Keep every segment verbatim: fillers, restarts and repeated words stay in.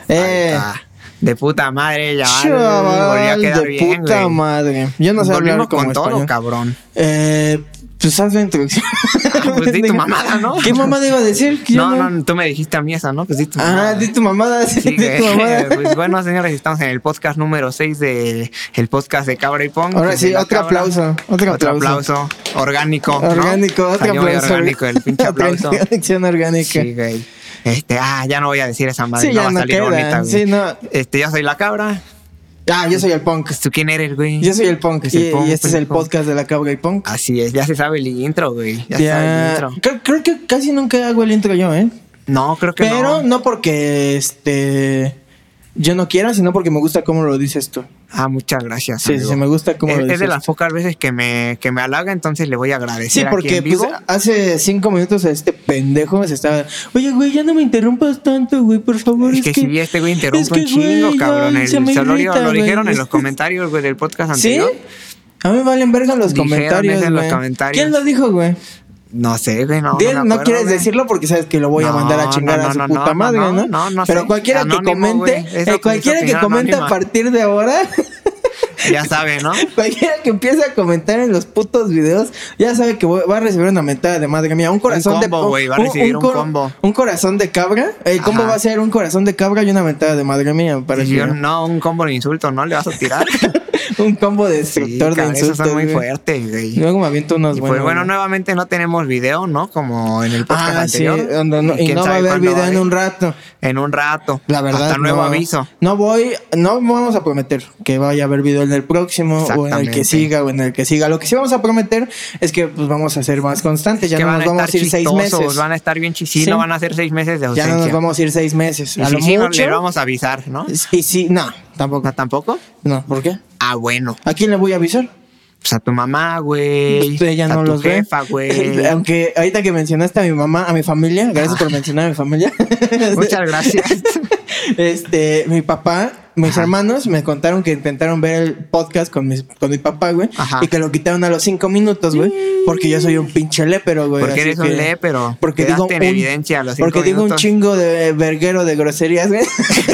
Eh. De puta madre, ya Chaval, volví a quedar de bien, puta güey. madre. Yo no sé Volvimos hablar como con todo, español. cabrón. Eh, pues haz la introducción. Pues di tu mamada, ¿no? ¿Qué mamada iba a decir? No, no, no, tú me dijiste a mí esa, ¿no? Pues di tu Ah, mamada. di tu mamada. Sí, Sí, di tu güey. mamada. Pues bueno, señores, estamos en el podcast número seis de el podcast de Cabra y Punk. Ahora de sí, la otro cabra. aplauso. Otro, Otro aplauso. aplauso. Orgánico. ¿no? Orgánico, otro Salió muy aplauso. orgánico el pinche aplauso. Introducción orgánica. Sí, güey. Este, ah, ya no voy a decir esa madre. Sí, no ya va a no salir queda. bonita, güey. Sí, no. Este, yo soy la cabra. Ah, yo soy el punk. ¿Tú quién eres, güey? Yo soy el punk. Es Y, el punk, y este es el punk. podcast de la Cabra y Punk. Así es, ya se sabe el intro, güey. Ya, se Ya. sabe el intro. Creo, creo que casi nunca hago el intro yo, ¿eh? No, creo que Pero no. no porque este yo no quiera, sino porque me gusta cómo lo dices tú. Ah, muchas gracias. Sí, amigo. sí, me gusta cómo es, lo es dices. de las pocas veces que me, que me halaga, entonces le voy a agradecer. Sí, aquí porque en pues, vivo. hace cinco minutos este pendejo se estaba. Oye, güey, ya no me interrumpas tanto, güey, por favor. Es que si este güey interrumpe es que, un chingo, güey, cabrón. ya El, se me se lo, irrita, lo güey. dijeron en los comentarios, güey, del podcast ¿Sí? anterior. A mí me valen verga los Dijeron comentarios, eso en los güey. comentarios. ¿Quién lo dijo, güey? No sé, güey, no. Di- no, no, me acuerdo, quieres güey. decirlo porque sabes que lo voy a No, mandar a chingar no, a su no, puta no, madre, no, ¿no? no, no Pero sé. cualquiera Anónimo, que comente, güey. Eso, eh, pues, cualquiera es que opinión comente a anónima. partir de ahora. Ya sabe, ¿no? Cualquiera que empiece a comentar en los putos videos ya sabe que voy- va a recibir una mentada de madre mía. Un corazón combo, de güey, va a recibir un cor- combo. Un corazón de cabra. El combo Ajá. va a ser un corazón de cabra y una mentada de madre mía, me parece. Yo, no, un combo de insulto, ¿no? Le vas a tirar. Un combo de Sí, destructor de cabrón, esos insultos. son muy güey. fuertes, güey. Luego me aviento unos Y buenos. pues bueno, güey. nuevamente no tenemos video, ¿no? Como en el podcast Ah, sí, anterior. donde no- y quién no va a sabe haber cuándo video va a en haber. un rato. En un rato. La verdad. Hasta nuevo no, aviso. No voy, no vamos a prometer que vaya a haber video en el próximo o en el que Exactamente. siga o en el que siga. Lo que sí vamos a prometer es que pues vamos a ser más constantes. Ya que no van nos a vamos estar a ir seis chistosos, meses. van a estar bien chistosos. Sí. No van a ser seis meses de Ya ausencia. no nos vamos a ir seis meses. Y A si lo sí, no, mucho. le vamos a avisar, ¿no? Y sí, no, tampoco. ¿No, tampoco? No, ¿por qué? Ah, bueno. ¿A quién le voy a avisar? Pues a tu mamá, güey. Pues ella a no tu los ve. jefa, güey. Aunque ahorita que mencionaste a mi mamá, a mi familia, gracias por mencionar a mi familia. Muchas gracias. Este, mi papá, mis Ajá. hermanos me contaron que intentaron ver el podcast con, mis, con mi papá, güey. Ajá. Y que lo quitaron a los cinco minutos, güey. Porque yo soy un pinche lépero, güey. Porque así eres que- un lépero. Porque digo Quedaste en un- evidencia a los cinco Porque digo un minutos. chingo de verguero de groserías, güey.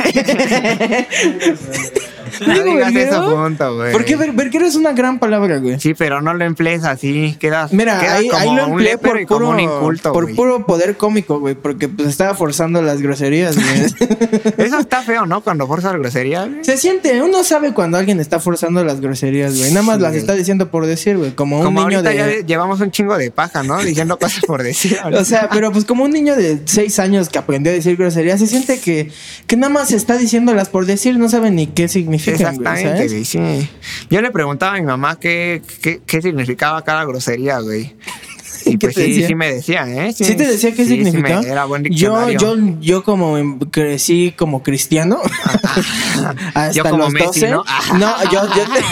No Digo digas verguero. eso, punto, güey. Porque ver- verguero es una gran palabra, güey. Sí, pero no lo emplees así. Quedas, Mira, quedas ahí, como ahí lo un empleé lépero por y como puro, un inculto, por güey. puro poder cómico, güey. Porque pues estaba forzando las groserías, güey. Eso está feo, ¿no? Cuando forzas grosería, güey. Se siente, uno sabe cuando alguien está forzando las groserías, güey. Nada más Sí, las güey. está diciendo por decir, güey. Como un Como niño ahorita de. ya llevamos un chingo de paja, ¿no? Diciendo cosas por decir. O sea, pero pues como un niño de seis años que aprendió a decir groserías, se siente que, que nada más está diciéndolas por decir, no sabe ni qué significan, güey, Exactamente, ¿sabes? güey, sí. Yo le preguntaba a mi mamá qué, qué, qué significaba cada grosería, güey. Y ¿Qué pues te sí, decía? sí me decía, ¿eh? ¿Sí te decía qué sí, sí me- significaba? era buen yo, diccionario. yo, yo como em- crecí como cristiano hasta Yo como los Messi, doce. ¿no? No, yo, yo te...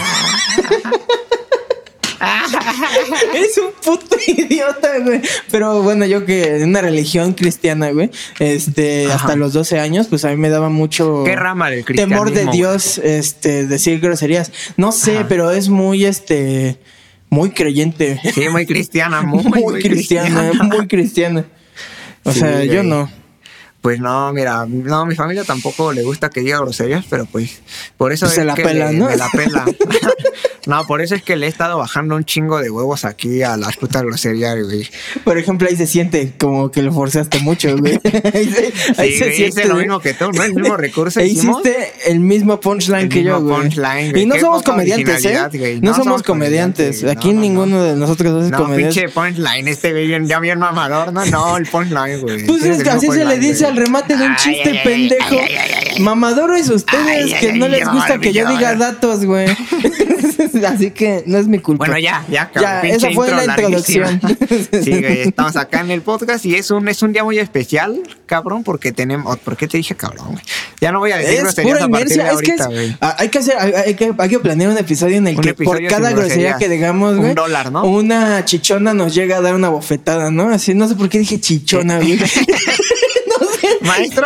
Es un puto idiota, güey. Pero bueno, yo que en una religión cristiana, güey, este, Ajá. hasta los doce años, pues a mí me daba mucho ¿Qué rama del temor de cristianismo, Dios, este, decir groserías. No sé, Ajá. pero es muy, este, muy creyente. Sí, muy cristiana, muy, Muy, muy, cristiana, cristiana. muy cristiana. O Sí, sea, yo güey. no. Pues no, mira, no, a mi familia tampoco le gusta que diga groserías, pero pues por eso Pues se es la que pela, le- ¿no? me la pela. No, por eso es que le he estado bajando un chingo de huevos aquí a las putas groserías, güey. Por ejemplo, ahí se siente como que lo forzaste mucho, güey. Ahí se, ahí Sí, se güey, siente, hice lo güey. mismo que tú, ¿no? El mismo recurso E hicimos. hiciste el mismo punchline El que yo, mismo güey. punchline, güey. Y no Qué somos poca comediantes, ¿eh? originalidad, güey. No, No somos somos comediantes. comediantes, Aquí no, no, ninguno de nosotros dos es No, comediante. pinche punchline, este güey bien- ya bien mamador, ¿no? No, el punchline, güey. Pues Tienes es el que así mismo se le punchline, dice güey. al remate de un Ay, chiste, ay, ay, pendejo. ay, ay, ay, ay. Mamadores ustedes Ay, ay, que no ay, les yo, gusta que yo yo, diga yo. datos, güey. Así que no es mi culpa. Bueno, ya, ya, cabrón, Ya, pinche esa fue intro la larguísima. introducción. Sí, güey, estamos acá en el podcast y es un, es un día muy especial, cabrón, porque tenemos... ¿Por qué te dije cabrón, güey? Ya no voy a decir Es groserías pura a partir de inercia. Es que ahorita, es- güey. ah, hay que hacer, hay, hay que, hay que planear un episodio en el Un que por episodio cada sin grosería groserías. que digamos, Un güey, dólar, ¿no? una chichona nos llega a dar una bofetada, ¿no? Así, no sé por qué dije chichona, güey. No sé. ¿Maestro?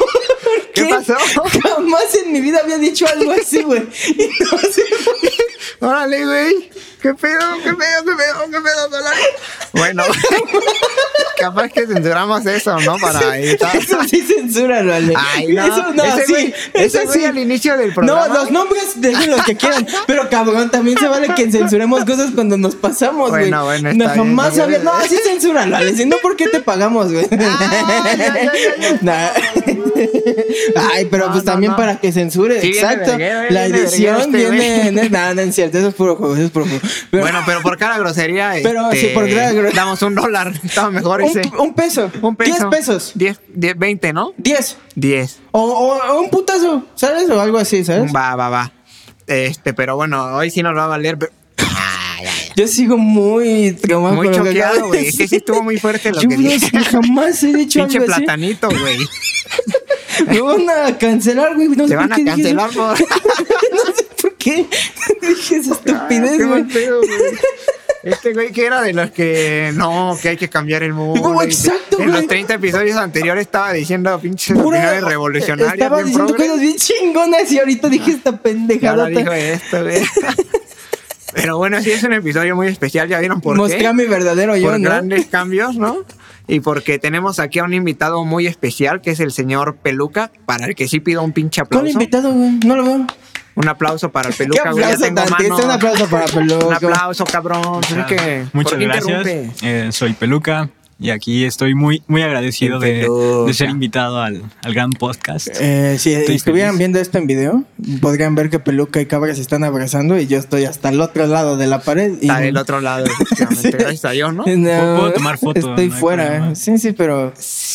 ¿Qué pasó? Jamás en mi vida había dicho algo así, güey. Y no sé. Órale, güey. ¿Qué pedo? ¿Qué pedo? ¿Qué pedo? ¿Qué pedo? Órale. Bueno, capaz que censuramos eso, ¿no? Para editar. Eso sí censúralo, Ale. Ay, no. Eso no, ese sí. Güey, Eso ese güey sí. al inicio del programa. No, los nombres dejen lo que quieran. Pero cabrón, también se vale que censuremos cosas cuando nos pasamos, güey. Bueno, bueno, No, está jamás bien. había. No, sí censúralo, Ale. Si no, ¿por qué te pagamos, güey? Ay, ya, ya, ya, ya. Nah. Ay, pero No, pues no, también no. para que censure. Sí, viene Exacto. verguero, La viene edición verguero este, viene. güey. Nada, no es cierto. Eso es puro juego. Eso es puro juego. Pero- Bueno, pero por cada grosería. Pero este, sí, por cada gro- damos un dólar. Estaba mejor ese. un, un peso. Un peso. Diez pesos. Diez, diez, veinte, ¿no? Diez. Diez. O, o, o un putazo, ¿sabes? O algo así, ¿sabes? Va, va, va. Este, pero bueno, hoy sí nos va a valer. pero- Ah, ya, ya. Yo sigo muy traumado Muy con lo que acabo choqueado, de güey. Es que sí decir. estuvo muy fuerte lo Yo que no dije. sé, jamás he dicho Pinche algo así. platanito, güey. Me van a cancelar, güey. No sé Te van por a qué dije eso. cancelar por. No sé por qué dije esa Ah, estupidez, qué güey. mal pedo, güey. Este güey que era de los que no, que hay que cambiar el mundo. No, y- exacto, En güey. los treinta episodios anteriores estaba diciendo pinches Pura- opiniones revolucionarias. Estaba bien diciendo progres. cosas bien chingonas y ahorita dije esta Y pendejada. ahora dijo esto, güey. Pero bueno, sí es un episodio muy especial, ya vieron por Mostré qué. a mi verdadero yo, Por ¿no? grandes cambios, ¿no? Y porque tenemos aquí a un invitado muy especial, que es el señor Peluca, para el que sí pido un pinche ¿Cuál aplauso. invitado, güey? No lo veo. Un aplauso para el ¿Qué Peluca, güey. Ya aplauso tengo tantito? mano. Un aplauso para Peluca. Un aplauso, cabrón. Es que, Muchas ¿por qué gracias. interrumpe? Eh, soy Peluca y aquí estoy muy, muy agradecido El de, Peluca. de ser invitado al, al gran podcast. Eh, si Estoy estuvieran feliz. viendo esto en video, podrían ver que Peluca y Cabra se están abrazando y yo estoy hasta el otro lado de la pared. Y... Está del otro lado, efectivamente. Gracias a Dios, ¿no? No, Puedo tomar foto, Estoy no hay fuera. problema. Sí, sí, pero.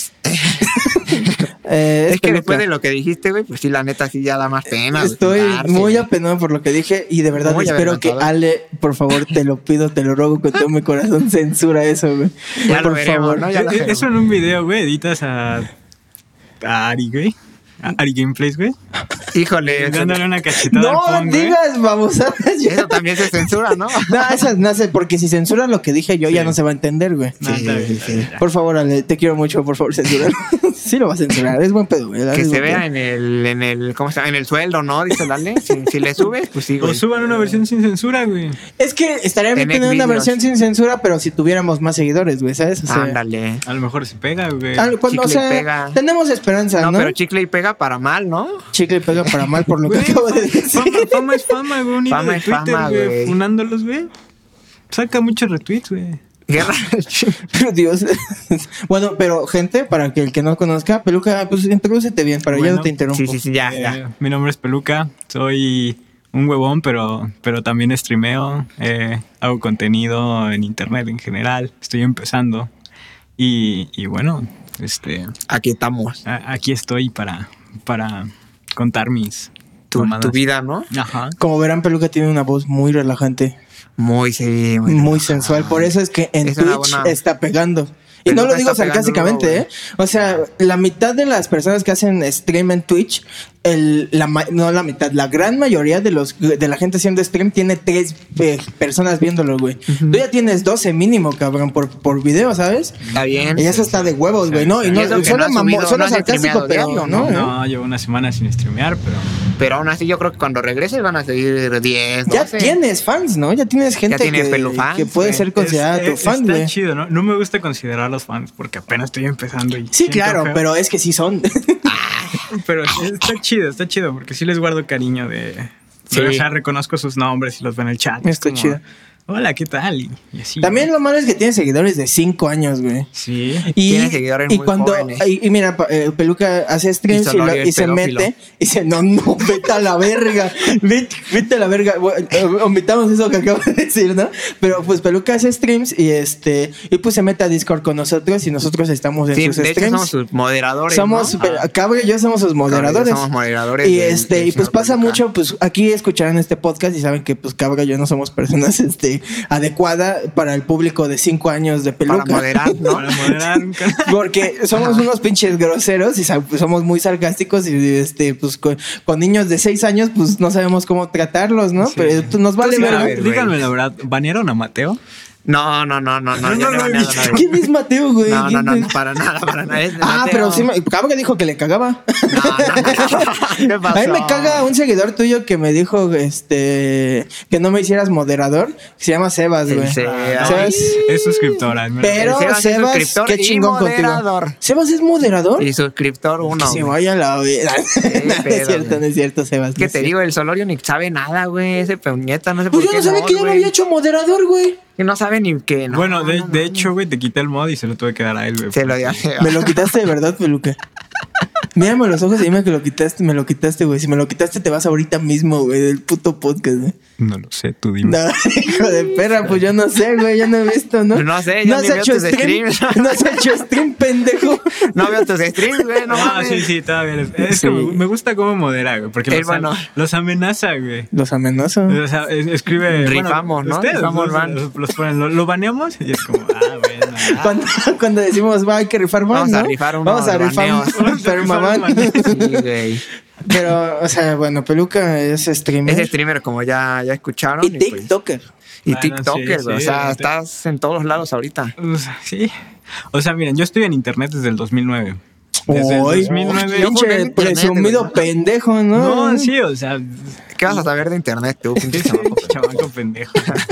Eh, Es que Peluca. después de lo que dijiste, güey, pues sí, la neta sí ya da más pena. güey, Estoy juntarse, muy güey. apenado por lo que dije y de verdad Muy espero que avergonzado. Ale, por favor, te lo pido, te lo ruego con todo mi corazón, censura eso, güey. Ya lo por veremos, favor. ¿no? Ya lo Eh, veremos. Eso en un video, güey, editas a, a Ari, güey. A Ari Gameplays, güey. Híjole, eso, Dándole una cachetada No al Pong, güey. digas babosadas ya. eso también se censura, ¿no? No, esas no sé, porque si censuran lo que dije yo ya Sí. no se va a entender, güey. No, Sí, está bien, sí, está sí. bien. Por favor, Ale, te quiero mucho, por favor, censurar. Sí lo va a censurar, es buen pedo, güey. Que es se buen vea pedo. en el, en el, ¿cómo se llama? En el sueldo, ¿no? Dice Lale. Si, si le subes, pues sí, O güey. suban una versión sin censura, güey. Es que estaría bien Tener tener una vídeos. versión sin censura, pero si tuviéramos más seguidores, güey, ¿sabes? O sea, Ándale. A lo mejor se pega, güey. al- cuando, o Chicle y sea, pega. tenemos esperanza, ¿no? No, pero chicle y pega para mal, ¿no? Chicle y pega para mal por lo que Güey, acabo de decir. fama, fama es fama, güey. Un hilo Fama de es Twitter, fama, güey. güey. Funándolos, güey. Saca muchos retweets, güey. Guerra. Pero Dios. Bueno, pero gente, para que el que no conozca, Peluca, pues introdúcete bien, para ya Bueno, no te interrumpo. Sí, sí, sí, ya, Eh, ya. Mi nombre es Peluca. Soy un huevón, pero, pero también streameo. Eh, hago contenido en internet en general. Estoy empezando. Y, y bueno, este, Aquí estamos. a- aquí estoy para, para contar mis Tu, mamadas. tu vida, ¿no? Ajá. Como verán, Peluca tiene una voz muy relajante, Muy, sí. muy, Muy, sensual. Por eso es que en Es una Twitch buena- está pegando. Y Peluca no lo digo está pegando sarcásticamente, duro, ¿eh? O sea, la mitad de las personas que hacen stream en Twitch, el, la, ma- no la mitad, la gran mayoría de los de la gente haciendo stream tiene tres eh, personas viéndolo, güey. Tú ya tienes doce mínimo, cabrón, por, por video, ¿sabes? Está bien. Y eso está de huevos, güey. No, y no, Y eso que suena, no ha mamo- subido, suena no has sarcástico, streameado pero diario, no. ¿eh? No, llevo una semana sin streamear, pero Pero aún así yo creo que cuando regreses van a seguir diez, Ya doce. tienes fans, ¿no? Ya tienes gente tienes que, pelufans, que puede güey. ser considerada Es- tu es- fan, está güey. chido, ¿no? No me gusta considerar a los fans porque apenas estoy empezando. Y Sí, siento claro, feo. pero es que sí son. Pero está chido, está chido, porque sí les guardo cariño de... Sí. O sea, reconozco sus nombres y los veo en el chat. Está Es como, chido. Hola, ¿qué tal? Y, y así. También lo malo es que tiene seguidores de cinco años, güey. Sí. Y, Tiene seguidores y muy cuando jóvenes. y, y mira, pa- eh, Peluca hace streams Y y, Sonorio lo- es y se pedófilo. mete y dice, no, no, vete a la verga, vete, vete a la verga. Bueno, eh, omitamos eso que acabo de decir, ¿no? Pero pues Peluca hace streams y este y pues se mete a Discord con nosotros y nosotros estamos en Sí, sus de hecho streams. somos sus moderadores. Somos, ¿no? pe- Cabra y yo somos sus moderadores. Somos moderadores Y del- este, del y pues señor pasa Peluca. mucho, pues aquí escucharán este podcast y saben que pues Cabra y yo no somos personas este adecuada para el público de cinco años de Peluca. Para moderar, ¿no? Para moderar un canal. Porque somos unos pinches groseros y sa- pues, somos muy sarcásticos y este pues con, con niños de seis años pues no sabemos cómo tratarlos, ¿no? Sí. Pero pues, nos vale Entonces, ver. a ver, ver, güey. díganme la verdad, ¿banearon a Mateo? No, no, no, no, no. No, yo no no lo he he baneado visto. a nadie. ¿Quién es Mateo, güey? No, no, ¿Quién no, es? no, para nada, para nada. Es Ah, Mateo. pero sí, me, cabrón que dijo que le cagaba. No, no, no. ¿Qué pasó? A mí me caga un seguidor tuyo que me dijo este que no me hicieras moderador. Se llama Sebas, El güey. Sebas. Sebas. Es suscriptora. ¿no? Pero El Sebas es Sebas, suscriptor qué y chingón moderador. contigo. ¿Sebas es moderador? Y suscriptor uno. Que se güey. vaya a la vida. No es pedo, cierto, güey. no es cierto, Sebas. ¿Qué no es te cierto. digo? El Solorio ni sabe nada, güey. Ese puñeta, no sé Pues por yo qué. no sabía que ya me güey. había hecho moderador, güey. Que no sabe ni qué. No, Bueno, de, no, de no, hecho, güey, te quité el mod y se lo tuve que dar a él, güey. Se lo dio a Sebas. Me lo quitaste de verdad, peluca. Mírame los ojos y dime que lo quitaste, me lo quitaste, güey. Si me lo quitaste, te vas ahorita mismo, güey, del puto podcast, güey. No lo sé, tú dime. No, hijo de perra, pues yo no sé, güey, yo no he visto, ¿no? No sé, yo no ni has veo hecho tus stream. streams. No has hecho stream, pendejo. No veo tus streams, güey. No Ah, mames. sí, sí, está bien. Es, es Sí. que me- me gusta cómo modera, güey. Porque El los, bueno. los amenaza, güey. Los amenazo. O sea, es- escribe. Rifamos, bueno, ¿no? Ustedes Rifamos los, ban. los- los ponen, lo, lo baneamos y es como, ah, bueno. ah. Cuando, cuando decimos, va, hay que rifar van, Vamos a ¿no? rifar unos Vamos a rifar baneos. un permaban. Sí, güey. Pero, o sea, bueno, Peluca es streamer. Es streamer, como ya, ya escucharon. y pues- TikToker. Y Bueno, TikToker, sí, güey. sí, o sea, te- estás en todos lados ahorita. O sea, sí. O sea, miren, yo estoy en internet desde el dos mil nueve. Desde Ay, el dos mil nueve. yo jugué en pinche internet, presumido güey. pendejo, ¿no? No, sí, o sea. ¿Qué vas a saber de internet, tú, pinche chamaco? Chamaco pendejo.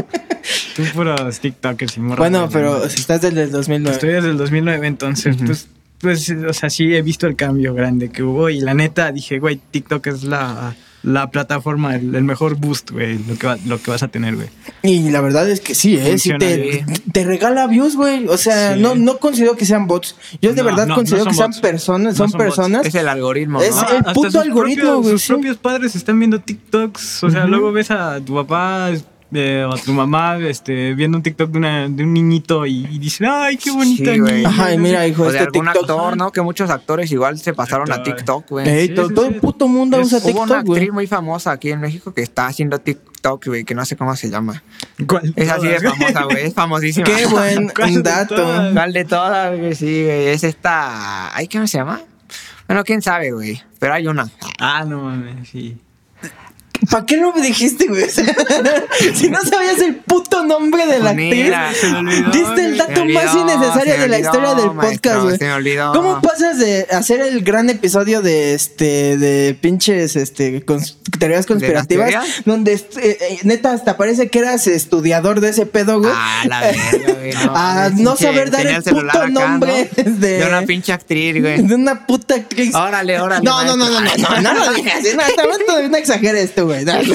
Tú puros TikTokers y morras. Bueno, de- pero si estás desde el dos mil nueve. Estoy desde el dos mil nueve, entonces, pues, pues, o sea, sí he visto el cambio grande que hubo y la neta dije, güey, TikTok es la, la plataforma, el, el mejor boost, güey, lo que, va- lo que vas a tener, güey. Y la verdad es que sí, ¿eh? Sí Funciona te, bien. te regala views, güey. O sea, Sí. no, no considero que sean bots. Yo de No, verdad no, considero no que son sean bots. personas, No son son bots. personas. Es el algoritmo, ¿no? Es- Ah, el hasta puto sus algoritmo, propios- güey, Sus sí. propios padres están viendo TikToks. O sea, luego ves a tu papá eh, o a tu mamá este, viendo un TikTok de, una, de un niñito y, y dicen, ay, qué bonita Sí, güey. niña. Ajá, y mira, hijo, O de este algún TikTok. actor, ¿no? Que muchos actores igual se pasaron a Actor. TikTok, güey. Ey, Sí, todo, sí, todo sí. el puto mundo Es- usa Hubo una TikTok, güey. actriz muy famosa aquí en México que está haciendo TikTok, güey, que no sé cómo se llama. ¿Cuál? Es así de Todas, famosa, güey. Es famosísima. Qué buen ¿Cuál de dato. todas? ¿Cuál de todas, güey? Sí, güey. Es esta... ¿Ay, cómo se llama? Bueno, quién sabe, güey. Pero hay una. Ah, no mames, sí. ¿Para qué no me dijiste, güey? O sea, si no sabías el puto nombre de la actriz, Mira, se me olvidó, diste el güey. dato Se me más olvidó, innecesario se me de la olvidó, historia del maestro, podcast, güey. se me olvidó. ¿Cómo pasas de hacer el gran episodio de este de pinches este cons- teorías conspirativas teorías? donde este, eh, neta hasta parece que eras estudiador de ese pedo, güey? Ah, la verga, güey. A mames, no pinche- saber dar tenía el celular puto acá, nombre ¿no? de- De una pinche actriz, güey. De una puta actriz. Órale, órale. No, no, no, no, no, no, no, no lo digas así, no, no, no exageres esto, güey. No,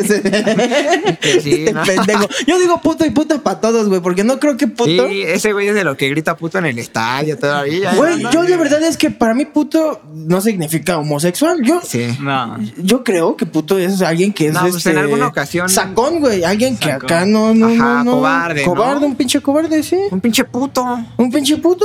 Que sí, este ¿no? pendejo. Yo digo puto y puta para todos, güey, porque no creo que puto. Sí, ese güey es de lo que grita puto en el estadio todavía. Güey, ¿no? yo de verdad es que para mí puto no significa homosexual. Yo, Sí. No. yo creo que puto es alguien que es No, pues, este, en alguna ocasión- sacón, güey. Alguien que Sacón. acá no, no, Ajá, no, no. cobarde, ¿no? Cobarde, un pinche cobarde, sí. Un pinche puto. Un pinche puto.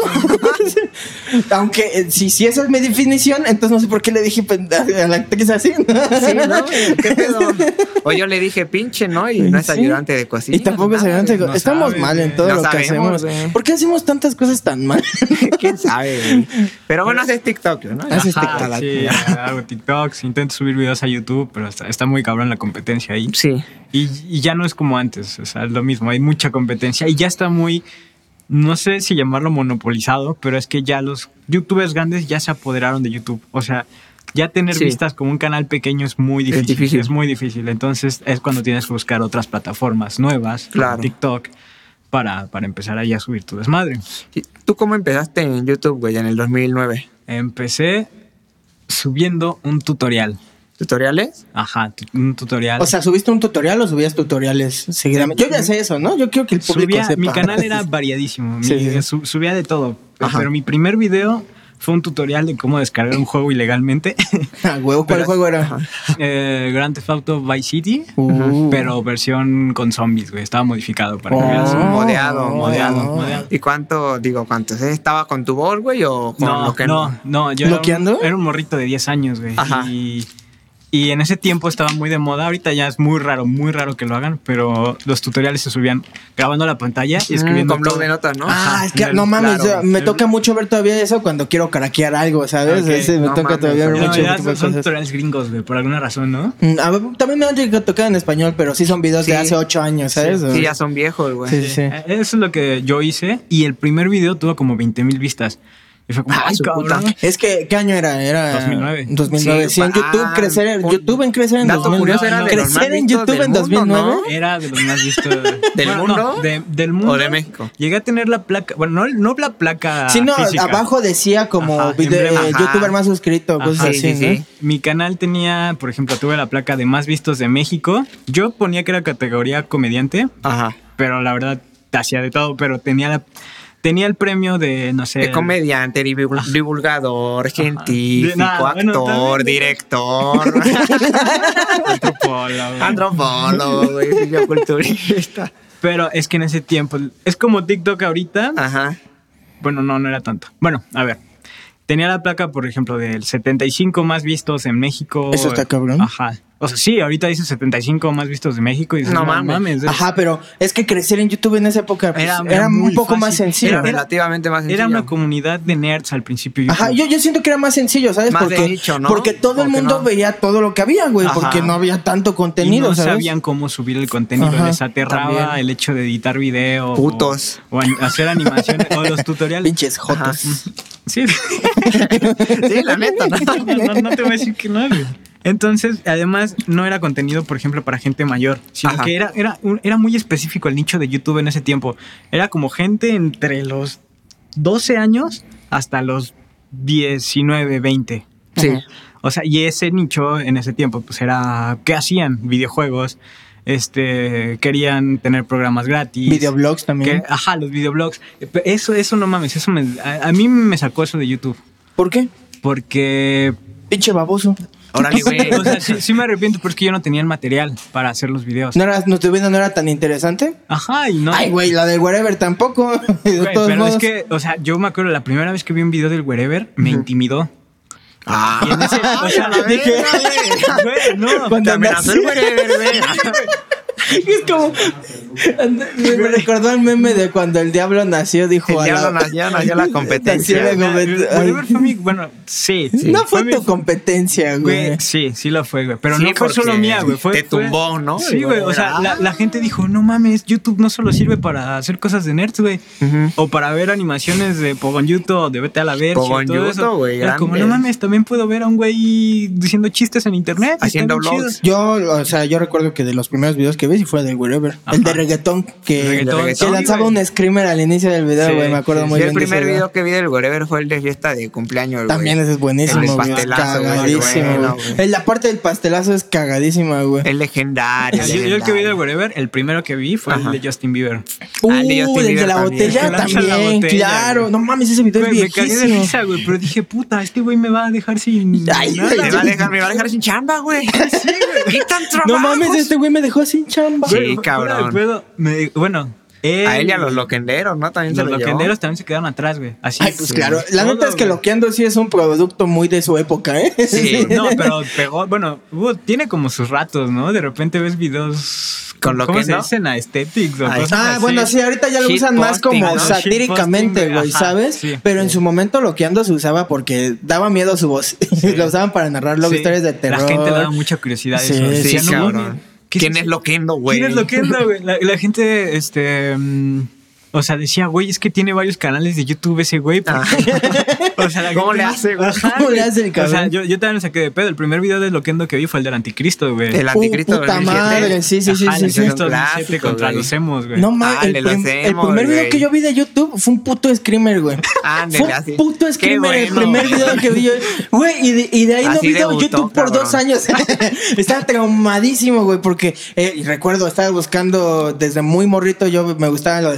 Aunque eh, si, si esa es mi definición, entonces no sé por qué le dije pen- a la actriz así. Sí, ¿no? ¿Qué pedo? O yo le dije pinche, ¿no? Y no es Sí. ayudante de cocina. Y tampoco es nada, ayudante. güey. no Estamos sabe, mal en güey. todo No lo que sabemos, hacemos. güey. ¿Por qué hacemos tantas cosas tan mal? ¿Quién sabe, güey? Pero bueno, haces TikTok, ¿no? Haces Ajá, TikTok. sí, hago TikToks, intento subir videos a YouTube, pero está, está muy cabrón la competencia ahí. Sí. Y, y ya no es como antes, o sea, es lo mismo, hay mucha competencia y ya está muy, no sé si llamarlo monopolizado, pero es que ya los youtubers grandes ya se apoderaron de YouTube. O sea, ya tener Sí. vistas como un canal pequeño es muy difícil, es difícil. muy difícil. Entonces es cuando tienes que buscar otras plataformas nuevas, como Claro. TikTok, para, para empezar ahí a subir tu desmadre. Sí. ¿Tú cómo empezaste en YouTube, güey, en el dos mil nueve? Empecé subiendo un tutorial. ¿Tutoriales? Ajá, tu- un tutorial. O sea, ¿subiste un tutorial o subías tutoriales seguidamente? Yo ya sé eso, ¿no? Yo quiero que el público subía, sepa. mi canal era variadísimo, mi- Sí. su- subía de todo, Ajá. pero mi primer video fue un tutorial de cómo descargar un juego ilegalmente, Ah, huevo, ¿cuál Pero- juego era? eh, Grand Theft Auto Vice City, Uh. pero versión con zombies, güey, estaba modificado para que veas. Oh, Modeado, modeado, oh. modeado. ¿Y cuánto, digo, cuántos? ¿Eh? ¿Estaba con tu bol, güey, o con No, lo que no, no, yo era ¿Bloqueando? un, era un morrito de diez años, güey, Ajá. y Y en ese tiempo estaba muy de moda. Ahorita ya es muy raro, muy raro que lo hagan. Pero los tutoriales se subían grabando la pantalla y escribiendo. Mm, con blog de notas, ¿no? Ah, Ajá, es que el- no mames, claro. yo- me toca mucho ver todavía eso cuando quiero craquear algo, ¿sabes? Ok. Ese me No toca mames, todavía ver no, No, mucho ya tipo de son, son cosas. tutoriales gringos, güey, por alguna razón, ¿no? Mm, a ver, también me han llegado a tocar en español, pero sí son videos de Sí. hace ocho años, ¿sabes? Sí, ya son viejos, güey. Sí, sí, sí. Eh, Eso es lo que yo hice. Y el primer video tuvo como veinte mil vistas. Y fue como, Ah, ay, su cabrón. puta. Es que, ¿qué año era? Era dos mil nueve. dos mil nueve. Sí, Sí, en ah, YouTube crecer, un YouTube en crecer en dato dos mil nueve. curioso, era de los más Crecer en vistos YouTube del en dos mil nueve. mundo, ¿no? Era de los más vistos. ¿Del Bueno, mundo? no, de- del mundo. ¿O de México? Llegué a tener la placa. Bueno, no, no la placa. Sí, no, física. abajo decía como Ajá, video- emblema. eh, Ajá. youtuber más suscrito, cosas Ajá, así, sí, sí, ¿no? sí. Mi canal tenía, por ejemplo, tuve la placa de más vistos de México. Yo ponía que era categoría comediante, Ajá. pero la verdad hacía de todo. Pero tenía la, tenía el premio de, no sé. De comediante, divul- divulgador, científico, De nada, bueno, actor, también- director, antropólogo. antropólogo, güey, fisiculturista. Pero es que en ese tiempo, es como TikTok ahorita. Ajá. Bueno, no, no era tanto. Bueno, a ver. Tenía la placa, por ejemplo, del setenta y cinco más vistos en México. Eso está cabrón. Ajá. O sea, sí, ahorita dice setenta y cinco más vistos de México y dices, No no, mames. mames. es- Ajá, pero es que crecer en YouTube en esa época pues, Era- era, era un muy poco más fácil. sencillo. Era Era- relativamente más sencillo. Era una comunidad de nerds al principio. Ajá, YouTube. yo, yo siento que era más sencillo, ¿sabes? Más de porque, nicho, ¿no? porque todo el Porque mundo no. veía todo lo que había, güey, Ajá. porque no había tanto Y contenido, no ¿sabes? sabían cómo subir el contenido. Ajá, Les aterraba también. el hecho de editar video. Putos. O, o an- hacer animaciones. O los tutoriales. Pinches jotos. Sí. Sí, la neta, ¿no? No, no, no te voy a decir que no, güey. Entonces, además, no era contenido, por ejemplo, para gente mayor, sino Ajá. que era, era, un- era muy específico el nicho de YouTube en ese tiempo. Era como gente entre los doce años hasta los diecinueve, veinte. Sí. O sea, y ese nicho en ese tiempo, pues era, ¿qué hacían? Videojuegos, este, querían tener programas gratis. Videoblogs también. Que- ajá, los videoblogs. Eso, eso no mames, eso me, a, a mí me sacó eso de YouTube. ¿Por qué? Porque Pinche baboso. Órale, güey. o sea, sí, sí me arrepiento porque yo no tenía el material para hacer los videos. ¿No era, no, tu vida no era tan interesante? Ajá, y no. Ay, güey, la del wherever tampoco. De Güey, todos pero modos. es que, o sea, yo me acuerdo la primera vez que vi un video del Wherever, me intimidó. Ah, Y en ese, o sea, la dije, verga, güey, no. Cuando te amenazó el nací- wherever, güey. Es como. Me, me recordó el meme de cuando el diablo nació, dijo. El a diablo la- nació, nació la competencia. Nació la El compet- Ay. Wherever fue mi, bueno, sí. sí, No fue, mi- tu competencia, güey. Güey, sí, sí lo fue, güey. Pero Sí, no fue porque solo mía, güey. Fue, te fue- tumbó, ¿no? Sí, güey. O sea, la, la gente dijo, no mames, YouTube no solo sirve para hacer cosas de nerds, güey. Ujú. O para ver animaciones de Pogon YouTube, de Vete a la Verga. Pogon y todo eso. Yuto, güey, Era como, grande. no mames, también puedo ver a un güey diciendo chistes en internet. y Haciendo están bien vlogs. chidos. Yo, o sea, yo recuerdo que de los primeros videos que vi sí fue del Wherever. Ajá. El de reggaetón que, Reggaetón, que sí, lanzaba güey. un screamer al inicio del video, Sí, güey. Me acuerdo sí, muy Sí, bien. el de ese primer video que vi del wherever fue el de fiesta de cumpleaños, güey. También ese es buenísimo, El del güey. pastelazo, güey, Cagadísimo, bueno, güey. güey. La parte del pastelazo es cagadísima, güey. El legendario. Yo, yo el que vi del legendario. Wherever, el primero que vi fue Ajá. el de Justin Bieber. Uh, Ah, el de Justin el de Bieber la también. botella Que lanza también, la botella, claro. güey. No mames, ese video Güey, es me cagué de viejísimo. risa, güey. Pero dije, puta, este güey me va a dejar sin. Ay, nada, ay, Me va a güey. dejar, me va a dejar sin chamba, güey. Quitan trabajo. No mames, este güey me dejó sin chamba. Sí, Güey, cabrón. fuera de pedo, me- bueno, él- A él y a los loquenderos, ¿no? También se los lo llevó. loquenderos también se quedaron atrás, güey. Así. Ay, pues sí. claro. La Todo, neta es que güey. Loqueando sí es un producto muy de su época, ¿eh? Sí. No, pero pegó, bueno, hubo- tiene como sus ratos, ¿no? De repente ves videos. ¿Con ¿Cómo se Loquendo? dicen? Aesthetics o Ay. cosas Ah, así. bueno, sí, ahorita ya lo Shit usan más posting, como ¿no? satíricamente, Shit posting, güey, ajá, ¿sabes? sí. Pero en su momento Loqueando se usaba porque daba miedo su voz. Lo usaban para narrar luego Sí. historias de terror. La gente le da mucha curiosidad a Sí, eso. sí, Decía, Sí, no, cabrón. mames, ¿qué ¿Quién es eso? loquendo, güey? ¿Quién es Loquendo, güey? La, la gente, este... mm, o sea, decía, güey, es que tiene varios canales de YouTube ese güey. porque- o sea, la ¿Cómo gente le no- hace, güey? Ajá, ¿Cómo le güey. hace el O sea, cabrón? yo, yo también me saqué de pedo. El primer video de Loquendo que vi fue el del Anticristo, güey. El anticristo Uh, puta dos mil siete. madre, sí, sí, sí, Ajá, sí, el sí. Anticristo Un dos mil siete clásico, contra güey. los emos, güey. No mames, Ah, el, de los prim- el emos, primer video güey. que yo vi de YouTube fue un puto screamer, güey. Ándele, Fue un así. puto Qué screamer el bueno. primer video que vi yo. Güey, y de, y de ahí no Así vi de debutó, YouTube por cabrón. dos años. Estaba traumadísimo, güey, porque eh, y recuerdo, estaba buscando desde muy morrito. Yo me gustaba lo de teorías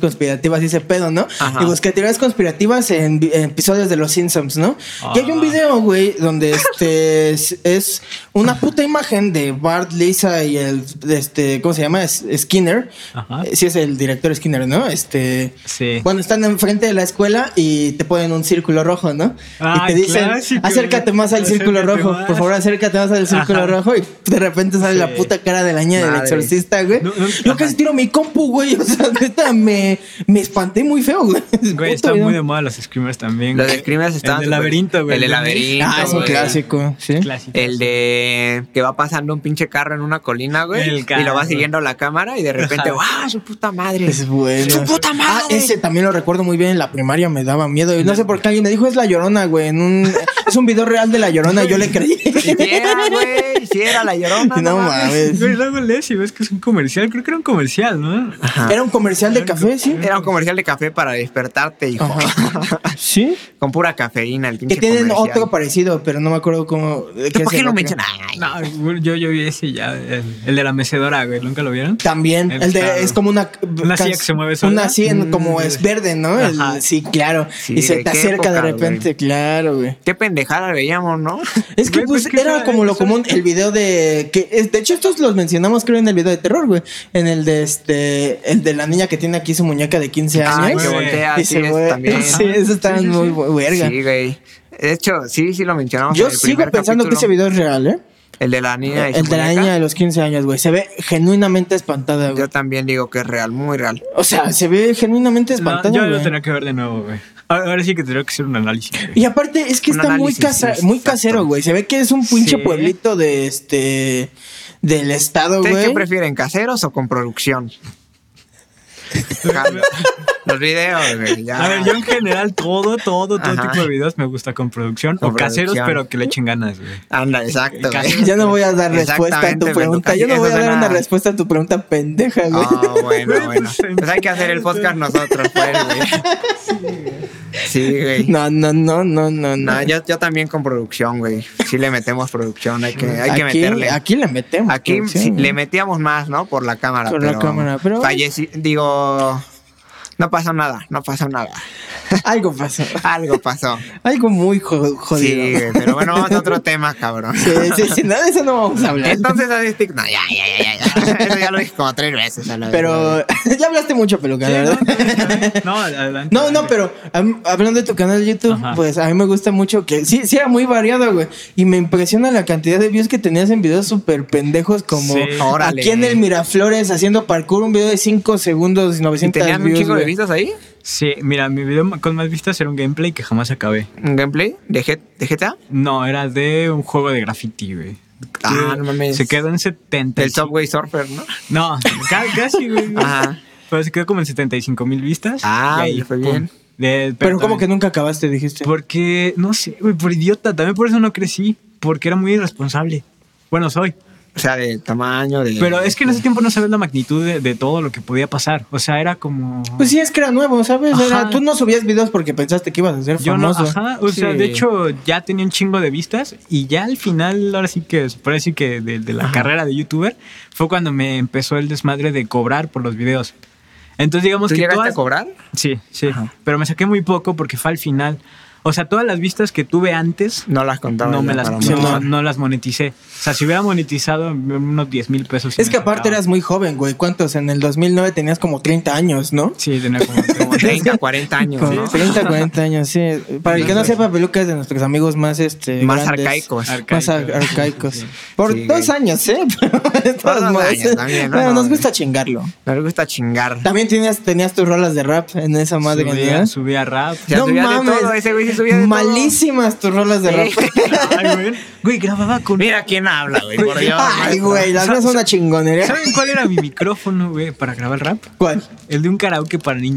conspirativas y ese pedo, ¿no? Ajá. Y busqué teorías conspirativas en, en episodios de Los Simpsons, ¿no? Ah. Y hay un video, güey, donde este es, es una puta imagen de Bart, Lisa y el, este, ¿cómo se llama? Es, Skinner. Ajá. Eh, Sí, es el director Skinner, ¿no? Este... Sí. Bueno, están enfrente de la escuela y te ponen un círculo rojo, ¿no? Ah, y te dicen, clásico, acércate más al acércate círculo rojo. más. Por favor, acércate más al círculo Ajá. rojo. Y de repente sale Sí. la puta cara de la niña del Madre. exorcista, güey. No, no, Yo ajá. casi tiro mi compu, güey. O sea, neta, me, me espanté muy feo, güey. Güey, Puto está video. muy de moda los screamers también. Los güey. screamers estaban El del súper- laberinto, güey. el del de laberinto, Ah, es un güey. clásico, sí. Clásico. El de que va pasando un pinche carro en una colina, güey. El Y lo carro. va siguiendo la cámara y de repente, Ajá. ¡wow! ¡Su puta madre! Es bueno. ¡Su puta madre! Ah, ese también lo recuerdo muy bien en la primaria, me daba miedo. Y no sé por qué alguien me dijo, es La Llorona, güey. En un, es un video real de La Llorona y yo le creí. Si era, güey, si era la Llorona. No mames. Güey, luego lees y ves que es un comercial. Creo que era un comercial, ¿no? Ajá. Era un comercial de café, ¿sí? Era un comercial de café para despertarte, hijo. Ajá. ¿Sí? Con pura cafeína, el pinche Que tienen comercial. otro parecido, pero no me acuerdo cómo. de qué ¿Por se qué lo recrea. mencionas? Ay, No, güey, yo, yo vi ese ya. El, el de la mecedora, güey. ¿Nunca lo vieron? También, el, El de carro. es como una Una silla que se mueve sola. Una silla en- Mm. como es verde, ¿no? El- Ajá. sí, claro. Sí, y se ¿de te qué acerca de época, repente, claro, güey. Qué pendejada veíamos, ¿no? Es que Güey, pues pues, que era esa- como lo esa- común, el video de que es- de hecho estos los mencionamos creo en el video de terror, güey, en el de este el de la niña que tiene aquí su muñeca de quince Ah, años. que güey. voltea, Y sí, se es mueve. también. Sí, eso está Sí, sí, muy sí. bu- verga. Sí, güey. De hecho, sí, sí lo mencionamos. Yo en el sigo primer pensando que ese capítulo. video es real, ¿eh? El de la niña y su El de la muñeca. niña de los quince años, güey. Se ve genuinamente espantada, güey. Yo también digo que es real, muy real. O sea, se ve genuinamente No, espantada, yo güey. lo tenía que ver de nuevo, güey. Ahora ahora sí que tendría que hacer un análisis, güey. Y aparte es que Un está muy, análisis, casa, sí, muy exacto. casero, güey. Se ve que es un pinche Sí. pueblito de este del estado, ¿Ustedes qué güey. prefieren, caseros o con producción? Jalo. Los videos, güey. Ya. A ver, yo en general todo, todo, todo Ajá. tipo de videos me gusta con producción. Con o caseros, producción. pero que le echen ganas, güey. Anda, exacto, güey. Ya no voy a dar respuesta a tu Exactamente, pregunta. me Yo no toca- voy a eso dar suena- una respuesta a tu pregunta pendeja, güey. Ah, bueno, Güey, bueno. pues, Pues hay que hacer el podcast nosotros, pues, güey. Sí, güey. No, no, no, no, no, no. No, yo, yo también con producción, güey. Sí le metemos producción, hay que, hay que aquí, meterle. aquí le metemos. Aquí producción, sí, güey. le metíamos más, ¿no? Por la cámara. Por la pero cámara, pero- Falleci, digo, no pasó nada, no pasó nada. Algo pasó. Algo pasó. Algo muy jo- Sí, jodido. güey, pero bueno, vamos a otro tema, cabrón. Sí, sí, sí, nada de eso no vamos a hablar. Entonces, así, tic- no, ya, ya, ya, ya, ya. Eso ya lo dije como tres veces a la vez. Pero ya hablaste mucho, peluca, la verdad. No, adelante. No, no, pero am- hablando de tu canal de YouTube, Ajá. pues a mí me gusta mucho que sí, sí era muy variado, güey. Y me impresiona la cantidad de views que tenías en videos súper pendejos como Sí. Órale. aquí en el Miraflores haciendo parkour, un video de cinco segundos y ¿Y novecientos tenían un views, chingo de güey. vistas ahí? Sí, mira, mi video con más vistas era un gameplay que jamás acabé. ¿Un gameplay de, G- de G T A? No, era de un juego de graffiti, güey. Ah, Que no mames. Se quedó en setenta. Del Subway Surfer, ¿no? No, ca- casi, güey. Ajá. Pero se quedó como en setenta y cinco mil vistas. Ah, y ahí, le fue pum. bien. De- Pero como que también- nunca acabaste, dijiste. Porque, no sé, güey, por idiota. También por eso no crecí. Porque era muy irresponsable. Bueno, soy. O sea, de tamaño, de... Pero es que en ese tiempo no sabes la magnitud de, de todo lo que podía pasar. O sea, era como... Pues sí, es que era nuevo, ¿sabes? Ajá. Era- tú no subías videos porque pensaste que ibas a ser Yo no, famoso. ajá, o sea, Sí. de hecho ya tenía un chingo de vistas y ya al final, ahora sí que, por decir que de, de la Ajá. carrera de youtuber, fue cuando me empezó el desmadre de cobrar por los videos. Entonces digamos ¿Tú que llegaste todas- a cobrar? Sí, sí, Ajá. pero me saqué muy poco porque fue al final. O sea, todas las vistas que tuve antes No las contaba. no ya me las para Sí, no, monetizar. no las moneticé. O sea, si hubiera monetizado unos diez mil pesos. sí Es me que aparte sacaba. eras muy joven, güey. ¿Cuántos? En el dos mil nueve tenías como treinta años, ¿no? Sí, tenía como... Como treinta, cuarenta años, Como ¿no? treinta, cuarenta años, sí. Para el que no sepa, Peluca es de nuestros amigos más este Más grandes, arcaicos. Más ar- arcaicos. Por Sí, dos güey. años, ¿eh? Pero de todos dos modos, años también, ¿no? bueno, No, nos güey. gusta chingarlo. Me gusta chingar. También tenías, tenías tus rolas de rap en esa madre, subía, ¿no? subía rap. Ya subía de todo, ese güey sí subía de todo. Malísimas tus rolas de rap. Sí. Ay, güey. Güey, grababa con... Mira quién habla, güey, por Dios. Ay, güey, las mías son una chingonería. ¿Saben cuál era mi micrófono, güey, para grabar rap? ¿Cuál? El de un karaoke para niños, güey.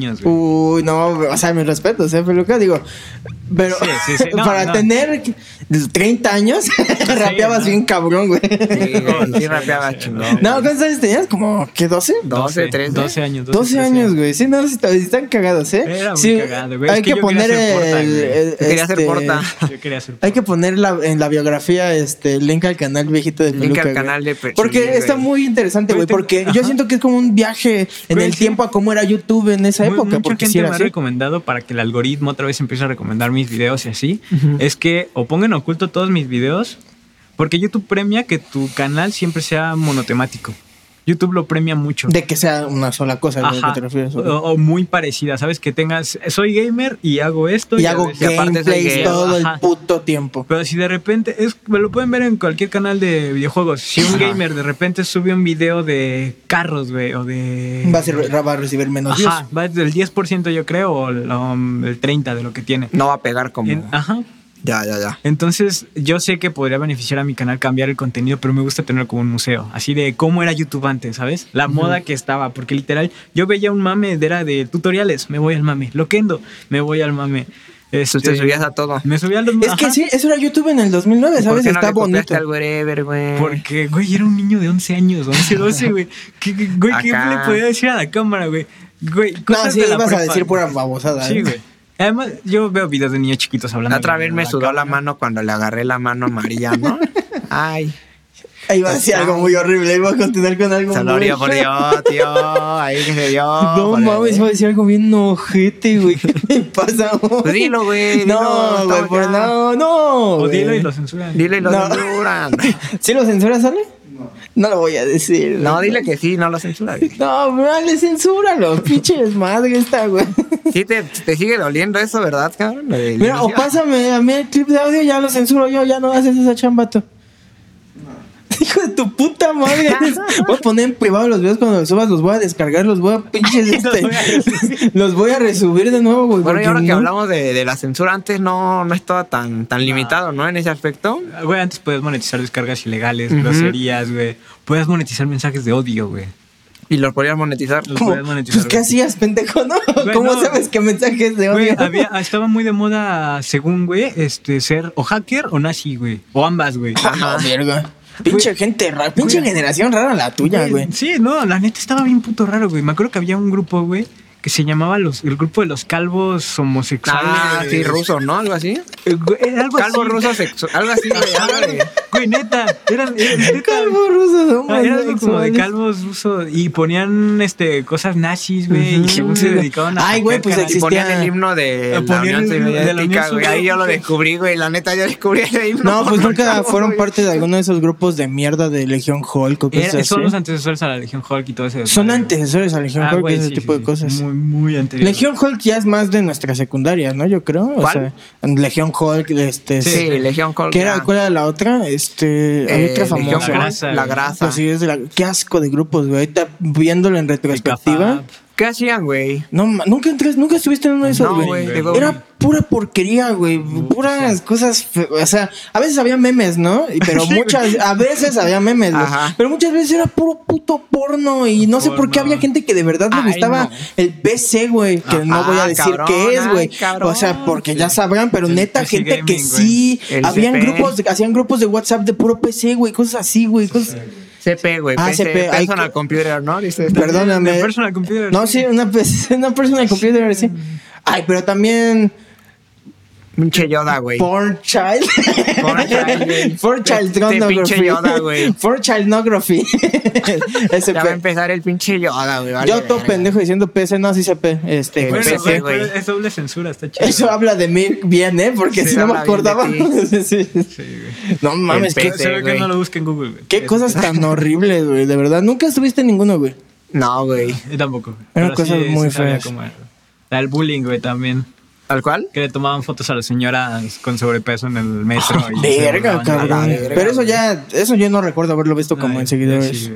Uy, no, o sea, mis respetos, ¿eh, peluca? Digo, pero Sí, sí, sí. No, para no. tener treinta años, rapeabas ¿no? bien cabrón, güey. Sí, güey, sí rapeaba chingón. No, ¿cuántos años tenías? ¿Como, qué, doce? doce, trece. doce años. doce años, güey. Sí, no, sí, están cagados, ¿eh? Era muy sí, cagado, güey. Hay Es que que, yo poner quería ser porta, el, güey. el- Yo quería ser este, porta. Yo quería ser Hay que poner la, en la biografía este link al canal viejito de Link Peluca, al güey. canal de Pe- Porque sí, está güey. muy interesante, güey. Güey, te- Porque ajá. yo siento que es como un viaje en Güey, el sí. tiempo a cómo era YouTube en esa Mu- época. Mucha Porque gente sí era me ha así. recomendado para que el algoritmo otra vez empiece a recomendar mis videos y así. Es que o pongan oculto todos mis videos, porque YouTube premia que tu canal siempre sea monotemático. YouTube lo premia mucho. De que sea una sola cosa, güey, Ajá. que te refieres. O, o muy parecida, ¿sabes? Que tengas, soy gamer y hago esto. Y a hago veces- aparte soy gameplays gay. todo el Ajá. puto tiempo. Pero si de repente, es, me lo pueden ver en cualquier canal de videojuegos. Si un Ajá. gamer de repente sube un video de carros, güey, o de... Va a, ser, va a recibir menos views. Ajá, va del diez por ciento yo creo, o el, um, el treinta por ciento de lo que tiene. No va a pegar como. En- ajá. Ya, ya, ya. Entonces, yo sé que podría beneficiar a mi canal cambiar el contenido, pero me gusta tenerlo como un museo. Así de cómo era YouTube antes, ¿sabes? La moda que estaba. Porque literal, yo veía un mame, era de tutoriales, me voy al mame. Loquendo, me voy al mame. Este, Tú te subías a todo. Me subía a los Es que ajá. sí, eso era YouTube en el dos mil nueve, ¿Por ¿sabes? qué no Está le copiaste bonito. al wherever, güey? Porque, güey, era un niño de once años, once, doce, güey. ¿Qué, qué- güey, ¿qué Acá. le podía decir a la cámara, güey? Güey, No, cosas sí, de la ibas a prepa, decir güey. pura babosada. Sí, ¿eh? güey. Además, yo veo videos de niños chiquitos hablando. La otra vez de me la sudó la cámara. mano cuando le agarré la mano a María, ¿no? Ay. Ahí iba a decir algo muy horrible, iba a continuar con algo Se lo muy dio, por Dios, tío. Ahí que se dio. No por mames, Dios. iba a decir algo bien ojete, güey. ¿Qué me pasa? hoy? Pues dilo, güey, dilo, No, güey, estamos por ya. no, no. O güey. dilo y lo censuran. Dile y lo No. censuran. ¿Sí lo censura, sale? No. No lo voy a decir. No, güey. dile que sí, no lo censura. güey. No, vale, censúralo. Pinche desmadre esta, güey. Sí te, te sigue doliendo eso, ¿verdad, cabrón? Lo del Mira, o inicio. pásame a mí el clip de audio, ya lo censuro yo, ya no haces esa chambato. Hijo de tu puta madre. Voy a poner en privado los videos cuando los subas, los voy a descargar, los voy a pinches este, voy a resubir. los voy a resubir de nuevo, güey. Bueno, y porque ahora que no- hablamos de, de la censura, antes no, no estaba tan, tan limitado, ¿no? En ese aspecto. Güey, antes podías monetizar descargas ilegales, Ujú. groserías, güey. Podías monetizar mensajes de odio, güey. Y los podías monetizar. Los ¿Cómo? podías monetizar. Pues, ¿qué güey. hacías, pendejo, no? Güey, ¿Cómo no. sabes qué mensajes de Güey, odio? había, estaba muy de moda, según, güey, este, ser o hacker o nazi, güey. O ambas, güey. Ah, no, verga. Pinche gente rara, pinche Güey. generación rara la tuya, güey. Sí, no, la neta estaba bien puto raro, güey. Me acuerdo que había un grupo, güey, que se llamaba los, el grupo de los calvos homosexuales. Ah, sí, ruso, ¿no? Algo así. Eh, güey, era algo Calvo así. ruso sexual. Algo así, güey. algo de- Güey, neta, eran, eran neta, Calvo ruso, Ah, era algo como de homosexuales. calvos rusos y ponían este cosas nazis, güey, y según se dedicaban a Ay, güey, hackear pues canales. Y existía- ponían el himno de Eh, la ponían Unión el himno de la Soviética, Unión güey. Ahí yo lo Soviética. descubrí, güey. La neta, yo descubrí ese himno. No, pues nunca Calvo, fueron güey. parte de alguno de esos grupos de mierda de Legión Hulk o cosas Era- son así. los antecesores a la Legión Hulk y todo ese Son desmadre, güey. antecesores a Legión Ah, Hulk güey, y ese sí, tipo sí, de cosas. Muy, muy anterior. Legión Hulk ya es más de nuestra secundaria, ¿no? Yo creo. O ¿Cuál? sea, Legión Hulk, este. Sí, sí. Legión Hulk. ¿Qué era, ya. ¿Cuál era la otra? Este. Había Eh, otra Legión famosa. La Hulk, grasa, La güey. grasa. Pues sí, es de la- qué asco de grupos, güey. Ahorita viéndolo en retrospectiva. ¿Qué hacían, güey? No, ma- nunca entras, nunca estuviste en uno de esos, No, güey. güey, digo, Era pura porquería, güey. Puras cosas, fe- o sea, a veces había memes, ¿no? Y- Pero Sí, muchas, a veces había memes, güey. Ajá. Pero muchas veces era puro puto porno y no sé por qué Porno. había gente que de verdad le Ay, gustaba no. el P C, güey. Que no Ajá, voy a decir cabrón, qué es, güey. ay, cabrón. O sea, porque ya sabrán, pero El neta, P C gente que gaming, sí. güey. El Habían C P. grupos, hacían grupos de WhatsApp de puro P C, güey. Cosas así, güey. Cosas. C P, güey. Ah, P C, C P, hay Personal que- Computer, ¿no? Dice. Perdóname. De personal computer. No, sí, una, P C, una personal computer, sí. Ay, pero también. Pinche Yoda, güey. Porn child. Porn child, güey. For child Este pornography. pinche Yoda, güey. For childnography. Ese Ya va a pe- empezar el pinche Yoda, güey. vale, Yo todo verga. pendejo diciendo P C, no, sí sé P. Este, Eh, Bueno, P C, güey, güey. pero es doble censura, está chido. Eso habla de mí bien, ¿eh? Porque Sí, si no me habla bien de acordaba. ti. Sí. Sí, güey. No mames, El qué, P C. Se ve que güey. no lo busque en Google, güey. qué Es- cosas tan horribles, güey. De verdad, nunca estuviste en ninguno, güey. No, güey. Yo tampoco. güey. Eran Pero cosas muy sabía feas. cómo era. La del bullying, güey, también. ¿Al cual? Que le tomaban fotos a las señoras con sobrepeso en el metro. y se Verga, burlaban de cabrón. la verga, Pero eso güey. ya, eso yo no recuerdo haberlo visto como Ay, en seguidores. sí, güey.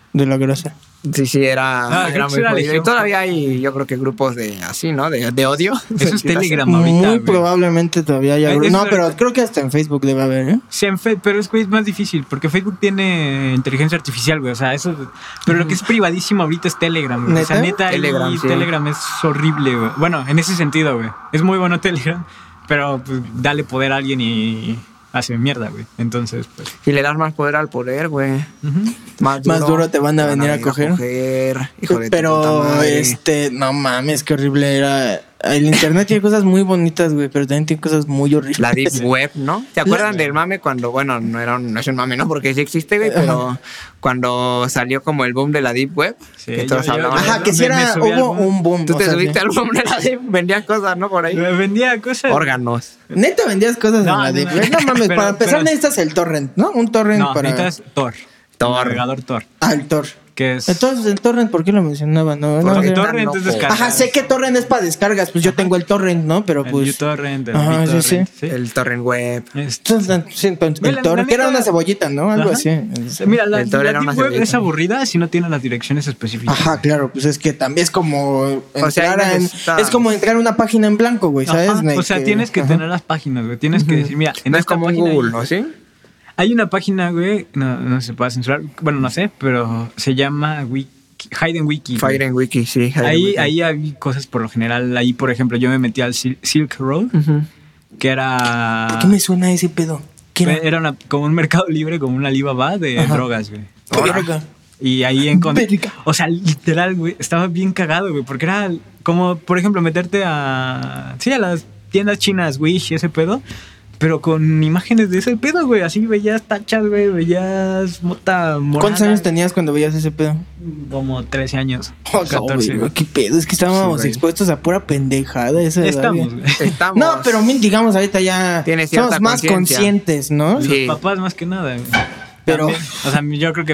de la grasa. Sí, sí, era, Ah, era eso muy era jodido. Y legión. todavía hay, yo creo que grupos de así, ¿no? De, de odio. Eso es Telegram Muy ahorita, güey. probablemente todavía haya. Eh, gru- eso No, es pero ahorita. creo que hasta en Facebook debe haber, ¿eh? Sí, en Fe- pero es, güey, es más difícil porque Facebook tiene inteligencia artificial, güey. O sea, eso. Pero lo que es privadísimo ahorita es Telegram, güey. O sea, ¿Neta? neta, Telegram, y sí. Telegram es horrible, güey. Bueno, en ese sentido, güey. Es muy bueno Telegram, pero pues, dale poder a alguien y hace mierda, güey. Entonces, pues. Y le das más poder al poder, güey. Ujú. Más Más duro te van a venir a coger. Hijo de tu Pero, puta madre. este, no mames, qué horrible era. El internet tiene cosas muy bonitas, güey, pero también tiene cosas muy horribles. La Deep Web, ¿no? ¿Te acuerdan del mame cuando, bueno, no era un, no es un mame, ¿no? Porque sí existe, güey, pero cuando salió como el boom de la Deep Web, Sí, que todos yo- yo- hablaban. Ajá, que me- si me era, subí al hubo boom. un boom. Tú o te sea, subiste sí. al boom de la Deep, vendían cosas, ¿no? Por ahí. Vendía cosas. Órganos. Neta vendías cosas No, en la no, Deep no. Web. No mames, Pero- para empezar pero- necesitas el torrent, ¿no? Un torrent No, para. necesitas Tor. Tor. Navegador Tor. Ah, el Tor. Que es. Entonces, el torrent, ¿por qué lo mencionaba? No, no Porque sé. torrent loco. es descargar. Ajá, sé que torrent es para descargas, pues yo tengo el torrent, ¿no? Pero El pues. uTorrent, el Ajá, sí, BitTorrent, sí. El torrent web. Este, Entonces, sí, entonces, Mira, el la torrent, que era neta- una cebollita, ¿no? Algo Ajá. así. Mira, la, El Tor la era una Deep Web cebollita. es aburrida si no tiene las direcciones específicas. Ajá, claro, pues es que también es como O sea, entrar ahí en- necesitas- es como entrar a una página en blanco, güey, ¿sabes? Ajá, De o sea, que- tienes que ajá. tener las páginas, güey. Tienes que decir, mira, en No es esta como un página Google, hay, ¿no? ¿Sí? hay una página, güey, no, no se puede censurar, bueno, no sé, pero se llama Wiki, Hidden Wiki. güey. Fire en Wiki, sí. Hidden Ahí, Wiki. ahí hay cosas por lo general. Ahí, por ejemplo, yo me metí al Sil- Silk Road, Ujú. que era. ¿Por qué me suena ese pedo? ¿Qué era? Era una- como un mercado libre, como una Alibaba de Ajá. drogas, güey. Verga. Y ahí encontré. Verga. O sea, literal, güey. Estaba bien cagado, güey. Porque era como, por ejemplo, meterte a. Sí, a las tiendas chinas, Wish y ese pedo. Pero con imágenes de ese pedo, güey. Así veías tachas, güey. Veías mota morada. ¿Cuántos años tenías cuando veías ese pedo? Como trece años. Oh, catorce, güey, güey. qué pedo, es que estábamos Sí, güey. expuestos a pura pendejada esa edad, Estamos, güey. güey. Estamos. No, pero min- digamos ahorita ya Tiene cierta somos más conciencia. conscientes, ¿no? Sí. Los papás más que nada, güey. Pero- También, o sea, yo creo que.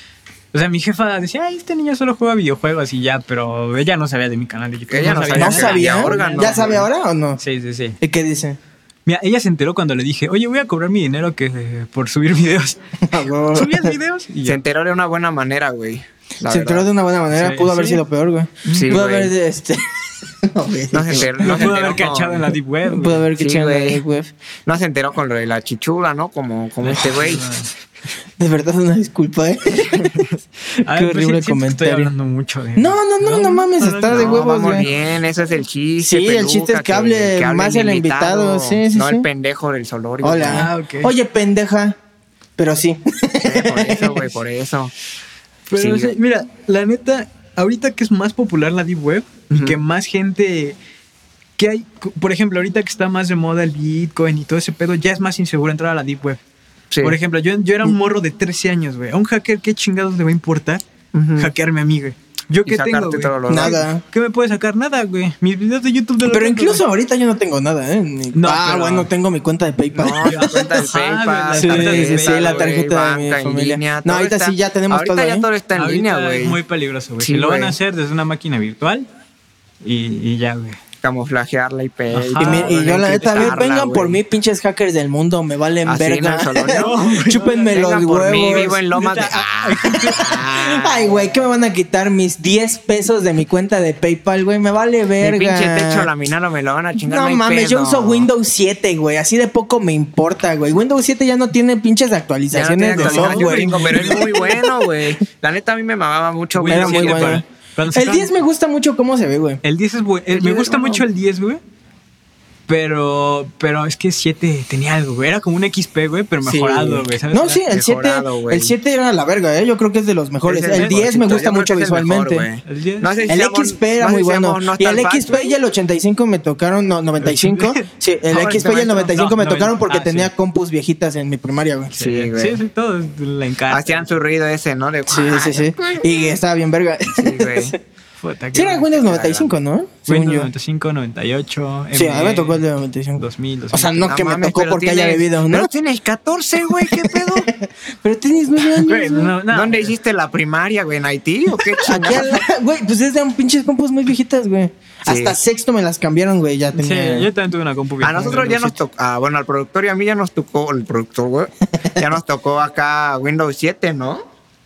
O sea, mi jefa decía, ay, este niño solo juega videojuegos y ya, pero ella no sabía de mi canal de YouTube. Ella no ¿No que sabía? vendía órganos, ¿Ya sabe güey. ahora o no? Sí, sí, sí. ¿Y qué dice? Mira, ella se enteró cuando le dije, oye, voy a cobrar mi dinero que eh, por subir videos. ¿Subías videos? Y Se ya. enteró de una buena manera, güey. la Se enteró verdad. de una buena manera, Sí, pudo haber sí. sido peor, güey. Sí, pudo güey. haber este no, güey. No se enteró. No No se pudo haber enteró cachado con- en la Deep Web. güey. Pudo haber que Sí, echado en la güey. Deep Web. No se enteró con lo de la chichula, ¿no? Como, como este güey. De verdad, una disculpa, ¿eh? A ver, Qué pues, horrible siento que Estoy comentario. hablando mucho de. No, no, no, no mames, está de No, huevos, vamos güey. bien, eso es el chiste. Sí, el chiste es que hable más el invitado, sí, sí, No sí. el pendejo del Solorio. Hola. Ah, ok. Oye, pendeja. Pero sí. Eh, por eso, güey, por eso. Pero Sí, o sea, güey. mira, la neta, ahorita que es más popular la Deep Web y Ujú. que más gente. Que hay, por ejemplo, ahorita que está más de moda el Bitcoin y todo ese pedo, ya es más inseguro entrar a la Deep Web. Sí. Por ejemplo, yo, yo era un morro de trece años, güey. A un hacker, ¿qué chingados le va a importar Ujú. hackearme a mí, güey? ¿Yo Y qué tengo, sacarte güey? todos los Nada. ¿Qué me puede sacar? Nada, güey. Mis videos de YouTube de lo Pero que- incluso ahorita yo no tengo nada, ¿eh? Ni- No, ah, pero- bueno, tengo mi cuenta de PayPal. No, la cuenta del Ah, PayPal, la Sí, tarjeta de sí, sí, PayPal, la güey, tarjeta de mi banca en familia. línea, No, todo ahorita está- sí ya tenemos ahorita todo, ya ¿eh? todo está en Ahorita línea, es güey. muy peligroso, güey. Sí, si lo van güey. a hacer desde una máquina virtual y, y ya, güey. Camuflajear la I P. Ajá. Y, todo, mi- y yo la neta, a ver, encriptarla, vengan por güey. mí, pinches hackers del mundo, me valen Así, verga. ¿no, Solorio? Chúpenme los Vengan por huevos. mí, vivo en Lomas de... Ay, güey, ¿qué me van a quitar mis diez pesos de mi cuenta de PayPal, güey? Me vale verga. Mi pinche techo laminado me lo van a chingar. No hay mames, yo pedo. uso Windows siete, güey. Así de poco me importa, güey. Windows siete ya no tiene pinches Ya no actualizaciones tiene de actualización, software. gringo, pero es muy bueno, güey. La neta a mí me mamaba mucho. Güey, Era Windows muy siete, bueno. pero- cuando El sacaron- diez me gusta mucho cómo se ve, güey. El diez es bueno. El Me diez, gusta no. mucho el diez, güey. Pero, pero es que siete tenía algo, güey. Era como un X P, güey, pero Sí. mejorado, güey. ¿sabes? No, sí, el siete, mejorado, güey. el siete era la verga, ¿eh? Yo creo que es de los mejores. Es El diez me mejorcito. gusta Yo creo mucho que es el mejor, visualmente. güey. El diez. No sé si El seamos- X P era no sé muy si bueno. seamos Y el nostalfans, X P y el ochenta y cinco me tocaron, no, noventa y cinco. Sí, el Ahora X P y el maestro. noventa y cinco No, me noventa. tocaron porque Ah, tenía sí. compus viejitas en mi primaria, güey. Sí, güey. Sí, sí, todo le encanta. Hacían su ruido ese, ¿no? De... Sí, sí, sí. Y estaba bien verga. Sí, güey. Puta, Sí, era qué- Windows noventa y cinco, ¿no? Según Windows yo. noventa y cinco, noventa y ocho. Sí, a mí me tocó el de noventa y cinco. dos mil, dos mil. O sea, no, que me mames, tocó pero porque haya tienes- bebido, ¿no? Pero tienes catorce, güey, ¿qué pedo? Pero tienes nueve años. Güey, güey. no, no. ¿Dónde hiciste la primaria, güey? ¿En Haití o qué Aquí chingada? al la- güey, pues es de un pinches compus muy viejitas, güey. Sí. Hasta sexto me las cambiaron, güey, ya Sí, tenía. yo también tuve una compu A vieja, nosotros ya Windows nos siete. tocó, ah, bueno, al productor y a mí ya nos tocó, el productor, güey, ya nos tocó acá Windows siete, ¿no?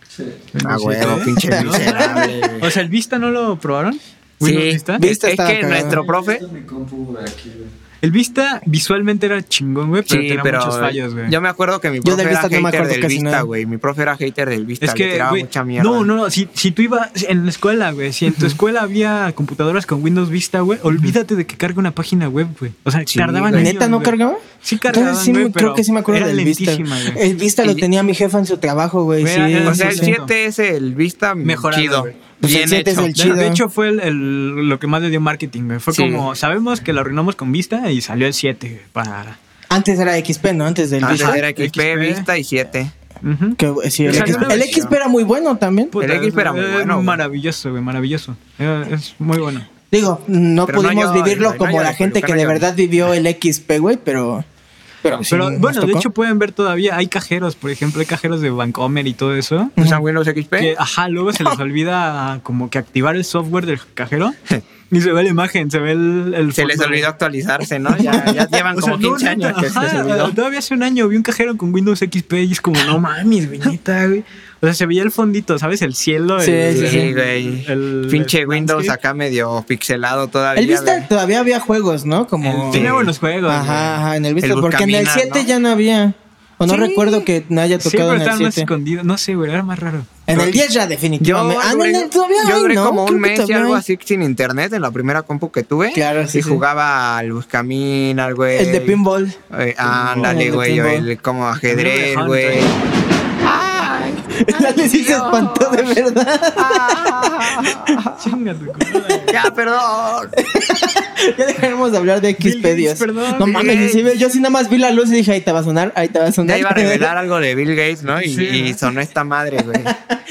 Ah, huevo, ¿Sí? pinche miserable. güey. O sea, ¿el Vista no lo probaron? Sí, Windows Vista. Vista es estaba que cagado. nuestro profe. Mi compu de aquí, güey. El Vista visualmente era chingón, güey, pero Sí, tenía pero muchos fallos, güey. yo me acuerdo que mi Yo profe del era Vista no me hater acuerdo del casi Vista, nada. güey. Mi profe era hater del Vista, Es le que, tiraba güey, mucha mierda. no, no, no, si, si tú ibas en la escuela, güey, si en tu escuela había computadoras con Windows Vista, güey, olvídate de que cargue una página web, güey. O sea, Sí, tardaban güey. años, ¿Neta no güey. cargaba? Sí cargaban, Entonces sí, güey, me- pero creo que sí me acuerdo era del Vista. lentísima, güey. El Vista lo Y- tenía mi jefa en su trabajo, güey. Era- Sí, era- O sea, sí, el sí. siete es el Vista Mejorado, chido. güey. Pues el Bien siete es hecho. el De, chido. de hecho, fue el, el- lo que más le dio marketing, güey. Fue Sí. como, sabemos que lo arruinamos con Vista y salió el siete, güey, para... Antes era X P, ¿no? Antes del Antes Vista. era X P, X P. Vista y siete. Ujú. Que, sí, el, O sea, X P, una el versión. X P era muy bueno también. Puta, El X P era muy es bueno, güey. Maravilloso, güey, maravilloso. Eh, Es muy bueno. Digo, no Pero no pudimos yo, vivirlo no como yo la de gente que peluca, de no yo. verdad vivió el X P, güey, pero... Pero, sí, Pero nos bueno, de tocó. hecho pueden ver todavía, hay cajeros, por ejemplo, hay cajeros de Vancomer y todo eso. ¿Usan Windows X P? Que, ajá, luego se les olvida como que activar el software del cajero y se ve la imagen, se ve el... el Se les fondo. olvidó actualizarse, ¿no? Ya, ya llevan O sea, como no, quince neta, años que se les ajá, olvidó. todavía hace un año vi un cajero con Windows X P y es como, no mames, güey, neta, güey. O sea, se veía el fondito, ¿sabes? El cielo. Sí, el, sí, el- Sí, güey. el- Pinche el Windows landscape. acá medio pixelado todavía. El Vista güey. todavía había juegos, ¿no? Como... El- Tenía buenos juegos. Ajá, ajá, en el Vista. El Porque en el Buscaminas, siete ¿no? ya no había. O no Sí. recuerdo que no haya güey. Sí, tocado pero en el estaban más siete. escondidos. No sé, güey, era más raro. En el diez ya Yo definitivamente. ah, no, duré, en el todavía yo hay, duré ¿no? como Creo un que mes y todavía algo hay. así sin internet en la primera compu que tuve. Claro, sí, Y sí. jugaba al Buscaminas, güey. El de pinball. Eh, ándale, El de güey. o pinball. El como A mí ajedrez, me dejaban güey. entrar. El Ale sí se espantó de verdad. Chinga tu cola. Ya, perdón. Ya dejaremos de hablar de Bill Xpedios. Gates, perdón, No Bill mames, Gates. sí, yo sí nada más vi la luz y dije, ahí te va a sonar, ahí te va a sonar. Ya iba a revelar algo de Bill Gates, ¿no? Y, Sí, y ¿no? sonó esta madre, güey.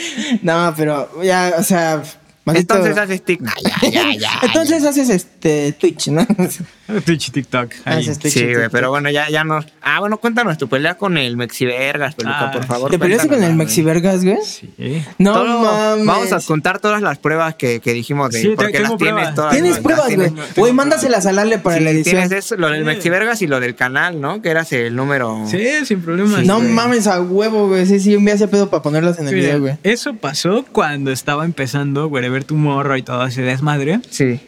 No, pero ya, o sea, maldito- Entonces haces tic. Nah, ya, ya, ya. Entonces haces este Twitch, ¿no? Twitch y TikTok. Ahí. Haces Twitch Sí, y güey, TikTok. pero bueno, ya, ya no. Ah, bueno, cuéntanos tu pelea con el Mexivergas, peluca, Ah, por favor. ¿Te peleaste con el cuéntanos, Mexivergas, güey? Sí. No Todo- mames. Vamos a contar todas las pruebas que, que dijimos de Sí, te- porque tengo las tienes pruebas. todas. ¿Tienes las pruebas, güey? tienes- Güey, mándaselas al Ale para Sí, la edición. tienes eso, lo del Sí. Mexivergas y lo del canal, ¿no? Que eras el número. Sí, sin problemas. No güey. mames, a huevo, güey. Sí, sí, me hace pedo para ponerlas en el Mira, video, güey. eso pasó cuando estaba empezando Wherever Tomorrow y todo ese desmadre. Sí.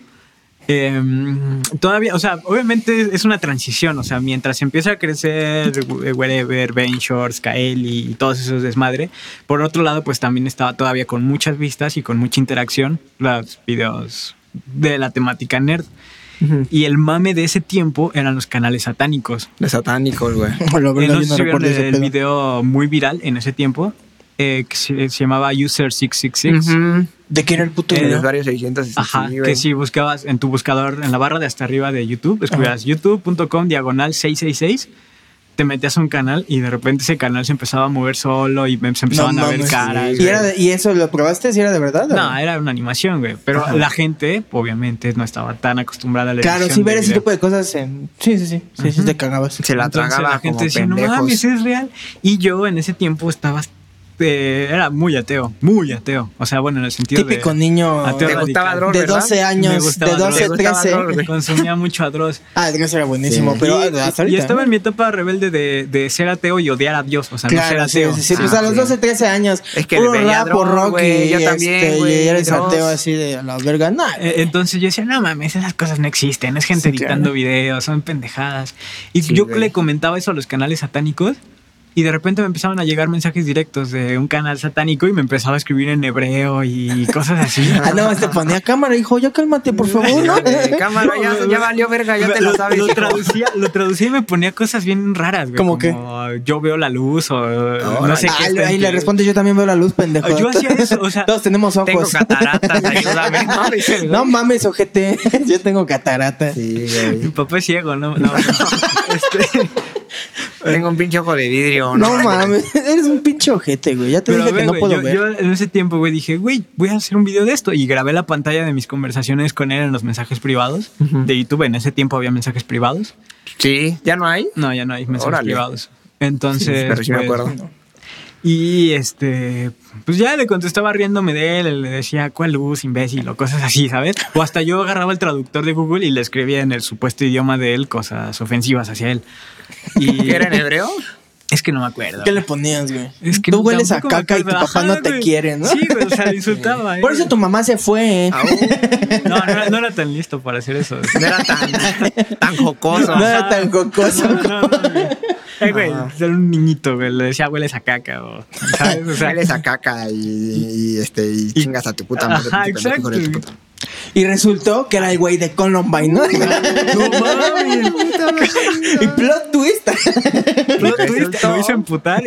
Eh, todavía, o sea, obviamente es una transición, o sea, mientras empieza a crecer Wherever, Ventures, Kaeli y todos esos desmadre, por otro lado, pues también estaba todavía con muchas vistas y con mucha interacción los videos de la temática nerd. Y el mame de ese tiempo eran los canales satánicos. De satánicos, güey. Lo Eh, verdad, no yo sé no si vieron recuerdo ese el pedo. video muy viral en ese tiempo, eh, que se, se llamaba User seiscientos sesenta y seis. Ujú. ¿De qué era el puto Eh, El video? usuario seiscientos. Ajá, sí, que güey. si buscabas en tu buscador, en la barra de hasta arriba de YouTube, escribías youtube punto com diagonal seiscientos sesenta y seis, te metías a un canal y de repente ese canal se empezaba a mover solo y me- se empezaban No a ver mames. caras. ¿Y, era de- ¿Y eso lo probaste? ¿Si era de verdad? o? No, era una animación, güey. Pero Ajá. la gente, obviamente, no estaba tan acostumbrada a la Claro, edición sí, ver de ese video. tipo de cosas en... Sí, sí, sí. Sí, sí, te cagabas. Se la Entonces, tragaba la gente como decía, no pendejos. mames, es real. Y yo en ese tiempo estaba... eh, era muy ateo, muy ateo. O sea, bueno, en el sentido Típico de... niño ateo ¿Te gustaba radical. Dross, de verdad? doce Me años, gustaba de Dross. doce, Me gustaba trece. Dross, güey. Consumía mucho a Dross. Ah, Dross era buenísimo, Sí. pero y, hasta y ahorita. estaba ¿eh? en mi etapa rebelde de, de ser ateo y odiar a Dios. O sea, no ser Claro, sí, ateo. sí, sí. Pues Ah, a los sí. doce, trece años. Es que puro le veía rap, Dross, rock güey, y, yo también, este, güey, y eres Dross. ateo así de a la verga. Nah, Eh, Entonces yo decía, no mames, esas cosas no existen. Es gente Sí, editando claro. videos, son pendejadas. Y Sí, yo güey. le comentaba eso a los canales satánicos. Y de repente me empezaban a llegar mensajes directos de un canal satánico y me empezaba a escribir en hebreo y cosas así. Ah, no, te ponía cámara, hijo, ya cálmate, por favor, ¿no? Eh, cámara, ya, ya valió verga, ya te lo sabes. Lo hijo. traducía, lo traducía y me ponía cosas bien raras, güey. ¿Cómo qué? Yo veo la luz o no sé Ah, qué. ahí está en le tu- responde, yo también veo la luz, pendejo. Yo hacía eso, o sea, Todos tenemos ojos. Tengo cataratas, ayúdame. No, dice el güey. No mames, ojete. Yo tengo catarata. Sí, Mi güey. papá es ciego, no, no, no. Este, Tengo un pinche ojo de vidrio. No mames, eres un pinche ojete, güey. Ya te Pero dije ve, que no güey, puedo yo, ver. yo en ese tiempo, güey, dije, güey, voy a hacer un video de esto. Y grabé la pantalla de mis conversaciones con él en los mensajes privados de YouTube. En ese tiempo había mensajes privados. Sí, ¿ya no hay? No, ya no hay mensajes Órale. privados. Entonces, Pero sí me pues, acuerdo. Y este, pues ya le contestaba riéndome de él, le decía, ¿cuál luz, imbécil? O cosas así, ¿sabes? O hasta yo agarraba el traductor de Google y le escribía en el supuesto idioma de él cosas ofensivas hacia él. Y ¿Qué era en hebreo? Es que no me acuerdo. ¿Qué le ponías, güey? Es que tú hueles a tampoco me caca y tu acuerdo. papá Ajá, no te güey. quiere, ¿no? Sí, güey, o sea, le insultaba. Por eh. eso tu mamá se fue, ¿eh? No, no, era- no era tan listo para hacer eso. No era tan, tan jocoso. No era tan jocoso. No, no, no, güey. Ay, güey, Ajá. era un niñito, güey. Le decía, hueles a caca, o, ¿sabes? O sea, Hueles a caca y, y, este, y chingas a tu puta madre. Ajá, tu pendejo, hijo de tu exacto. puta. Y resultó que era el güey de Columbine, ¿no? no mames. Y plot twist. Plot twist, Resultó. lo hizo emputar.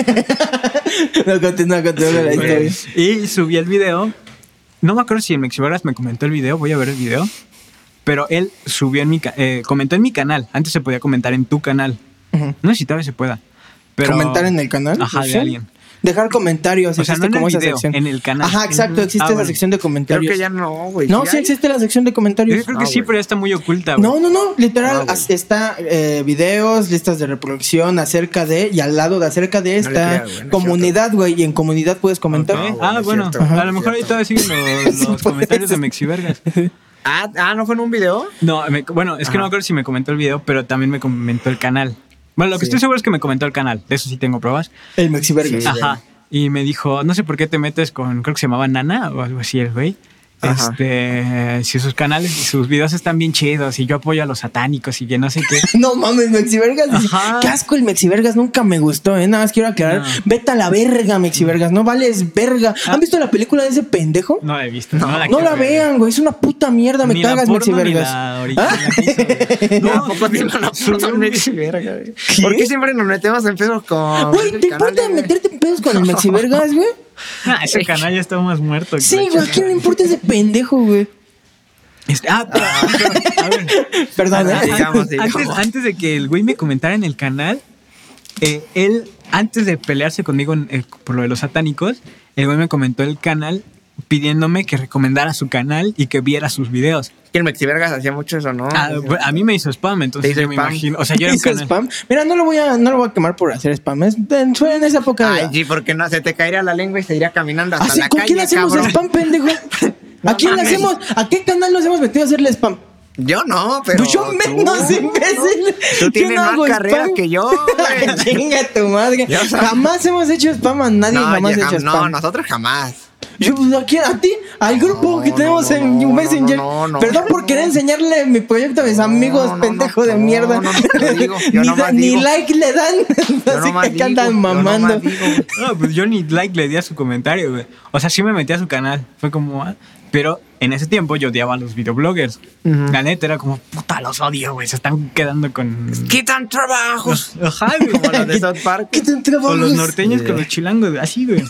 No, continúa, continúa con la historia. Y subí el video. No me acuerdo si en Mexivergas me comentó el video. Voy a ver el video. Pero él subió en mi ca- eh, comentó en mi canal. Antes se podía comentar en tu canal. Ujú. No sé si todavía se pueda. Pero, ¿Comentar en el canal? Ajá, de ¿Sí? alguien. Dejar comentarios. O sea, existe no en como el esa video, sección. en el canal. Ajá, exacto. Existe Ah, la bueno. sección de Creo comentarios. que ya no, güey. No, ¿Sí sí hay? existe la sección de comentarios. Yo creo Ah, que sí, güey. pero ya está muy oculta, güey. No, no, no, literal, Ah, güey. as- está eh, videos, listas de reproducción acerca de, y al lado de acerca de No le está creas, güey, no es comunidad, güey, y en comunidad puedes comentar. Ok. No, güey, Ah, no es bueno. cierto, a no lo es mejor ahí cierto. todavía siguen los, los puede comentarios de ser. Mexivergas. Ah, ah, ¿no fue en un video? No, me- bueno, es que Ajá. no me acuerdo si me comentó el video, pero también me comentó el canal. Bueno, lo que Sí. estoy seguro es que me comentó el canal. De eso sí tengo pruebas. El Mexivergas. Sí. Ajá. Y me dijo, no sé por qué te metes con, creo que se llamaba Nana o algo así el güey. Ajá. Este, si sus canales y sus videos están bien chidos y yo apoyo a los satánicos y que no sé qué. No mames, Mexivergas. dice, Ajá. Qué asco el Mexivergas, nunca me gustó, ¿eh? Nada más quiero aclarar. No. Vete a la verga, Mexivergas, no vales verga. Ah. ¿Han visto la película de ese pendejo? No la he visto. No, la, No quiero la ver. vean, güey, es una puta mierda, me Ni la cagas, porno, ni Mexivergas. la original ¿Ah? que hizo, güey. No, No, ¿a poco tiene una subió puta un- Mexiverga, güey? ¿Qué? ¿Por qué siempre nos metemos en pedos con. Güey, el ¿te canal importa de- meterte en pedos con el Mexivergas, güey? Ah, ese canal ya está más muerto. que Sí, la güey, ¿a chingada. quién le importa ese pendejo, güey? Este, ah, pero, pero, a ver. Perdón, Ah, ¿eh? digamos, digamos. Antes, antes de que el güey me comentara en el canal, eh, él, antes de pelearse conmigo en- eh, por lo de los satánicos, el güey me comentó el canal pidiéndome que recomendara su canal y que viera sus videos. Que el Mexivergas hacía mucho eso, ¿no? Ah, bueno, a mí me hizo spam, entonces ¿Te hizo yo me spam? imagino. O sea, yo era un ¿Hizo canal. spam? Mira, no lo voy a, no lo voy a quemar por hacer spam. Es, en, fue en esa época. Ay, sí, porque no se te caería la lengua y se iría caminando hasta Así, la ¿con calle, quién hacemos cabrón. spam, pendejo? ¿A No quién le mames. hacemos? ¿A qué canal nos hemos metido a hacerle spam? Yo no, pero. Pues yo tú, menos, imbécil. Tú Yo tienes no más hago carrera spam. que yo, güey. Chinga tu madre. Ya sabes. Jamás hemos hecho spam a nadie, No, jamás he ya hecho jam- spam. no, nosotros jamás. Yo, pues, ¿a quién? ¿A ti? Al grupo No, que no, tenemos no, en no, Messenger. no, no, Perdón no, por no. querer enseñarle mi proyecto a mis amigos, no, no, pendejo de no, mierda. no, no, yo digo, yo ni, nomás da- ni digo. like le dan. Yo Así nomás que digo, andan yo mamando. nomás digo. No, pues yo ni like le di a su comentario, güey. O sea, sí me metí a su canal. Fue como, ah, pero en ese tiempo yo odiaba a los videobloggers. Ujú. La neta era como, puta, los odio, güey. Se están quedando con. Quitan trabajos. Ajá, güey. Como los de South Park. ¿Qué te O entregamos? los norteños Sí. con los chilangos, güey, así, güey.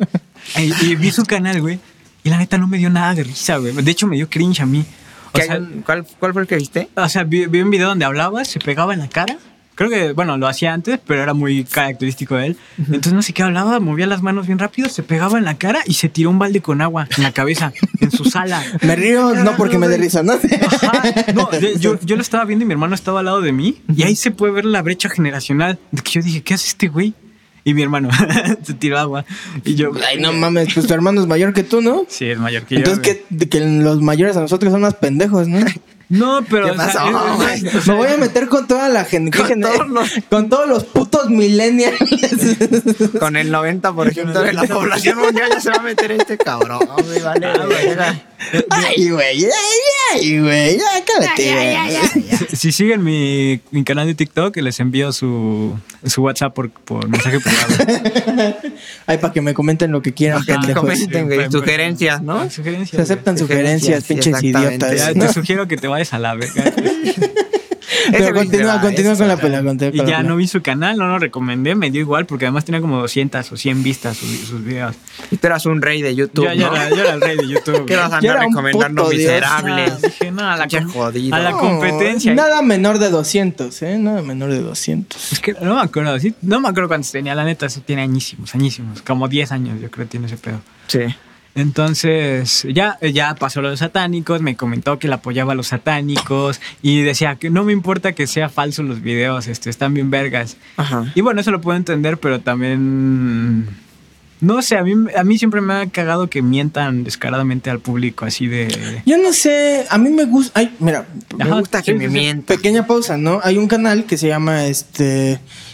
y, y vi su canal, güey. Y la neta no me dio nada de risa, güey. De hecho, me dio cringe a mí. O ¿Qué hay sea, un- ¿Cuál, ¿Cuál fue el que viste? o sea vi, vi un video donde hablaba, se pegaba en la cara. Creo que, bueno, lo hacía antes, pero era muy característico de él. Entonces, no sé qué hablaba, movía las manos bien rápido, se pegaba en la cara y se tiró un balde con agua en la cabeza, en su sala. Me río no porque me dé risa, ¿no? Ajá. No, de- yo, yo lo estaba viendo y mi hermano estaba al lado de mí y ahí se puede ver la brecha generacional. De que yo dije, ¿qué hace este güey? Y mi hermano se tiró agua. Y yo, Ay, no mames, pues tu hermano es mayor que tú, ¿no? sí, es mayor que Entonces, yo. güey. que, de que los mayores a nosotros son más pendejos, ¿no? No, pero. ¿Qué o sea, pasó, es- güey? o sea, Me voy a meter con toda la gente. Con ¿qué gener- todos los- con todos los putos millennials. Con el noventa por ciento de la población mundial ya se va a meter este cabrón, güey, vale. Ah, güey. verga. Ay, güey, ay, ay, güey, ya, cállate, güey. Si, si siguen mi, mi canal de TikTok, les envío su, su WhatsApp por, por mensaje privado. Ay, para que me comenten lo que quieran, Para que te pendejos. comenten, güey, Sí, sugerencias, ¿no? Sugerencias. Se aceptan Sí, sugerencias, sí, pinches exactamente. güey. idiotas. Ya, ¿no? te sugiero que te vayas a la verga. Pero Ese güey se continúa, va, continúa ese con se la va. pela. continúa Y con la ya pela. no vi su canal, no lo recomendé, me dio igual porque además tenía como doscientas o cien vistas sus, sus videos. Y tú eras un rey de YouTube, Yo, yo ¿no? era, yo era el rey de YouTube. ¿Qué vas a Yo andar era un recomendando puto dios. miserables? Ah, dije, no, a la, Pinche com- jodido. a la No, competencia. Nada menor de doscientos, ¿eh? Nada menor de doscientos. Es que no me acuerdo, ¿sí? No me acuerdo cuántos tenía, la neta, eso tiene añísimos, añísimos. Como diez años, yo creo que tiene ese pedo. Sí. Entonces, ya, ya pasó lo de los satánicos, me comentó que le apoyaba a los satánicos y decía que no me importa que sea falso los videos, este, están bien vergas. Ajá. Y bueno, eso lo puedo entender, pero también... No sé, a mí, a mí siempre me ha cagado que mientan descaradamente al público, así de... Yo no sé, a mí me gusta. Ay, mira, Me Ajá, gusta que sí, me sí, sí. mientan. pequeña pausa, ¿no? Hay un canal que se llama este.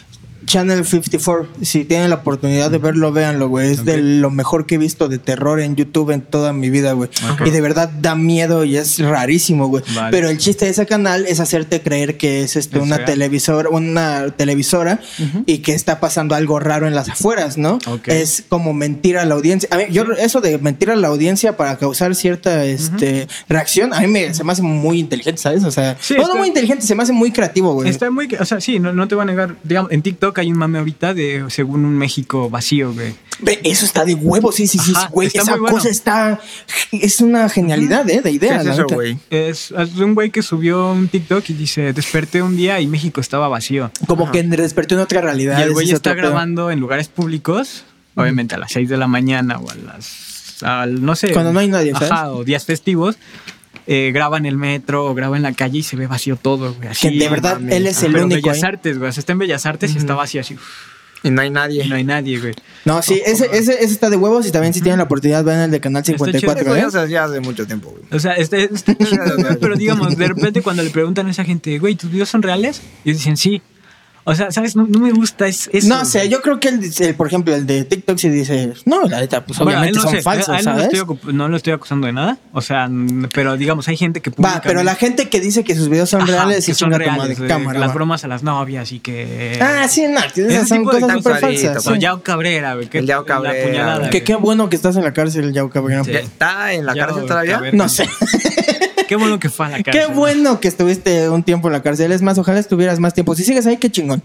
Channel cincuenta y cuatro. Si tienen la oportunidad de verlo, véanlo, güey. Es okay. de lo mejor que he visto de terror en YouTube en toda mi vida, güey. Okay. Y de verdad da miedo y es rarísimo, güey. Vale. Pero el chiste de ese canal es hacerte creer que es este, una televisora, una televisora uh-huh. y que está pasando algo raro en las afueras, ¿no? Okay. Es como mentir a la audiencia. A mí, yo eso de mentir a la audiencia para causar cierta este, uh-huh. reacción, a mí me, se me hace muy inteligente, ¿sabes? O sea, sí, no, está, no muy inteligente, se me hace muy creativo, güey. Está muy, o sea, sí, no, no te voy a negar. Digamos, en TikTok hay un mame ahorita de según un México vacío, güey. Eso está de huevo, sí, sí, sí, Ajá, güey. Esa cosa bueno. está, es una genialidad, ¿eh? De idea. ¿Qué es eso, güey? Es, es un güey que subió un TikTok y dice, desperté un día y México estaba vacío. Como Ajá. que despertó en otra realidad. Y el güey está grabando pedo. en lugares públicos, uh-huh. obviamente a las seis de la mañana o a las, al, no sé. Cuando no hay nadie, ¿sabes? Ajá, o días festivos. Eh, graba en el metro o graba en la calle y se ve vacío todo, güey. Así, que de verdad mami. él es el Pero único. Bellas Artes, güey. O sea, está en Bellas Artes uh-huh. y está vacío así. Y no hay nadie. Y no hay nadie, güey. No, sí, ese, ese, ese está de huevos y también si tienen la oportunidad vean el de Canal cincuenta y cuatro, ¿eh? O sea, ya hace mucho tiempo, güey. O sea, este, este pero digamos, de repente cuando le preguntan a esa gente, güey, ¿tus videos son reales? Y dicen, sí. O sea, ¿sabes? No, no me gusta es, eso. No sé, yo creo que, el, el, por ejemplo, el de TikTok sí dice, no, la neta, pues bueno, obviamente no son sé, falsos, a él ¿sabes? No lo, estoy, no lo estoy acusando de nada. O sea, pero digamos, hay gente que... Va, pero la gente que dice que sus videos son Ajá, reales que y son reales, de cámara. Las va. bromas a las novias y que... Ah, sí, no, esas son cosas súper falsas. Con Yao Cabrera, güey. El Yao Cabrera. Que qué bueno que estás en la cárcel, Yao Cabrera. Sí. ¿Está en la Yao cárcel todavía? Cabrera. No sé. Qué bueno que fue a la cárcel. Qué bueno que estuviste un tiempo en la cárcel. Es más, ojalá estuvieras más tiempo. Si sigues ahí, qué chingón.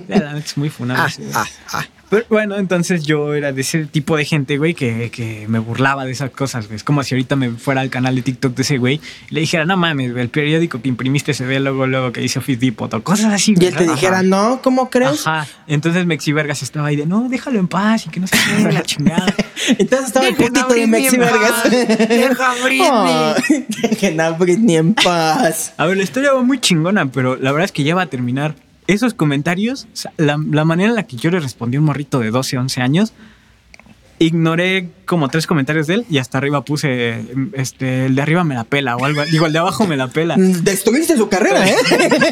Es muy funable. Ah, ah, ah. Pero bueno, entonces yo era de ese tipo de gente, güey, que, que me burlaba de esas cosas, güey. Es como si ahorita me fuera al canal de TikTok de ese güey y le dijera, no mames, güey, el periódico que imprimiste se ve luego, luego que dice Office Depot o cosas así. Y él te dijera, no, ¿cómo crees? Ajá. Entonces Mexi Vergas estaba ahí de, no, déjalo en paz y que no se quede la chingada. Entonces estaba el putito de Mexi Vergas. Deja Britney. Oh, dejen a Britney en paz. A ver, la historia va muy chingona, pero la verdad es que ya va a terminar. Esos comentarios, o sea, la, la manera en la que yo le respondí a un morrito de doce, once años, ignoré como tres comentarios de él y hasta arriba puse, este, el de arriba me la pela o algo. Digo, el de abajo me la pela. Destruiste su carrera, ¿eh?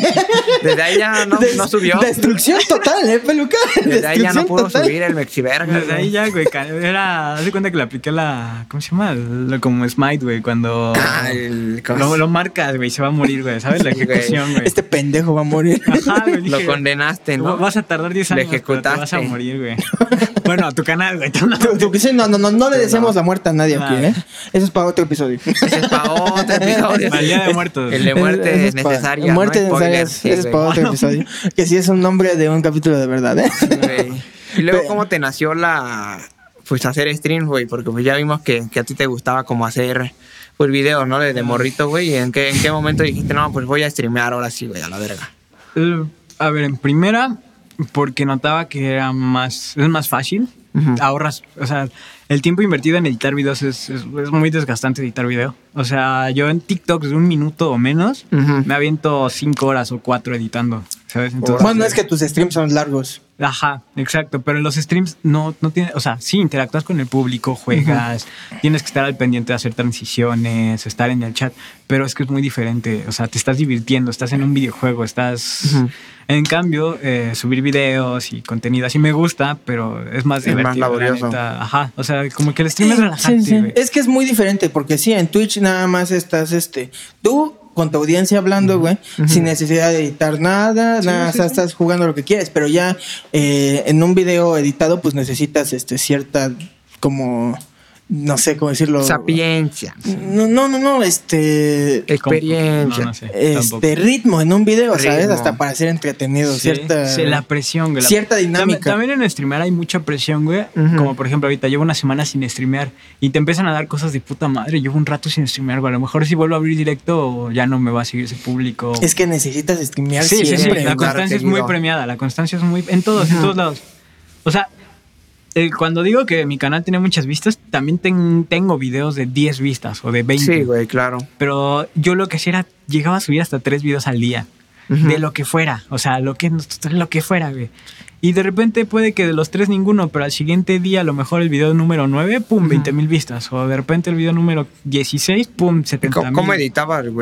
Desde ahí ya no, Des, no subió. Destrucción total, ¿eh, peluca? Desde ahí ya no pudo total. subir el Mexiverga. Desde ahí ya, güey, era... Haz de cuenta que le apliqué la... ¿Cómo se llama? Lo, como Smite, güey, cuando... Ah, el... Lo, lo marcas, güey, se va a morir, güey, ¿sabes? La ejecución, güey. Este pendejo va a morir. Ajá, güey. Dije, lo condenaste, ¿no? Vas a tardar diez años, le ejecutaste. Te vas a morir, güey. Bueno, a tu canal, güey. No, no, no, no le deseamos no. la muerte a nadie aquí, ¿eh? Eso es para otro episodio. Eso es para otro episodio. El día de muertos. El de muerte es, es necesaria. Muerte no necesaria. Ese es para otro episodio. Que sí es un nombre de un capítulo de verdad, ¿eh? Sí. Y luego, ¿cómo te nació la... Pues hacer streams, güey? Porque pues ya vimos que, que a ti te gustaba como hacer... Pues videos, ¿no? De, de morrito, güey. ¿Y en qué, en qué momento dijiste, no, pues voy a streamear ahora sí, güey, a la verga? Uh, a ver, en primera, porque notaba que era más... Es más fácil. Uh-huh. Ahorras, o sea, el tiempo invertido en editar videos es, es, es muy desgastante editar video. O sea, yo en TikTok de un minuto o menos uh-huh. me aviento cinco horas o cuatro editando, ¿sabes? Entonces, bueno, es que tus streams son largos. Ajá, exacto, pero en los streams no, no tiene, o sea, sí, interactúas con el público, juegas, uh-huh. tienes que estar al pendiente de hacer transiciones, estar en el chat, pero es que es muy diferente, o sea, te estás divirtiendo, estás en un videojuego, estás... Uh-huh. En cambio, eh, subir videos y contenido así me gusta, pero es más es divertido. Más laborioso. Ajá, o sea, como que el stream sí, es relajante. Sí, sí. Es que es muy diferente, porque sí, en Twitch nada más estás, este, tú con tu audiencia hablando, güey, uh-huh. sin necesidad de editar nada, sí, nada, sí, o sea, sí. estás jugando lo que quieres, pero ya eh, en un video editado, pues necesitas, este, cierta, como... No sé cómo decirlo. Sapiencia. No, no, no, no, este... Experiencia. No, no sé, este, tampoco. Ritmo en un video, ritmo. ¿sabes? Hasta para ser entretenido. Sí, cierta... Sí, la presión, güey. Cierta dinámica. También, también en streamear hay mucha presión, güey. Uh-huh. Como por ejemplo, ahorita llevo una semana sin streamear y te empiezan a dar cosas de puta madre. Llevo un rato sin streamear, güey. A lo mejor si vuelvo a abrir directo ya no me va a seguir ese público. Es que necesitas streamear sí, siempre. Sí, sí, la constancia es muy premiada. La constancia es muy... En todos, uh-huh. en todos lados. O sea... Eh, cuando digo que mi canal tiene muchas vistas, también ten, tengo videos de diez vistas o de veinte. Sí, güey, claro. Pero yo lo que hacía era, llegaba a subir hasta tres videos al día. Uh-huh. De lo que fuera. O sea, lo que, lo que fuera, güey. Y de repente puede que de los tres ninguno, pero al siguiente día a lo mejor el video número nueve, pum, uh-huh. veinte mil vistas. O de repente el video número dieciséis, pum, setenta mil. ¿Cómo, ¿Cómo editabas, güey?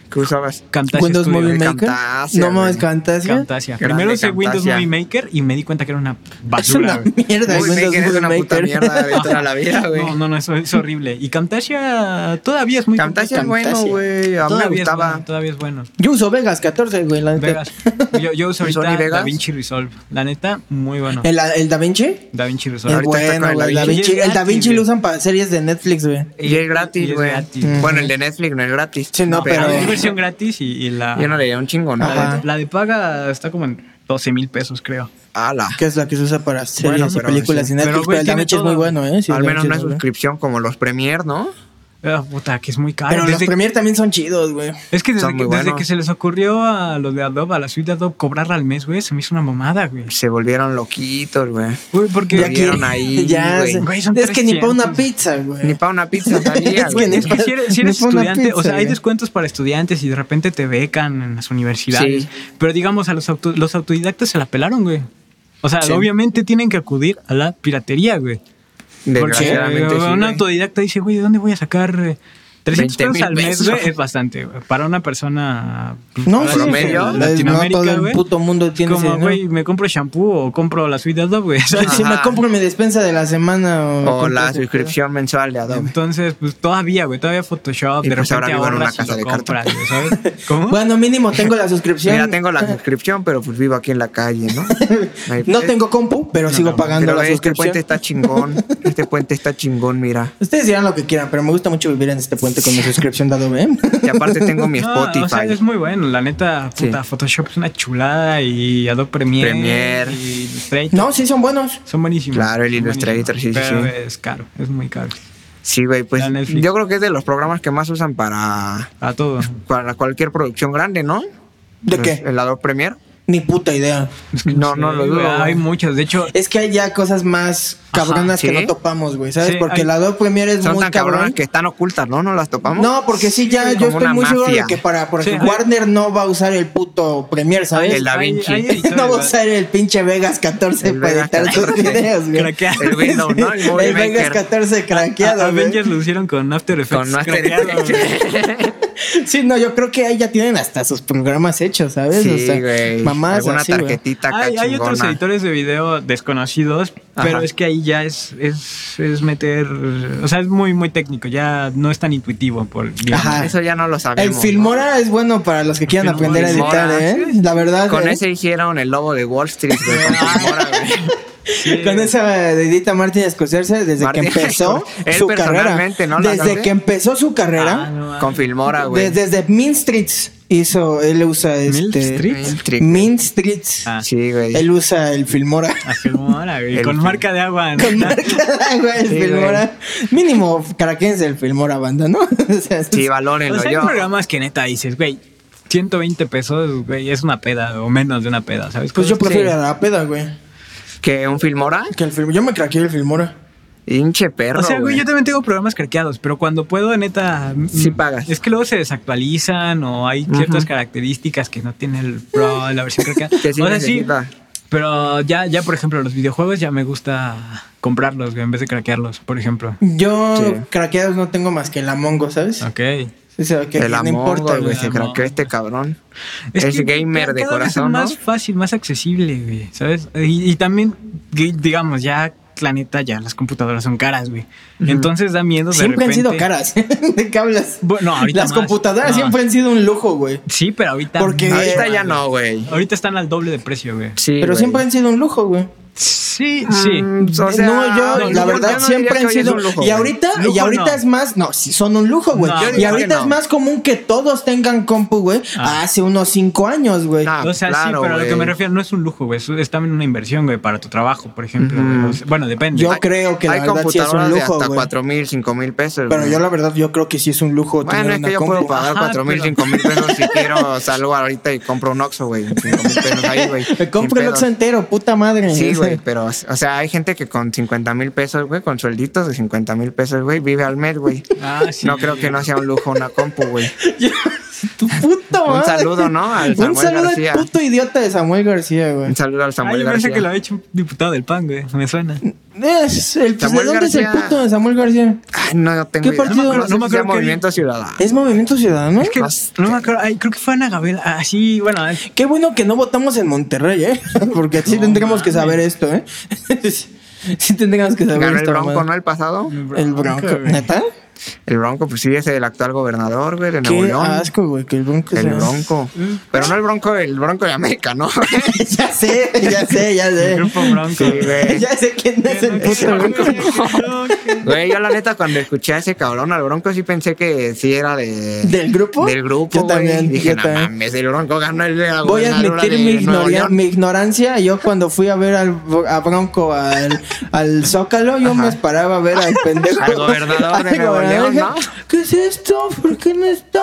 ¿Qué usabas? Camtasia Windows Studio. Movie Maker. Camtasia, No mames, güey. Camtasia. Camtasia. Grande Primero usé Windows Camtasia. Movie Maker y me di cuenta que era una Es basura. una güey. mierda el Movie Windows Maker es Movie una puta Maker. mierda de toda la vida, güey. No, no, no, eso es horrible. Y Camtasia todavía es muy Camtasia es completo. bueno, güey. A mí me Todavía es gustaba. bueno, todavía es bueno. Yo uso Vegas catorce, güey, la neta. Vegas. Yo, yo uso ¿Y Sony ahorita Vegas? DaVinci Resolve. La neta, muy bueno. ¿El, el Da Vinci? DaVinci Es Resolve. Ahorita está bueno, con el güey. Da Da Vinci. Vinci. Y es El Da gratis, Vinci lo güey. usan para series de Netflix, güey. Y es gratis, Y es güey. gratis. Bueno, el de Netflix no es gratis. Sí, no, pero- Hay versión gratis y, y la, Yo no le di un chingo, ¿no? Ajá. la, de, la de paga está como en doce mil pesos, creo. Ala. Que es la que se usa para series Bueno, y pero películas sí. y Netflix. Pero, Pero, güey, el Da tiene Vinci es todo. muy bueno, ¿eh? Sí, Al el Da menos Vinci una es bueno. suscripción como los Premiere, ¿no? Ah, puta, que es muy caro. Pero los Desde- Premiere también son chidos, güey. es que desde, son que muy desde buenos. que se les ocurrió a los de Adobe, a la suite de Adobe, cobrarla al mes, güey, se me hizo una mamada, güey. Se volvieron loquitos, güey. Güey, porque... Ya Ya vieron que- ahí, ya güey. se- Güey, son es que ni para una trescientos. pizza, güey. Ni para una pizza salía, Es güey. que ni Es que si eres, si eres Ni pa' una estudiante, o pizza, sea, hay güey. descuentos para estudiantes y de repente te becan en las universidades. Sí. Pero digamos, a los, auto- los autodidactas se la pelaron, güey. O sea, Sí. obviamente tienen que acudir a la piratería, güey. Porque Desgraciadamente eh, sí, un güey. autodidacta dice, güey, ¿de dónde voy a sacar eh, trescientos veinte pesos al mil mes, pesos. güey? Es bastante, güey. Para una persona... No, ahora sí, sí que promedio, no, Latinoamérica, todo el güey. puto mundo tiene ese Como, dinero. güey, me compro shampoo o compro la suite de Adobe, güey. ¿sabes? Si me Ajá. compro mi despensa de la semana o, me O compro la ese suscripción mensual de Adobe. Entonces, pues todavía, güey, todavía Photoshop, Y de pues repente ahora vivo en una ahorras y casa lo de cartón. compras, güey, ¿sabes? ¿Cómo? pedo. Bueno, mínimo tengo la suscripción. Mira, tengo la suscripción, pero pues vivo aquí en la calle, ¿no? Ahí- No tengo compu, pero sigo pagando Pero la este suscripción. puente está chingón. Este puente está chingón, mira. Ustedes dirán lo que quieran, pero me gusta mucho vivir en este puente con mi suscripción de Adobe. ¿eh? Y aparte tengo mi No, Spotify. o sea, es muy bueno, la neta, Sí. puta, Photoshop es una chulada y Adobe Premiere, Premiere. y Illustrator. No, sí son buenos. Son buenísimos. Claro, el son Illustrator, buenísimos, sí, sí, pero sí. es caro, es muy caro. Sí, güey, pues La Netflix. yo creo que es de los programas que más usan para, A todo. para cualquier producción grande, ¿no? ¿De Pues, qué? El Adobe Premiere. Ni puta idea. No, no lo Sí, dudo, güey, güey. Hay muchos, de hecho, Es que hay ya cosas más cabronas ¿sí? que no topamos, güey, ¿sabes? Sí, Porque hay- el Adobe Premiere es Son muy tan cabronas cabrón. que están ocultas, ¿no? ¿No las topamos? No, porque sí, ya Sí, yo como estoy una muy seguro mafia. de que para, porque Sí, hay- Warner no va a usar el puto Premiere, ¿sabes? El Da Vinci. hay- hay editores, No va a güey. usar el pinche Vegas catorce El para Vegas editar sus catorce. videos, güey. Craqueado. El Windows, ¿no? El Movie El Vegas Maker. catorce craqueado, a- güey. Avengers lo hicieron con After Effects. Con After craqueado, Effects. güey. Sí, no, yo creo que ahí ya tienen hasta sus programas hechos, ¿sabes? Sí, o sea, güey. mamás Alguna así, güey. tarjetita acá Hay, hay otros chingona. editores de video desconocidos, pero Ajá. es que ahí ya es, es, es meter, o sea, es muy, muy técnico, ya no es tan intuitivo por digamos. Ajá. Eso ya no lo El sabemos. Filmora es bueno para los que quieran El aprender a Filmora. editar, ¿eh? La verdad. Con ¿eh? ese hicieron el logo de Wall Street, güey. Con Filmora, güey. Sí. Con esa de Edita Martínez Scorsese, desde Martín- que empezó Él su carrera. personalmente, ¿no? La Desde hace. que empezó su carrera, Ah, no mames. Con Filmora, güey. desde, desde Mean Streets hizo, él usa ¿Milk este. Street? Mean Street. Mean Streets. Ah. Sí, güey. Él usa el Filmora. A Filmora, güey, El con Fil- marca de agua. Con ¿no? marca de agua, el Sí, Filmora. Mínimo, caraquense el Filmora banda, ¿no? O sea, Sí, valórenlo. O sea, hay yo. programas que neta dices, güey, ciento veinte pesos, güey, es una peda o menos de una peda, ¿sabes? pues yo Cosas- prefiero Sí. a la peda, güey. ¿Que un Filmora? Que el film. Yo me craqueé el Filmora. Hinche perro. O sea, güey, yo también tengo programas craqueados, pero cuando puedo, neta. Sí mm, pagas. Es que luego se desactualizan o hay ciertas Ujú. características que no tiene el Pro, la versión craqueada. Que sí o sea, sí. necesita. Pero ya, ya, por ejemplo, los videojuegos ya me gusta comprarlos, güey, en vez de craquearlos, por ejemplo. Yo Sí. craqueados no tengo más que el Among Us, ¿sabes? Ok. O sea, que El no Among importa, Us, güey. güey. Se Among craqueó Us. este cabrón. Es Es que gamer ca- de cada vez es corazón, ¿no? más fácil, más accesible, güey, ¿sabes? Y, y también, que, digamos, ya, la neta, ya las computadoras son caras, güey. Entonces da miedo de Siempre han repente- sido caras. ¿De qué hablas? Bueno, ahorita Las más. computadoras No. siempre han sido un lujo, güey. Sí, pero ahorita... Porque- Ahorita ya no, güey. Ahorita están al doble de precio, güey. Sí, Pero güey. siempre han sido un lujo, güey. Sí, sí. Mm, o sea, no, yo, no, la yo- verdad, yo no siempre diría que han hoy es sido. un lujo, y güey. ahorita, Lujo y ahorita no. es más. No, sí, son un lujo, güey. No, yo y diría ahorita que es no. más común que todos tengan compu, güey. Ah. Hace unos cinco años, güey. No. O sea, sí, claro, pero a lo que güey. me refiero no es un lujo, güey. Es, es también una inversión, güey, para tu trabajo, por ejemplo. Ujú. güey. O sea, bueno, depende. Yo Ay, creo que la Hay verdad sí es un computadoras de lujo, hasta güey. cuatro mil, cinco mil pesos. Pero güey. yo la verdad, yo creo que sí es un lujo Bueno, tener es una que yo compu. puedo pagar Ajá, cuatro mil, pero- cinco mil pesos si quiero. Salgo ahorita y compro un Oxxo, güey. cinco mil pesos ahí, güey. Me compro Sin el Oxxo pedos. entero, puta madre. Sí, güey, pero, o sea, hay gente que con cincuenta mil pesos, güey, con suelditos de cincuenta mil pesos, güey, vive al mes, güey. Ah, sí. No creo que no sea un lujo una compu, güey. Tu puta Un madre. saludo, ¿no? Al Un Samuel saludo García. al puto idiota de Samuel García, güey. Un saludo al Ah, Samuel yo pensé García. que lo había hecho un diputado del P A N, güey. Me suena. Es el, pues, ¿de dónde García? Es el puto de Samuel García? Ay, no, no tengo ¿Qué idea. partido? No, no, no, no me acuerdo. Movimiento que... Ciudadano. ¿Es Movimiento Ciudadano? Es que no, no me acuerdo. Ay, creo que fue Ana Gabriela. Así, bueno. Qué bueno que no votamos en Monterrey, ¿eh? Porque así no, tendríamos que saber esto, ¿eh? Sí tendríamos que saber ¿Ganó esto. el Bronco, madre. ¿No? El pasado. El Bronco. El Bronco. ¿Neta? El Bronco, pues sí, es el actual gobernador, güey, de Nuevo Qué León. asco, güey, que el Bronco El sea... Bronco. Pero no el Bronco, el Bronco de América, ¿no? Ya sé, ya sé, ya sé. El grupo Bronco. Sí, güey. Ya sé quién es el puto Bronco. Güey, yo la neta, cuando escuché a ese cabrón, al Bronco, sí pensé que sí era de... ¿Del grupo? Del grupo, Yo también, güey. Dije, yo no también. mames, el Bronco ganó el... La Voy a admitir de mi, Nuevo ignoria- León. mi ignorancia. Yo cuando fui a ver al, a Bronco al, al Zócalo, yo Ajá. me esperaba ver al pendejo. Al gobernador de Al Nuevo gobernador. León, ¿no? ¿Qué es esto? ¿Por qué no está?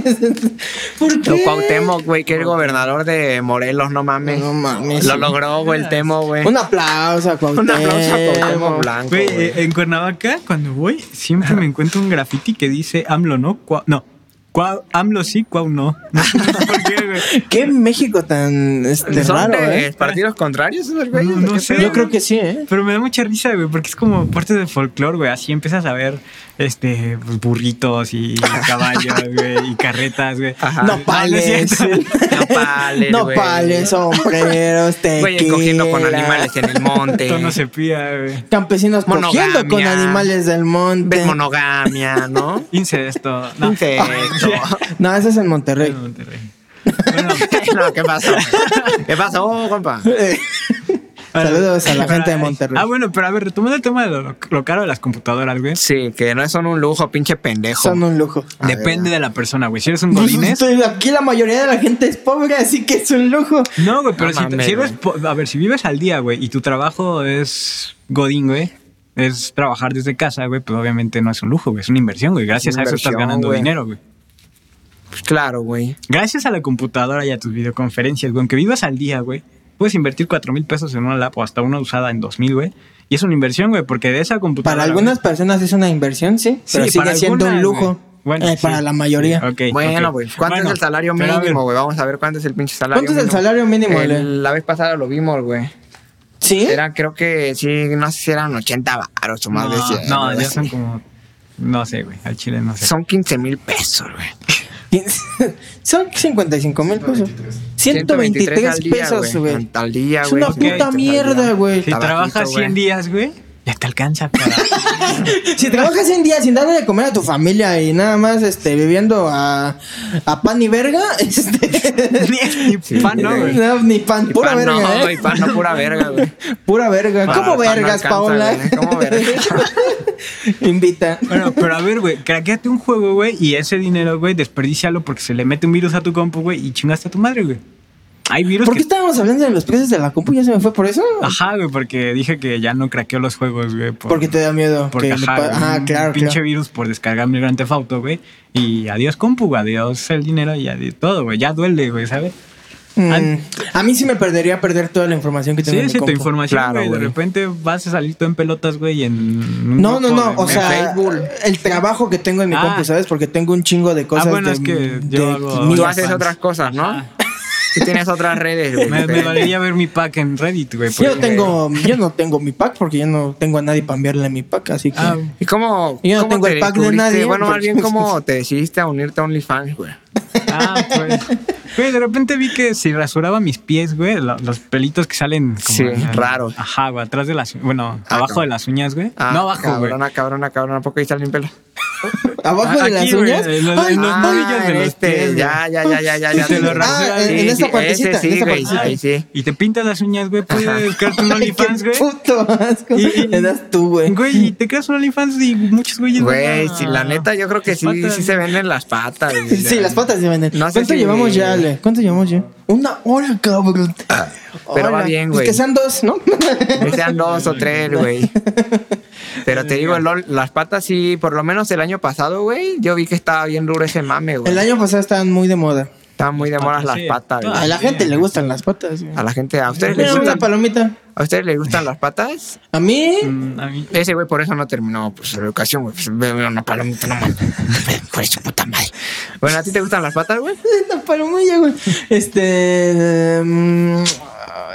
¿Por qué? O Cuauhtémoc, güey, que es el gobernador de Morelos, no mames. No mames. Lo logró, güey, el Temo, güey. Un aplauso a Cuauhtémoc. Un aplauso a Cuauhtémoc Blanco, Güey, güey. eh, en Cuernavaca, cuando voy, siempre me encuentro un graffiti que dice AMLO no, Cuau- no. Cuau- AMLO sí, Cuau no. No sé por qué, güey. ¿Qué México tan este, ¿Son raro, de eh? partidos contrarios esos güeyes? No, no ¿O qué sé. pedo? Yo creo que sí, ¿eh? Pero me da mucha risa, güey, porque es como parte del folclore, güey. Así empiezas a ver este pues, burritos y caballos, güey, y carretas, güey. Ajá. Nopales. Nopales, güey. Nopales, sombreros, tequila. Güey, cogiendo con animales en el monte. Tono sepia, güey. Campesinos cogiendo con Monogamia. animales del monte. Ves monogamia, ¿no? Incesto. No. Incesto. No, eso es en Monterrey. En Monterrey. Bueno, No, ¿qué pasó? ¿Qué pasó, compa? Saludos a la gente de Monterrey. Ah, bueno, pero a ver, retomando el tema de lo, lo caro de las computadoras, güey. Sí, que no son un lujo, pinche pendejo. Son un lujo. A Depende ver. de la persona, güey. Si eres un Pues godínez... estoy- aquí la mayoría de la gente es pobre, así que es un lujo. No, güey, pero No si, mames, si eres... güey. po- A ver, si vives al día, güey, y tu trabajo es godín, güey, es trabajar desde casa, güey, pues obviamente no es un lujo, güey, es una inversión, güey. Gracias una a eso estás inversión, ganando güey. dinero, güey. Pues claro, güey. Gracias a la computadora y a tus videoconferencias, güey, aunque vivas al día, güey, puedes invertir cuatro mil pesos en una lap o hasta una usada en dos mil, güey. Y es una inversión, güey, porque de esa computadora... Para algunas güey, personas es una inversión, sí, Sí, pero sigue para siendo un algunas, lujo. güey. Bueno, Eh, sí. para la mayoría. Ok, Bueno, ok. pues, ¿cuánto Bueno, es el salario pero a ver, mínimo, güey? Vamos a ver cuánto es el pinche salario ¿Cuánto es el mínimo. salario mínimo, El- Ale? La vez pasada lo vimos, güey. ¿Sí? Eran, creo que, sí, no sé si eran ochenta baros o más de cien. No, güey. ya son como... No sé, güey, al chile no sé. Son quince mil pesos, güey. Son cincuenta y cinco mil pesos. ciento veintitrés al día, pesos, güey. Al día, Es güey. una puta mierda, güey. Si Tabajito, trabajas güey. cien días, güey, ya te alcanza para... Si trabajas en día sin darle de comer a tu familia y nada más este viviendo a, a pan y verga, este, ni, ni pan, no, güey. no, ni pan, Y pura pan verga, no, ¿eh? y pan no, pura verga, güey. Pura verga. Para ¿Cómo pan no vergas, alcanza, Paula? güey. ¿Cómo vergas? Invita. Bueno, pero a ver, güey, craqueate un juego, güey, y ese dinero, güey, desperdícialo porque se le mete un virus a tu compu, güey, y chingaste a tu madre, güey. Hay virus ¿Por qué que... estábamos hablando de los precios de la compu? ¿Ya se me fue por eso? Ajá, güey, porque dije que ya no craqueo los juegos, güey. por- Porque te da miedo. Porque, que le ajá, pa- Ajá, un claro, pinche claro. virus por descargarme el Grand Theft Auto, güey. Y adiós compu, güey, adiós el dinero y adiós todo, güey. Ya duele, güey, ¿sabes? Mm, Al- a mí sí me perdería perder toda la información que tengo Sí, en mi sí, tu compu. información, Claro, güey. De güey. repente vas a salir tú en pelotas, güey, en... un No, no, grupo no, de- o en sea, Facebook. el trabajo que tengo en mi Ah. compu, ¿sabes? Porque tengo un chingo de cosas bueno, de, es que yo de hago- mil Tú haces fans. otras cosas, ¿no? Tú tienes otras redes, güey. Me, me valería ver mi pack en Reddit, güey. Yo porque- tengo, yo no tengo mi pack porque yo no tengo a nadie para enviarle mi pack, así que... Ah, ¿Y cómo, Yo no cómo tengo te el pack de descubriste? nadie, Bueno, más porque- bien, ¿cómo te decidiste a unirte a OnlyFans, güey? Ah, pues. Güey, de repente vi que si rasuraba mis pies, güey, lo- los pelitos que salen como. Sí, en- raro. Ajá, güey, atrás de las. Bueno, Ah, abajo cabrón. de las uñas, güey. Ah, no abajo, güey. cabrona, cabrona, cabrona. ¿A poco ahí salen pelo? ¿Abajo de Aquí, las güey, uñas? en los- Ay, en los ah, nudillos de los este, pies, güey. ya, ya, ya, ya, ya. Si ya te lo sí, rasuras, en- en esta partecita, ese sí, en esta güey, partecita. ahí sí. Y te pintas las uñas, güey, puedes crearte un OnlyFans, Qué güey. puto asco. Y- y- Le das tú, güey. Güey, y te creas un OnlyFans y muchos güeyes. Güey, van a- sí, la neta, yo creo que las sí, patas. sí se venden las patas. güey. Sí, las patas se venden. No sé ¿Cuánto si- llevamos ya, Ale? ¿Cuánto llevamos ya? Una hora, cabrón. pero va Hola. bien, Pues güey. que sean dos, ¿no? Que sean dos o tres, güey. Pero te digo, LOL, las patas sí, por lo menos el año pasado, güey, yo vi que estaba bien duro ese mame, güey. El año pasado estaban muy de moda. Estaban muy de moda patas, las sí. patas, güey. A la gente le gustan las patas. güey. A la gente, ¿a ustedes les Mira, una gustan, palomita. ¿a ustedes les gustan las patas? A mí, Mm, a mí- Ese güey por eso no terminó pues, su educación, güey. Pues, ve una palomita, no mames. Hijo de su puta madre. Bueno, ¿a ti te gustan las patas, güey? la palomilla, güey. Este. mm,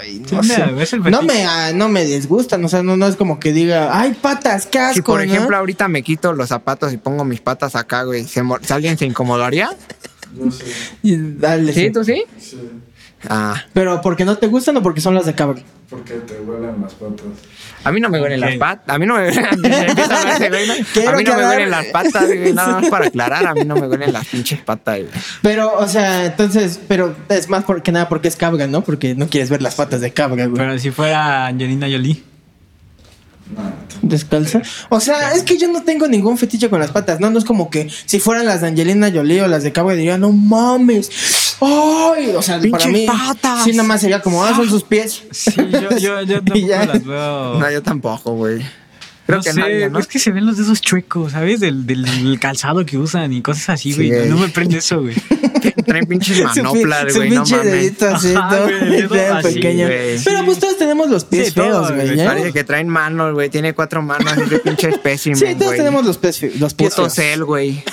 Ay, no Sí, sé. mira, ¿ves el No fetiche? me, ah, no me disgustan, o sea, no, no es como que diga, ay, patas, qué asco, Si por ¿no? ejemplo ahorita me quito los zapatos y pongo mis patas acá, güey, ¿se mo- ¿alguien se incomodaría? Yo sé. Y dale, ¿Sí? sí. ¿Tú sí? Sí. Ah, Pero porque no te gustan o porque son las de cabra. Porque te huelen las patas. a mí no me huelen Ok. las patas. A mí no me empieza a hablar ese güey, ¿no? Quiero A mí no me aclarar. huelen las patas, güey. Nada más para aclarar, a mí no me huelen las pinches patas, güey. Pero, o sea, entonces, pero es más porque nada porque es cabra, ¿no? Porque no quieres ver las patas de cabra, güey. Pero si fuera Angelina Jolie. No, ¿Descalza? O sea, es que yo no tengo ningún fetiche con las patas, ¿no? No es como que si fueran las de Angelina Jolie o las de cabra diría, no mames. ¡Ay! O sea, para ¡Pinches mí, patas! sí, nada más sería como, ah, son sus pies. Sí, yo, yo, yo Y ya. tampoco las veo. No, yo tampoco, güey. Creo No que sé, nadie, ¿no? es que se ven los dedos chuecos, ¿sabes? Del, del calzado que usan y cosas así, Sí, güey. güey. No me prende eso, güey. Traen pinches Su manoplas, pin- su güey, no pinche mames. dedito así, Ajá, ¿no? güey, el dedo Bien así, pequeño. güey. Pero pues todos tenemos los pies Sí, todos, feos, güey. güey, ¿eh? Parece que traen manos, güey. Tiene cuatro manos, es de pinche espécimen, Sí, güey. todos tenemos los pies, fe- los pies Puto feos. cel, güey.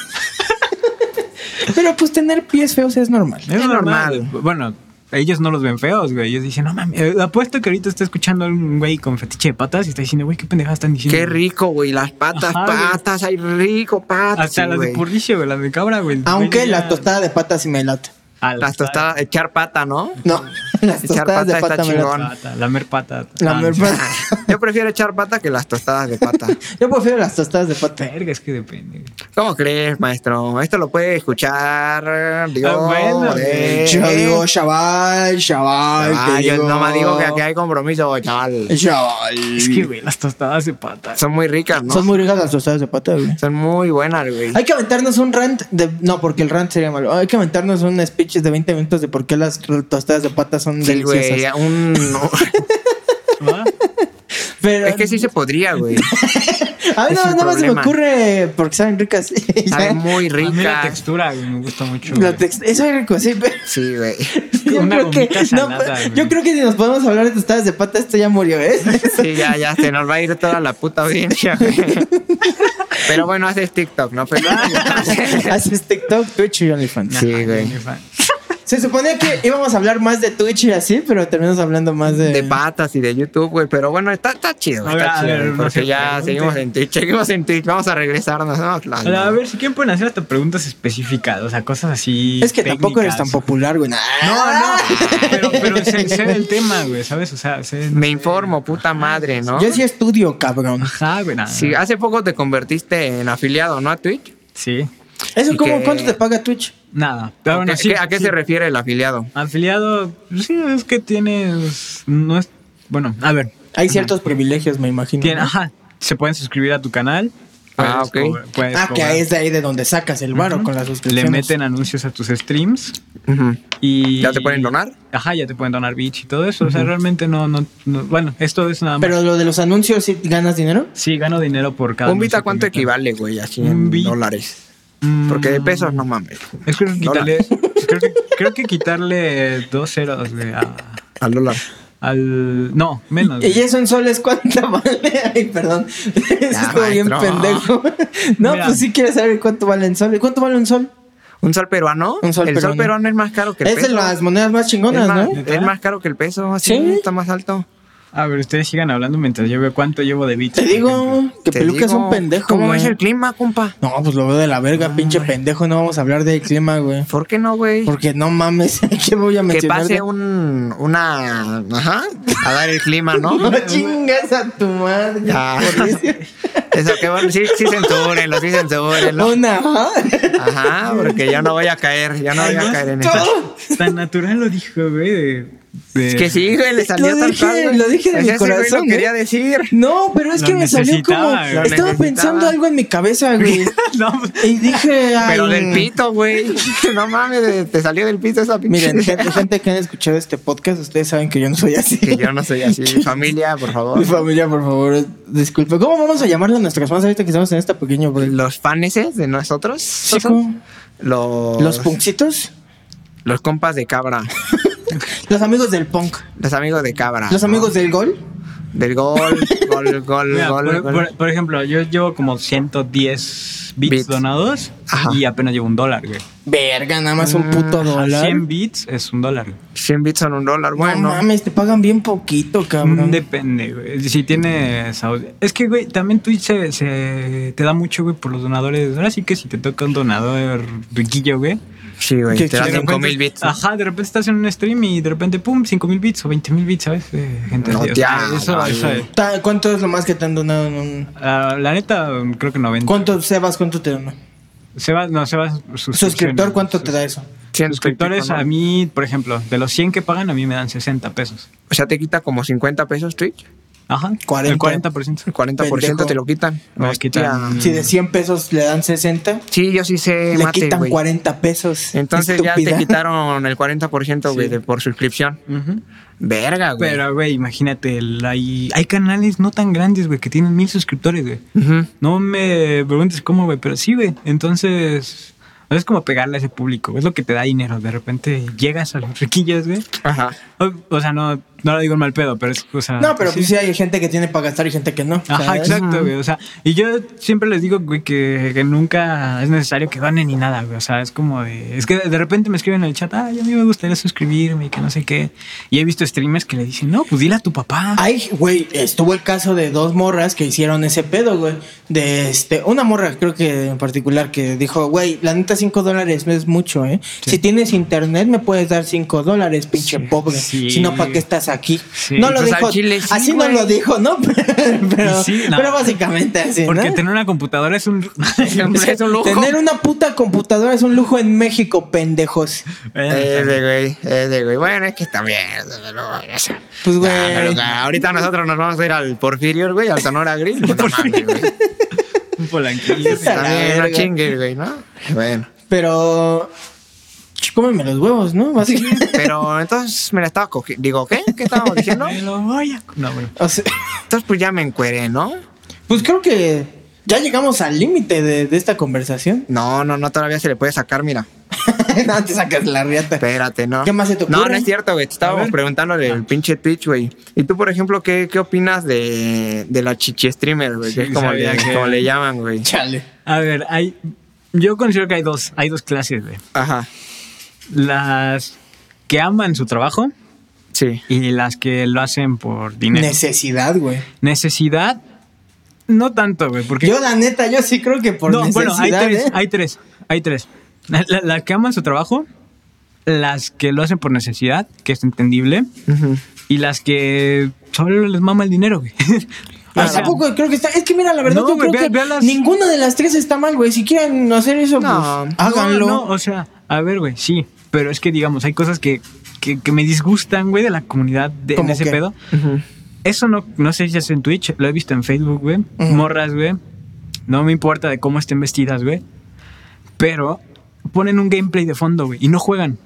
Pero pues tener pies feos es normal. Es Es normal. normal. Bueno, ellos no los ven feos, güey. Ellos dicen, no mames. eh, Apuesto que ahorita está escuchando a un güey con fetiche de patas y está diciendo, güey, qué pendejadas están diciendo. Qué rico, güey. Las patas, Ajá, güey. patas. Ay, rico, patas. Hasta sí, las de güey. purriche, güey, las de cabra, güey. Aunque Güey, la ya- tostada de patas sí me late. Ah, Las tostadas, echar pata, ¿no? No, las Echar tostadas de pata está pata me chingón. late. Pata, lamer pata. Lamer Ah, pata. Yo prefiero echar pata que las tostadas de pata. Yo prefiero las tostadas de pata. Verga, es que depende. güey. ¿Cómo crees, maestro? Esto lo puede escuchar. Digo, Ah, bueno, eh, Yo digo, chaval, chaval. Ah, te yo digo, nomás digo que aquí hay compromiso, chaval. Chaval. Es que, güey, las tostadas de pata. Son muy ricas, ¿no? Son muy ricas las tostadas de pata, güey. Son muy buenas, güey. Hay que aventarnos un rant de... No, porque el rant sería malo. Hay que aventarnos un speech de veinte minutos de por qué las tostadas de pata son Sí, güey. deliciosas. Un... ¿Va? Pero... Es que sí se podría, güey. A mí es no, un nada más se me problema. ocurre porque saben ricas. Sabe muy A mí la rica. textura, güey, me gusta mucho. La güey. text- Eso es rico, sí, pero... Sí, güey. Yo Una creo, que, gomita no, salada, güey. yo creo que si nos podemos hablar de tostadas de pata, esto ya murió, ¿eh? Sí, ya, ya, se nos va a ir toda la puta audiencia, güey. Pero bueno, haces TikTok, ¿no? Pero... Haces TikTok, Twitch y OnlyFans. Sí, güey. Mi fan. Se suponía que íbamos a hablar más de Twitch y así, pero terminamos hablando más de... De patas y de YouTube, güey. Pero bueno, está, está chido, A ver, está a chido. ver, güey, no porque sé, ya pregunte. seguimos en Twitch, seguimos en Twitch. Vamos a regresarnos, ¿no? Claro. A ver, si quieren pueden hacer hasta preguntas especificadas, o sea, cosas así. Es que tampoco eres tan técnicas. popular, güey. No, no, pero, pero sé, sé del tema, güey, ¿sabes? O sea, sé. Me informo, puta madre, ¿no? Yo sí estudio, cabrón. Ajá, güey, nada. Sí, hace poco te convertiste en afiliado, ¿no? A Twitch. Sí, ¿Eso ¿Y cómo, qué? cuánto te paga Twitch? nada. Pero ¿A bueno, qué, sí, ¿A qué sí. se refiere el afiliado? Afiliado, sí, es que tienes. No es. Bueno, a ver. Hay ciertos privilegios, me imagino. Tiene, ¿no? ajá, se pueden suscribir a tu canal. Ah, puedes ok. cobrar- puedes Ah, que cobrar. es de ahí de donde sacas el varo Ujú. con las suscripciones. Le meten anuncios a tus streams Ujú. y. ¿Ya te pueden donar? Ajá, ya te pueden donar bits y todo eso. O sea, realmente no, no, no- Bueno, esto es nada más. Pero lo de los anuncios, ¿sí ganas dinero? Sí, gano dinero por cada. ¿Un bit a anuncio que cuánto meto. equivale, güey? Así Un en bit. dólares. Mm, Porque de pesos no mames. Es que quitarle. creo, que, creo que quitarle dos ceros, güey, a- Al dólar. al. No, menos. ¿Y güey. eso en soles cuánto vale? Ay, perdón. Eso estuvo bien maestro. pendejo. No, Mira. pues sí quieres saber cuánto vale en soles. ¿Cuánto vale un sol? ¿Un sol peruano? Un sol el peruano. sol peruano es más caro que el Es peso. de las monedas más es, chingonas, más, ¿no? es más caro que el peso. Así ¿Sí? está más alto. A ver, ustedes sigan hablando mientras yo veo cuánto llevo de bits. Te por digo ejemplo. que Te Peluca es digo, un pendejo, ¿Cómo güey. es el clima, compa? No, pues lo veo de la verga, pinche pendejo. No vamos a hablar del clima, güey. ¿Por qué no, güey? Porque no mames, ¿qué voy a Que mencionar? pase de- un... Una... Ajá. A dar el clima, ¿no? No chingas a tu madre. Ya. Por eso. Eso, que bueno, sí, sí censúrenlo, sí censúrenlo. Una, ajá. Ajá, porque yo no voy a caer, yo no voy a caer en eso. Tan natural lo dijo, güey. de- de- Es que sí, güey, le salió Lo tal dije, cual, güey. lo dije de Ese mi güey corazón, lo ¿eh? quería decir. No, pero es Lo que me salió como. necesitaba, lo Estaba necesitaba. pensando algo en mi cabeza, güey. No, Y dije, ay. Pero del pito, güey. No mames, de- te salió del pito esa pinche. Miren, gente, gente que han escuchado este podcast, ustedes saben que yo no soy así. Que yo no soy así. Familia, por favor. Mi familia, por favor, disculpe. ¿Cómo vamos a llamarle a nuestros fans ahorita que estamos en esta pequeña break? Los faneses de nosotros. Chico, Los, los punksitos, los compas de cabra. los amigos del punk, Los amigos de cabra. los ¿no? amigos del gol. Del gol, gol, gol, Mira, gol, por, gol. por- por ejemplo, yo llevo como ciento diez bits, Bits. donados Ajá. y apenas llevo un dólar, güey. Verga, nada más un Mm, puto dólar. cien bits es un dólar, güey. cien bits son un dólar, No bueno. mames, te pagan bien poquito, cabrón. Mm, Depende, güey. Si tienes audio- Es que, güey, también Twitch se, se te da mucho, güey, por los donadores. Ahora sí que si te toca un donador riquillo, güey. Sí, güey, Que- te dan que de cinco repente- mil bits. ¿no? Ajá, de repente estás en un stream y de repente, pum, cinco mil bits o veinte mil bits, ¿sabes? Eh, gente No así, o te sea, hagas, eso, güey. eso es. Ta- ¿Cuánto es lo más que te han donado en un...? Ah, la neta, creo que noventa. ¿Cuánto, Sebas, cuánto te donó? Sebas, no, Sebas, ¿Suscriptor cuánto te da eso? Ciento y Suscriptores pico, ¿no? a mí, por ejemplo, de los cien que pagan, a mí me dan sesenta pesos. O sea, te quita como cincuenta pesos Twitch. Ajá. cuarenta. El cuarenta por ciento. El cuarenta por ciento Pendejo. te lo quitan. Me Hostia. quitan- Si de cien pesos le dan sesenta, Sí, yo sí sé, le mate, quitan güey. cuarenta pesos. Entonces ya Estúpida. te quitaron el cuarenta por ciento, güey, Sí. de- por suscripción. Ujú. Verga, güey. Pero, güey, imagínate, el- hay, hay canales no tan grandes, güey, que tienen mil suscriptores, güey. Ujú. No me preguntes cómo, güey, pero sí, güey. Entonces, es como pegarle a ese público. Es lo que te da dinero. De repente llegas a los riquillos, güey. Ajá. O, o sea, no, no lo digo en mal pedo, pero es, o sea... No, pero pues sí hay gente que tiene para gastar y gente que no. Ajá, ¿sabes? exacto, güey. O sea, y yo siempre les digo, güey, que, que nunca es necesario que donen ni nada, güey. O sea, es como de. Es que de repente me escriben en el chat, ay, a mí me gustaría suscribirme y que no sé qué. Y he visto streamers que le dicen, no, pues dile a tu papá. Ay, güey, estuvo el caso de dos morras que hicieron ese pedo, güey. De este, una morra, creo que en particular, que dijo, güey, la neta cinco dólares no es mucho, ¿eh? Sí. Si tienes internet me puedes dar cinco dólares, pinche Sí, pobre. sí. Si no, ¿para qué estás aquí? Sí. No lo Pues al dijo, chile sí, así güey. no lo dijo, ¿no? pero, Sí, no. pero básicamente así, Porque ¿no? tener una computadora es un. Es un lujo. Tener una puta computadora es un lujo en México, pendejos. Es de güey, es de güey. Bueno, es que también. Pues, güey. Ah, pero que ahorita nosotros nos vamos a ir al Porfirio, güey, al Sonora Grill. Pues, no mames, güey. Un polanquillo. Esa la También no verga. chingues, güey, ¿no? Bueno. Pero... ch, cómeme los huevos, ¿no? Básicamente. Pero entonces me la estaba cogiendo. Digo, ¿qué? ¿Qué estábamos diciendo? Me lo voy a. No, bueno. O sea, Entonces, pues ya me encueré, ¿no? pues creo que ya llegamos al límite de, de esta conversación. No, no, no, todavía se le puede sacar, mira. No te sacas la riata. Espérate, ¿no? ¿Qué más se te No, ocurre? no es cierto, güey. Te estábamos ver. preguntando del pinche Twitch, güey. Y tú, por ejemplo, ¿qué, qué opinas de, de la chichi streamer, güey? Sí, que es como sabía le, que- como le llaman, güey. Chale. A ver, hay. Yo considero que hay dos, hay dos clases, güey. Ajá. Las que aman su trabajo Sí. y las que lo hacen por dinero. Necesidad, güey. Necesidad, no tanto, güey, porque... Yo, la neta, yo sí creo que por no, necesidad, bueno, hay tres, ¿eh? hay tres, hay tres. La- la- Las que aman su trabajo, las que lo hacen por necesidad, que es entendible, y las que solo les mama el dinero, güey. Ah, O sea, tampoco creo que está... Es que mira, la verdad, No, yo güey, creo ve- que ve las- ninguna de las tres está mal, güey. Si quieren hacer eso, No, pues háganlo. No, no, o sea, a ver, güey, sí, pero es que, digamos, hay cosas que, que, que me disgustan, güey, de la comunidad de, en ¿Cómo ese qué? pedo. Eso no, no sé si es en Twitch, lo he visto en Facebook, güey. Ujú. Morras, güey. No me importa de cómo estén vestidas, güey. Pero ponen un gameplay de fondo, güey, y no juegan.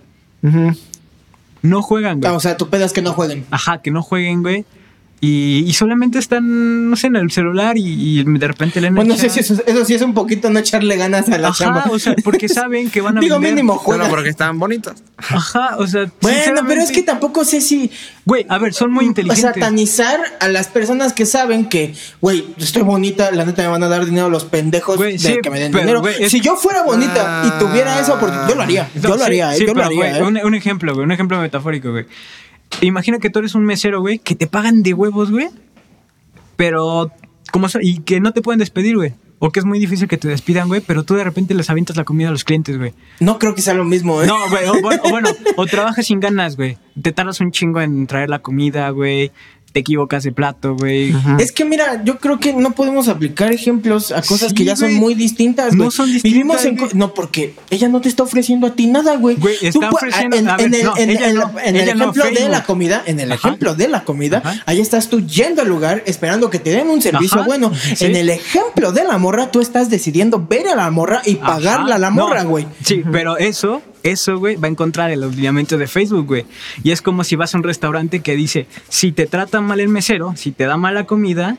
No juegan, güey. Ah, o sea, tu pedo es que no jueguen. Ajá, que no jueguen, güey. Y, y solamente están, no sé, en el celular y, y de repente leen el Bueno, no sé chat. si eso, eso sí es un poquito no echarle ganas a la Ajá, chamba. o sea, porque saben que van a Digo, vender. mínimo Solo juega. porque están bonitas. Ajá, o sea, Bueno, pero sinceramente- es que tampoco sé si... Güey, a ver, son muy inteligentes. Satanizar a las personas que saben que, güey, estoy bonita, la neta me van a dar dinero los pendejos Güey, de sí, que me den pero, dinero. güey, es- Si yo fuera bonita y tuviera eso, porque yo lo haría, yo No, lo sí, haría, eh, sí, yo lo pero, haría. güey, eh. un, un ejemplo, güey, un ejemplo metafórico, güey. Imagina que tú eres un mesero, güey, que te pagan de huevos, güey, pero como so- y que no te pueden despedir, güey. O que es muy difícil que te despidan, güey, pero tú de repente les avientas la comida a los clientes, güey. No creo que sea lo mismo, ¿eh? No, güey, o, bueno, o bueno, o trabajas sin ganas, güey. Te tardas un chingo en traer la comida, güey. Te equivocas de plato, güey. Es que mira, yo creo que no podemos aplicar ejemplos a cosas Sí, que ya son güey. muy distintas, No güey. son distintas, Vivimos en... co- güey. No, porque ella no te está ofreciendo a ti nada, güey. Güey, Tú está pu- ofreciendo- En, a ver, en el, no, en- ella en no, la- en el ella no, ejemplo de Facebook. la comida, en el Ajá. ejemplo de la comida, Ajá. ahí estás tú yendo al lugar esperando que te den un servicio Ajá. bueno. Sí. En el ejemplo de la morra, tú estás decidiendo ver a la morra y Ajá. pagarla a la No, morra, güey. Sí, pero eso, eso, güey, va a encontrar el lineamiento de Facebook, güey. Y es como si vas a un restaurante que dice, si te trata mal el mesero, si te da mala comida,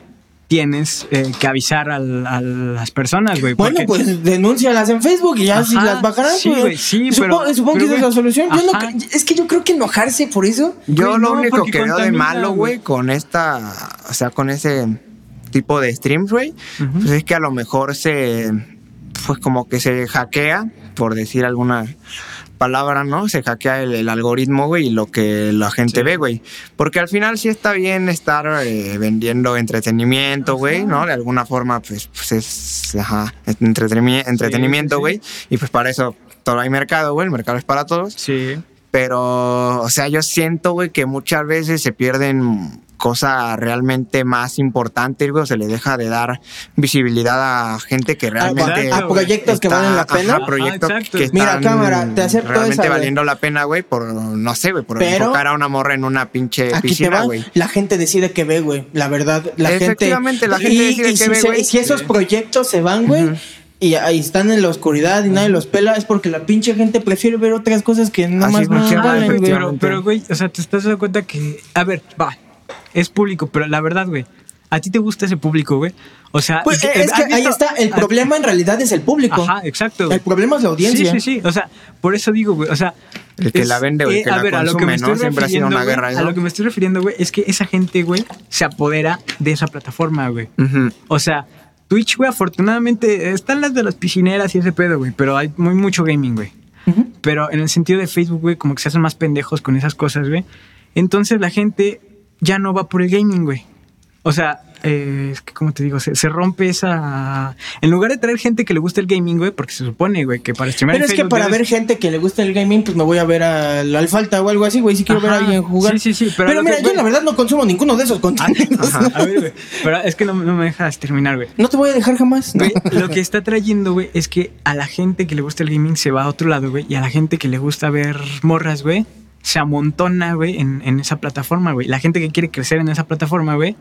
tienes eh, que avisar al, a las personas, güey. Bueno, porque... pues denúncialas en Facebook y ya Ajá, si las bajarán. sí, güey, sí, supongo, pero- supongo pero, que esa es güey, la solución. Yo no, ajá. es que yo creo que enojarse por eso. Yo Güey, lo no, único porque que veo de contamina, malo, güey, con esta, o sea, con ese tipo de streams, güey, Ujú. pues es que a lo mejor se, pues como que se hackea, por decir alguna palabra, ¿no? Se hackea el, el algoritmo, güey, y lo que la gente Sí. ve, güey. Porque al final sí está bien estar eh, vendiendo entretenimiento, güey, ¿no? De alguna forma, pues, pues es, ajá, es entretenimi- entretenimiento, sí, sí. güey. Y pues para eso todo hay mercado, güey, el mercado es para todos. Sí. Pero, o sea, yo siento, güey, que muchas veces se pierden cosas realmente más importantes, güey, o se le deja de dar visibilidad a gente que realmente... a, a proyectos que está- valen la pena. Ajá, proyectos Ajá, exacto. que están Mira, cámara, te acepto realmente esa, güey. valiendo la pena, güey, por, no sé, güey, por Pero- enfocar a una morra en una pinche Aquí te piscina, va, güey. la gente decide que ve, güey. La verdad, la gente. Efectivamente, la gente y, decide y qué si ve, se- güey. Si esos Sí. proyectos se van, güey, Ujú. y ahí están en la oscuridad y nadie los pela, es porque la pinche gente prefiere ver otras cosas que nada Así más no funciona, valen, güey. efectivamente. Pero, pero, güey, o sea, te estás dando cuenta que... A ver, va, es público, pero la verdad, güey, ¿a ti te gusta ese público, güey? O sea... Pues, ¿has es que ahí visto- está, el has- problema en realidad es el público. Ajá, exacto. güey. El problema es la audiencia. Sí, sí, sí. O sea, por eso digo, güey. O sea, El que la vende o el que a la ver, a lo que consume, me ¿no? estoy Siempre ha sido refiriendo, una güey, guerra a eso. lo que me estoy refiriendo, güey, es que esa gente, güey, se apodera de esa plataforma, güey. Ujú. O sea, Twitch, güey, afortunadamente están las de las piscineras y ese pedo, güey. Pero hay muy mucho gaming, güey. Ujú. Pero en el sentido de Facebook, güey, como que se hacen más pendejos con esas cosas, güey. Entonces la gente ya no va por el gaming, güey. O sea, eh, es que, ¿cómo te digo? Se, se rompe esa... En lugar de traer gente que le guste el gaming, güey, porque se supone, güey, que para streamar Pero en es que Facebook para debes- ver gente que le gusta el gaming, pues me voy a ver al, al Falta o algo así, güey. Si quiero ver a Ajá, alguien jugar. sí, sí, sí, pero Pero, lo mira, que- yo güey- la verdad no consumo ninguno de esos contenidos. Ajá, a ver, güey. Pero es que no, no me dejas terminar, güey. No te voy a dejar jamás. Güey, lo que está trayendo, güey, es que a la gente que le gusta el gaming se va a otro lado, güey. Y a la gente que le gusta ver morras, güey, se amontona, güey, en, en esa plataforma, güey. La gente que quiere crecer en esa plataforma, güey,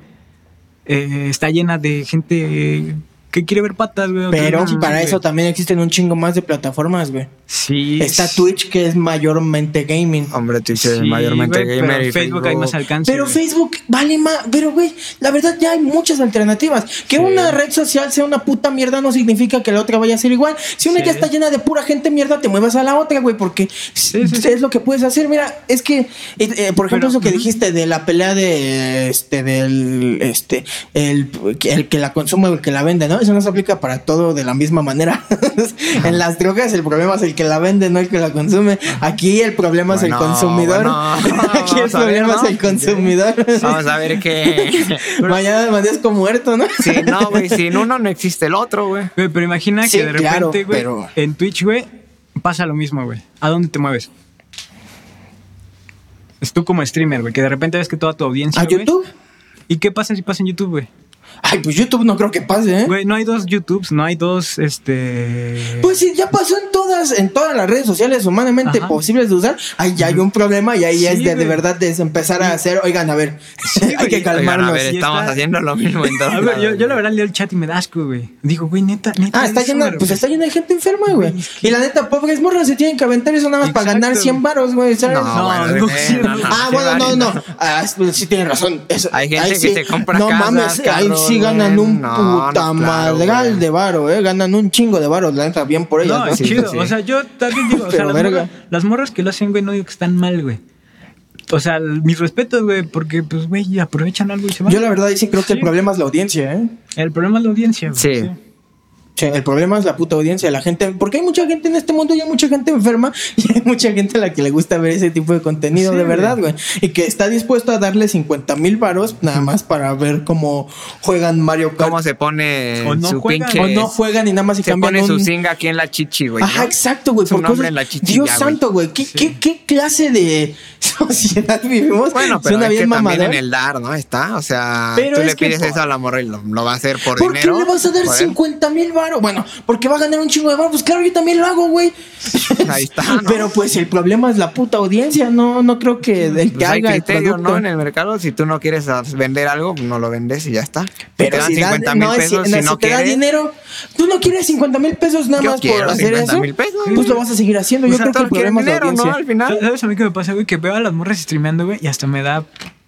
eh, está llena de gente eh, que quiere ver patas, güey. o que Pero quiere ver para güey. eso también existen un chingo más de plataformas, güey. Sí. Está Twitch, que es mayormente gaming. Hombre, Twitch es Sí, mayormente güey, gamer pero y Facebook hay más alcance. Pero güey. Facebook vale más. Pero, güey, la verdad ya hay muchas alternativas. Que Sí. una red social sea una puta mierda no significa que la otra vaya a ser igual. Si una Sí. ya está llena de pura gente mierda, te muevas a la otra, güey, porque Sí, sí, sí. es lo que puedes hacer. Mira, es que, eh, eh, por ejemplo, Pero, eso que ujú. dijiste de la pelea de, este, del, este, el, el que la consume o el que la vende, ¿no? Eso no se aplica para todo de la misma manera. En las drogas el problema es el que la vende, no el que la consume. Aquí el problema es el Bueno, consumidor. bueno, Aquí el vamos a ver, problema ¿no? es el consumidor. Vamos a ver qué... Mañana amanezco muerto, ¿no? Sí, no, güey, sin uno no existe el otro, güey. Güey, pero imagina Sí, que de repente, claro, güey, pero- en Twitch, güey, pasa lo mismo, güey. ¿A dónde te mueves? Es tú como streamer, güey, que de repente ves que toda tu audiencia. ¿A güey- YouTube? ¿Y qué pasa si pasa en YouTube, güey? Ay, pues YouTube no creo que pase, ¿eh? Güey, no hay dos YouTubes, no hay dos, este... Pues sí, ya pasó en todas, en todas las redes sociales humanamente Ajá. posibles de usar. Ahí ya hay un problema y ahí Sí, es de, de güey. verdad de empezar a hacer, oigan, a ver, hay güey. que Oigan, calmarnos. a ver, Sí, estamos está- haciendo lo mismo en todos A ver, yo, lados, yo la güey. verdad leo el chat y me da asco, güey. Digo, güey, neta, neta. Ah, está eso, llena, güey. pues está llena de gente enferma, güey. Güey, es que- Y la neta, pobres morras se tienen que aventar eso nada más para Exacto. ganar cien varos, güey, ¿sabes? No, No, bueno, no, eh, sí, no, no, Ah, sí, bueno, no, vale, no. Ah, pues sí tienes razón. Eso- Hay gente ahí que sí. se compra No casas, mames, ahí carros, sí ganan güey. un No, puta no, claro, madral güey. de varo, eh. Ganan un chingo de varos, la neta, bien por ellas, No, ¿no? es Sí, chido. sí. O sea, yo también digo, o sea, Pero las, verga. morras, las morras que lo hacen, güey, no digo que están mal, güey. O sea, mis respetos, güey, porque, pues, güey, aprovechan algo y se van. Yo la verdad sí creo que el Sí. problema es la audiencia, ¿eh? El problema es la audiencia, güey. Sí. Sí, el problema es la puta audiencia, la gente, porque hay mucha gente en este mundo y hay mucha gente enferma y hay mucha gente a la que le gusta ver ese tipo de contenido Sí, de verdad, güey. güey. Y que está dispuesto a darle cincuenta mil varos nada más para ver cómo juegan Mario Kart. ¿Cómo se pone O no su juegan. pinche... O no juegan y nada más y se cambian pone su un... zinga aquí en la chichi, güey. Ajá, ¿no? exacto, güey. Su por nombre cosas- en la chichi Dios ya, güey. santo, güey. ¿Qué, Sí. qué, ¿Qué clase de sociedad vivimos? Bueno, pero Suena es que bien también mamador. en el dar, ¿no? Está, o sea, Pero tú es le que pides por- eso a la morra y lo, lo va a hacer por, ¿Por dinero. qué le vas a dar por él. cincuenta mil varos? Bueno, porque va a ganar un chingo de varos. Pues claro, yo también lo hago, güey. Ahí está, ¿no? Pero pues el problema es la puta audiencia. No, no creo que el que Pues hay haga el criterio, producto. ¿no? En el mercado, si tú no quieres vender algo, no lo vendes y ya está. Pero te dan si, da, cincuenta mil no, pesos, si, si si no te da quieres. dinero, tú no quieres cincuenta mil pesos nada Yo más por quiero hacer cincuenta eso. mil pesos. Pues lo vas a seguir haciendo. O Yo sea, creo que el todos quieren problema es la dinero, audiencia. ¿no? Al final. ¿Sabes a mí qué me pasa, güey? Que veo a las morras streameando, güey, y hasta me da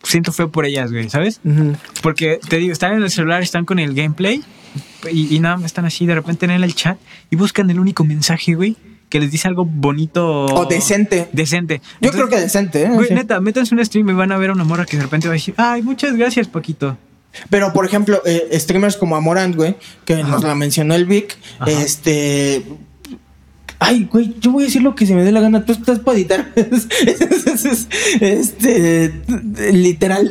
siento feo por ellas, güey, ¿sabes? Uh-huh. Porque, te digo, están en el celular, están con el gameplay y, y nada más están así, de repente en el chat y buscan el único mensaje, güey, que les dice algo bonito. O decente. Decente. Yo Entonces, creo que decente, ¿eh? Güey, Sí. neta, métanse un stream y van a ver a una morra que de repente va a decir, ay, muchas gracias, Paquito. Pero, por ejemplo, eh, streamers como Amorant, güey, que Ajá. nos la mencionó el Vic, Ajá. este... Ay, güey, yo voy a decir lo que se me dé la gana, tú estás para editar. este, literal,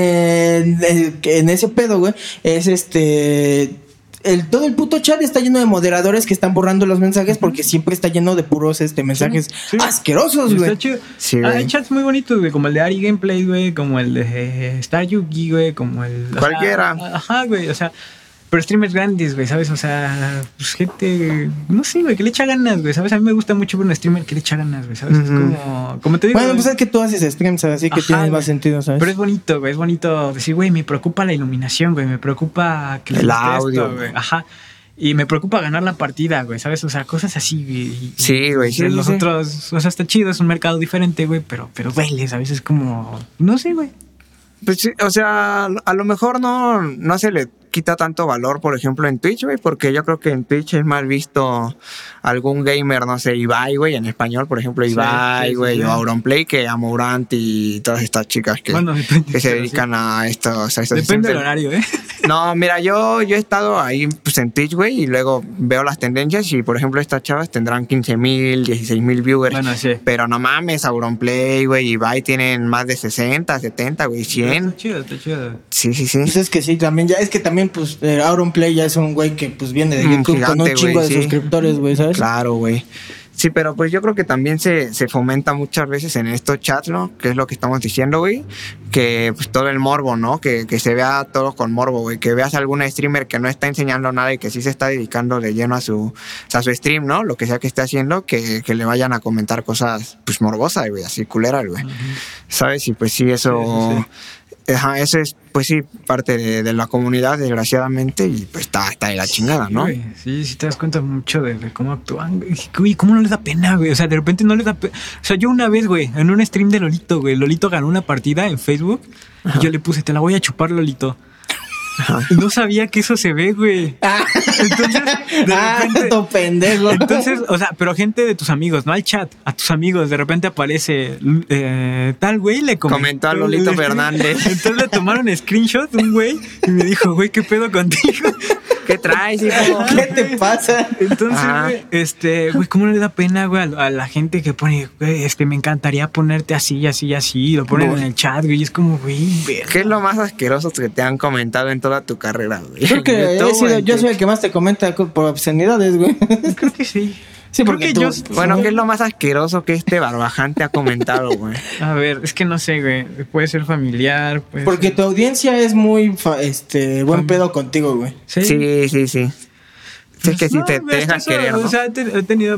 en ese pedo, güey, es este... El, todo el puto chat está lleno de moderadores que están borrando los mensajes porque siempre está lleno de puros este mensajes sí, sí. asquerosos, güey. Sí, ah, hay chats muy bonitos, güey, como el de Ari Gameplay, güey, como el de eh, Star Yugi, güey, como el... Cualquiera. Ajá, ajá, güey, o sea... Pero streamers grandes, güey, ¿sabes? O sea, pues gente... No sé, güey, que le echa ganas, güey, ¿sabes? A mí me gusta mucho ver un streamer que le echa ganas, güey, ¿sabes? Uh-huh. Es como... Como te digo... Bueno, pues es que tú haces streams, así que tiene más sentido, ¿sabes? Pero es bonito, güey, es bonito decir, güey, me preocupa la iluminación, güey, me preocupa que el audio, güey. Ajá. Y me preocupa ganar la partida, güey, ¿sabes? O sea, cosas así, güey. Sí, güey. Sí, nosotros, sí. O sea, está chido, es un mercado diferente, güey, pero, pero duele, ¿sabes? Es como... No sé, güey. Pues sí, o sea, a lo mejor no, no se le quita tanto valor, por ejemplo, en Twitch, güey, porque yo creo que en Twitch es más visto algún gamer, no sé, Ibai, güey, en español, por ejemplo, Ibai, güey, sí, sí, sí. o Auronplay, que Amorant y todas estas chicas que, bueno, depende, que se dedican sí. a estos... A estos depende del horario, ¿eh? No, mira, yo, yo he estado ahí pues, en Twitch, güey, y luego veo las tendencias y, por ejemplo, estas chavas tendrán quince mil, dieciséis mil viewers. Bueno, sí. Pero no mames, Auronplay, güey, y Ibai tienen más de sesenta, setenta, güey, cien. Está chido, está chido. Sí, sí, sí. Pues es que sí, también ya, es que también, pues, eh, Auronplay ya es un güey que, pues, viene de YouTube gigante, con un chingo wey, de sí. suscriptores, güey, ¿sabes? Claro, güey. Sí, pero pues yo creo que también se, se fomenta muchas veces en estos chats, ¿no? Que es lo que estamos diciendo, güey. Que pues todo el morbo, ¿no? Que, que se vea todo con morbo, güey. Que veas a algún streamer que no está enseñando nada y que sí se está dedicando de lleno a su, a su stream, ¿no? Lo que sea que esté haciendo, que, que le vayan a comentar cosas, pues, morbosas, güey. Así culeras, güey. Uh-huh. ¿Sabes? Y pues sí, eso... Sí, sí, sí. Ajá, eso es, pues sí, parte de, de la comunidad, desgraciadamente, y pues está, está de la chingada, ¿no? Sí, sí, sí te das cuenta mucho de, de cómo actúan, güey, cómo no les da pena, güey, o sea, de repente no les da pena, o sea, yo una vez, güey, en un stream de Lolito, güey, Lolito ganó una partida en Facebook, Ajá. y yo le puse, te la voy a chupar, Lolito. Ajá. No sabía que eso se ve, güey. Entonces, de ah, repente, tu pendejo. Entonces, o sea, pero gente de tus amigos, no al chat, a tus amigos, de repente aparece eh, tal güey, le comentó, comentó a Lolito le, Fernández. Entonces le tomaron screenshot un güey y me dijo, güey, ¿qué pedo contigo? ¿Qué traes, hijo? ¿Qué te pasa? Entonces, güey, este, güey, ¿cómo no le da pena, güey, a, a la gente que pone, güey, este, me encantaría ponerte así, así, así, y lo ponen no. en el chat, güey, y es como, güey, verga. ¿Qué es lo más asqueroso que te han comentado en toda tu carrera, güey? Creo que he sido, yo soy el que más te comenta por obscenidades, güey. Creo que sí. Sí, porque tú, yo... Bueno, ¿qué es lo más asqueroso que este Barbaján te ha comentado, güey? A ver, es que no sé, güey. Puede ser familiar. Puede porque ser... tu audiencia es muy fa- este buen Fam... pedo contigo, güey. Sí, sí, sí. sí. Pues es que sí no, te, te dejas querer, ¿no? O sea, he tenido...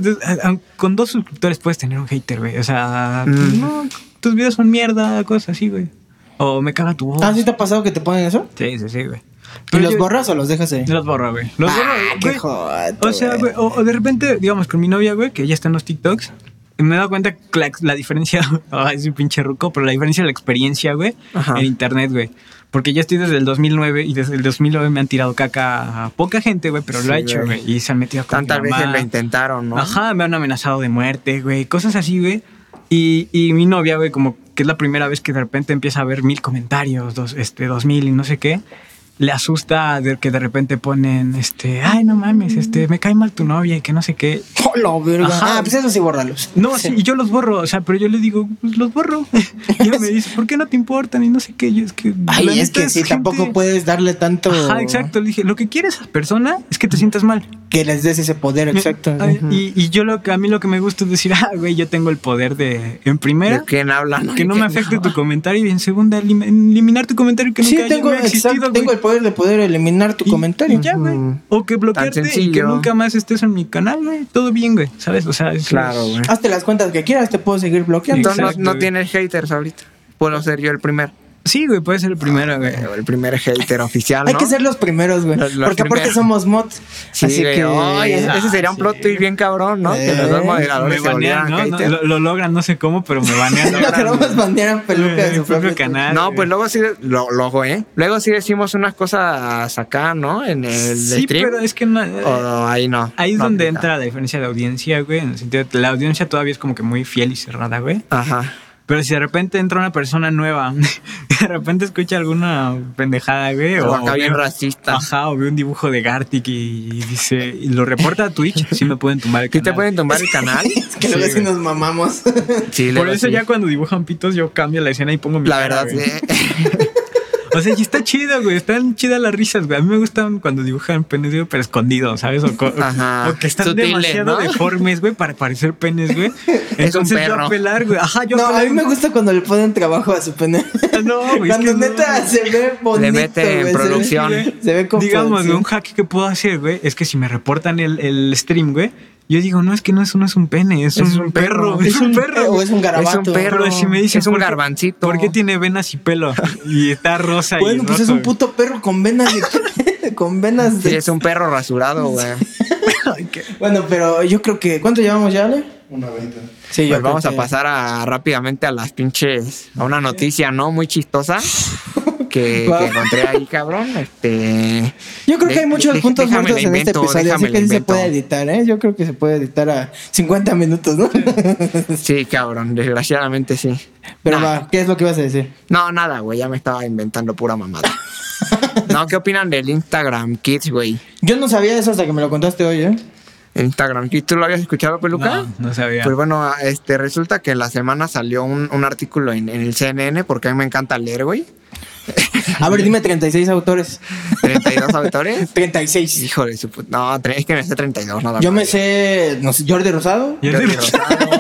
Con dos suscriptores puedes tener un hater, güey. O sea, mm. no, tus videos son mierda, cosas así, güey. O me caga tu voz. ¿Ah, sí te ha pasado que te ponen eso? Sí, sí, sí, güey. ¿Y los yo, borras o los dejas ahí? Los borro, güey. Los ah, borro, qué güey. joto, o sea, güey, o, o de repente, digamos, con mi novia, güey, que ella está en los TikToks, me he dado cuenta que la, la diferencia, oh, es un pinche ruco, pero la diferencia de la experiencia, güey, en internet, güey. Porque ya estoy desde el dos mil nueve y desde el dos mil nueve me han tirado caca a poca gente, güey, pero sí, lo ha hecho, güey. Y se han metido con tantas veces lo intentaron, ¿no? Ajá, me han amenazado de muerte, güey, cosas así, güey. Y, y mi novia, güey, como que es la primera vez que de repente empieza a ver mil comentarios, dos, este, dos mil y no sé qué. Le asusta de que de repente ponen, este, ay, no mames, este, me cae mal tu novia y que no sé qué. ¡Oh, la verga! Ajá. Ah, pues eso sí, bórralos. No, sí, y yo los borro, o sea, pero yo le digo, pues los borro. Y ella me dice, ¿por qué no te importan? Y no sé qué, yo es que... Ay, es que sí, gente... tampoco puedes darle tanto... Ajá, exacto, le dije, lo que quiere esa persona es que te sientas mal. Que les des ese poder, exacto. Ay, uh-huh. y, y yo lo que, a mí lo que me gusta es decir, ah, güey, yo tengo el poder de, en primera... ¿De quién habla? Que no me afecte no. tu comentario y en segunda, elim- eliminar tu comentario que sí, nunca tengo, haya existido, exacto, tengo el poder de poder eliminar tu y, comentario. Y ya, güey. O que bloquearte y que nunca más estés en mi canal, güey. Todo bien, güey. ¿Sabes? O sea, es, claro, güey. Hazte las cuentas que quieras, te puedo seguir bloqueando. Entonces no, no tienes haters ahorita. Puedo ser yo el primero. Sí, güey, puede ser el primero, güey. El primer hater oficial, ¿no? Hay que ser los primeros, güey. Los- los Porque aparte primeros. somos mods. Sí, así güey. que. Ay, ese, ese sería un sí. plot twist bien cabrón, ¿no? Que los dos Eh, moderadores Me se volvieran banean, ¿no? haters. Lo, lo logran, no sé cómo, pero me banean. No queremos bandear a Peluca de Mi su propio propio canal. No, güey. pues luego sí, lo, luego, ¿eh? Luego sí decimos unas cosas acá, ¿no? En el Sí, stream. pero es que no. O ahí no. Ahí es no donde aplica. entra la diferencia de audiencia, güey. En el sentido de que la audiencia todavía es como que muy fiel y cerrada, güey. Ajá. Pero si de repente entra una persona nueva, de repente escucha alguna pendejada, güey. O acá bien ve- racista. Ajá, o ve un dibujo de Gartic y, y dice, y lo reporta a Twitch, sí me pueden tumbar el ¿Sí canal. te pueden tumbar el canal? Es que luego Sí, sí güey. nos mamamos. Sí, Por luego eso sí. ya cuando dibujan pitos yo cambio la escena y pongo mi La cara, verdad, güey. sí. O sea, y está chido, güey. Están chidas las risas, güey. A mí me gustan cuando dibujan penes, güey, pero escondidos, ¿sabes? O, co- Ajá. o que están Sutiles, demasiado ¿no? deformes, güey, para parecer penes, güey. Entonces yo perro. apelar, güey. Ajá, yo No, a apelar. mí me gusta cuando le ponen trabajo a su pene. No, güey. es Cuando que neta no. se ve bonito. Le mete en güey, se ve- producción. Se ve con Digamos, güey, producción. un hack que puedo hacer, güey, es que si me reportan el, el stream, güey, yo digo, no, es que no, eso no es un pene, es, un, un perro. perro. Es un perro. O es un garabato. Es un perro. Pero si me dicen, Es un ¿por qué- garbancito. ¿Por qué tiene venas y pelo? Y está rosa Bueno, y pues rojo, es un güey. puto perro con venas de... con venas de... Sí, es un perro rasurado, güey. Bueno, pero yo creo que... ¿Cuánto llevamos ya, Ale? Una veinte. Sí, yo Pues creo vamos a que- pasar a, rápidamente a las pinches... A una noticia, ¿no? Muy chistosa. Que, Wow. que encontré ahí, cabrón. Este... Yo creo que de- hay muchos de- puntos déjame muertos la en este invento, episodio, déjame así la que sí se invento. puede editar, ¿eh? Yo creo que se puede editar a cincuenta minutos, ¿no? Sí, cabrón. Desgraciadamente sí. Pero Nah. va, ¿qué es lo que ibas a decir? No, nada, güey. Ya me estaba inventando pura mamada. No, ¿qué opinan del Instagram Kids, güey? Yo no sabía eso hasta que me lo contaste hoy, ¿eh? El Instagram Kids, ¿tú lo habías escuchado, Peluca? No, no sabía. Pues bueno, este, resulta que en la semana salió un, un artículo en, en el C N N, porque a mí me encanta leer, güey. A ver, dime treinta y seis autores. treinta y dos autores. treinta y seis. Hijo de su puta. No, tre- es que me sé treinta y dos, nada Yo más. me sé, no sé, Jordi Rosado. Yo Jordi digo- Rosado,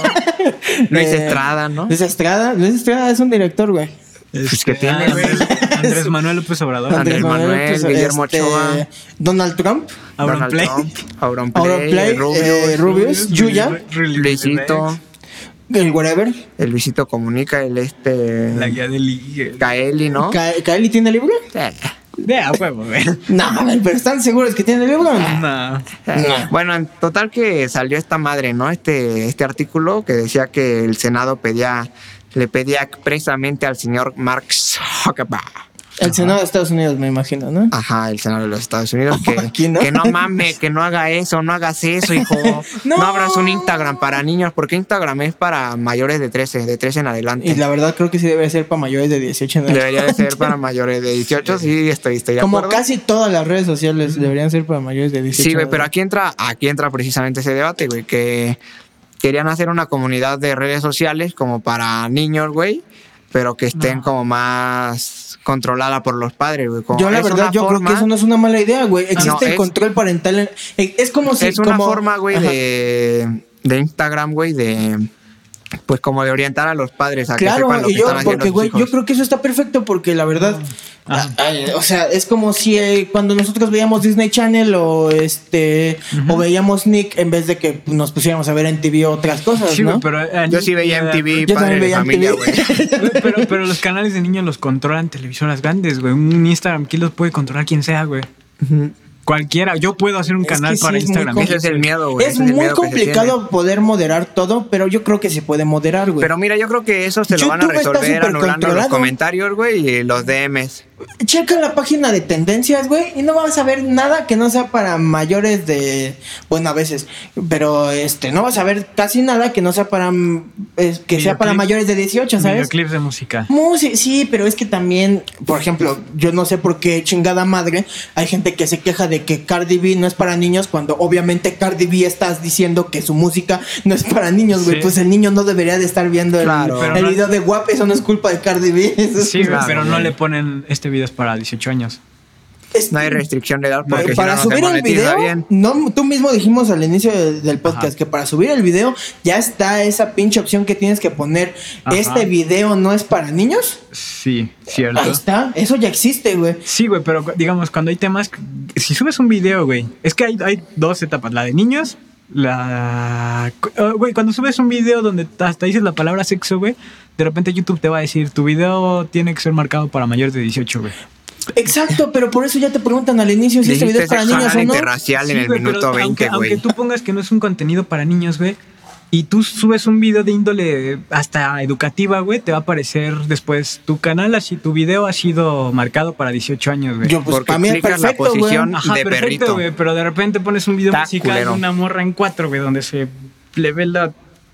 Luis Eh, Estrada, ¿no? Luis Estrada. Luis Estrada es un director, güey. Pues que tiene, ah, güey. Andrés, Andrés Manuel López Obrador. Andrés Manuel, Guillermo Ochoa. Donald Trump. Donald Auronplay. Trump, Auronplay, Auronplay, Rubius, eh, Rubius, Yuya, Luisito, el whatever. el Luisito Comunica, el este... La guía de ligue. Kaeli, ¿no? Ka- ¿Kaeli tiene libro? Eh, De a huevo, güey. No, a ver, pero ¿están seguros que tiene libro? No. eh. Bueno, en total que salió esta madre, ¿no? Este, este artículo que decía que el Senado pedía, le pedía expresamente al señor Mark Zuckerberg. El Senado de Estados Unidos, me imagino, ¿no? Ajá, el Senado de los Estados Unidos. Que, Aquí, ¿no? que no mames, que no haga eso, no hagas eso, hijo. No. No. abras un Instagram para niños, porque Instagram es para mayores de trece, de trece en adelante. Y la verdad creo que sí debe ser para mayores de dieciocho. ¿no? Debería de ser para mayores de dieciocho, sí, estoy, estoy de Como acuerdo. casi todas las redes sociales deberían ser para mayores de dieciocho. Sí, güey, pero aquí entra, aquí entra precisamente ese debate, güey, que querían hacer una comunidad de redes sociales como para niños, güey, pero que estén como más controlada por los padres, güey. Como- Yo la es verdad, una yo creo forma- que eso no es una mala idea, güey. Existe No, el es- control parental. en- eh, es como si... es una como- forma, güey, Ajá. de, de Instagram, güey, de pues como de orientar a los padres a que Claro, sepan lo y que yo, están haciendo porque, sus güey, hijos. yo creo que eso está perfecto porque la verdad, Ajá. ay, o sea, es como si eh, cuando nosotros veíamos Disney Channel o este, o veíamos Nick en vez de que nos pusiéramos a ver en T V otras cosas, Sí, ¿no? güey, pero. eh, Yo sí veía M T V, Yo padre también de veía familia, M T V. güey. Güey, pero, pero los canales de niños los controlan televisoras grandes, güey. Un Instagram aquí los puede controlar quien sea, güey. Cualquiera. Yo puedo hacer un Es canal que sí para es muy Ese Instagram. complicado. es el miedo, güey. Es ese el muy miedo que se tiene. complicado poder moderar todo, pero yo creo que se puede moderar, güey. Pero mira, yo creo que eso se lo van a YouTube está resolver súper anulando los controlado. comentarios, güey, y los D Ms. Checa la página de tendencias, güey, y no vas a ver nada que no sea para mayores de... Bueno, a veces, pero este, no vas a ver casi nada que no sea para... mm, es- que sea para Videoclip- mayores de dieciocho, ¿sabes? Videoclips de música. Musi- sí, pero es que también, por ejemplo, yo no sé por qué chingada madre hay gente que se queja de que Cardi B no es para niños cuando obviamente Cardi B estás diciendo que su música no es para niños, güey. Sí. Pues el niño no debería de estar viendo el, Claro. Pero el no- video de Guap, eso no es culpa de Cardi B. Eso es Sí, güey, Claro, pero no güey. le ponen este video es para dieciocho años. Es- No hay restricción de edad porque Eh, para si no, no se subir el monetiza video, bien. no, tú mismo dijimos al inicio de- del podcast Ajá. que para subir el video ya está esa pinche opción que tienes que poner. Ajá. Este video no es para niños. Sí, cierto. Ahí está, eso ya existe, güey. Sí, güey, pero digamos, cuando hay temas, si subes un video, güey, es que hay, hay dos etapas, la de niños La... Uh, güey, cuando subes un video donde hasta dices la palabra sexo, güey, de repente YouTube te va a decir, tu video tiene que ser marcado para mayores de dieciocho, güey. Exacto, pero por eso ya te preguntan al inicio si este video es para niños o no. Interracial Sí, en el güey, minuto pero veinte, aunque, güey. aunque tú pongas que no es un contenido para niños, güey, y tú subes un video de índole hasta educativa, güey, te va a aparecer después tu canal, así, tu video ha sido marcado para dieciocho años, güey. Yo, pues, Porque para mí es clicas la perfecto, güey. posición Ajá, de perfecto, perrito. güey, pero de repente pones un video Está musical culero. de una morra en cuatro, güey, donde se le ve la,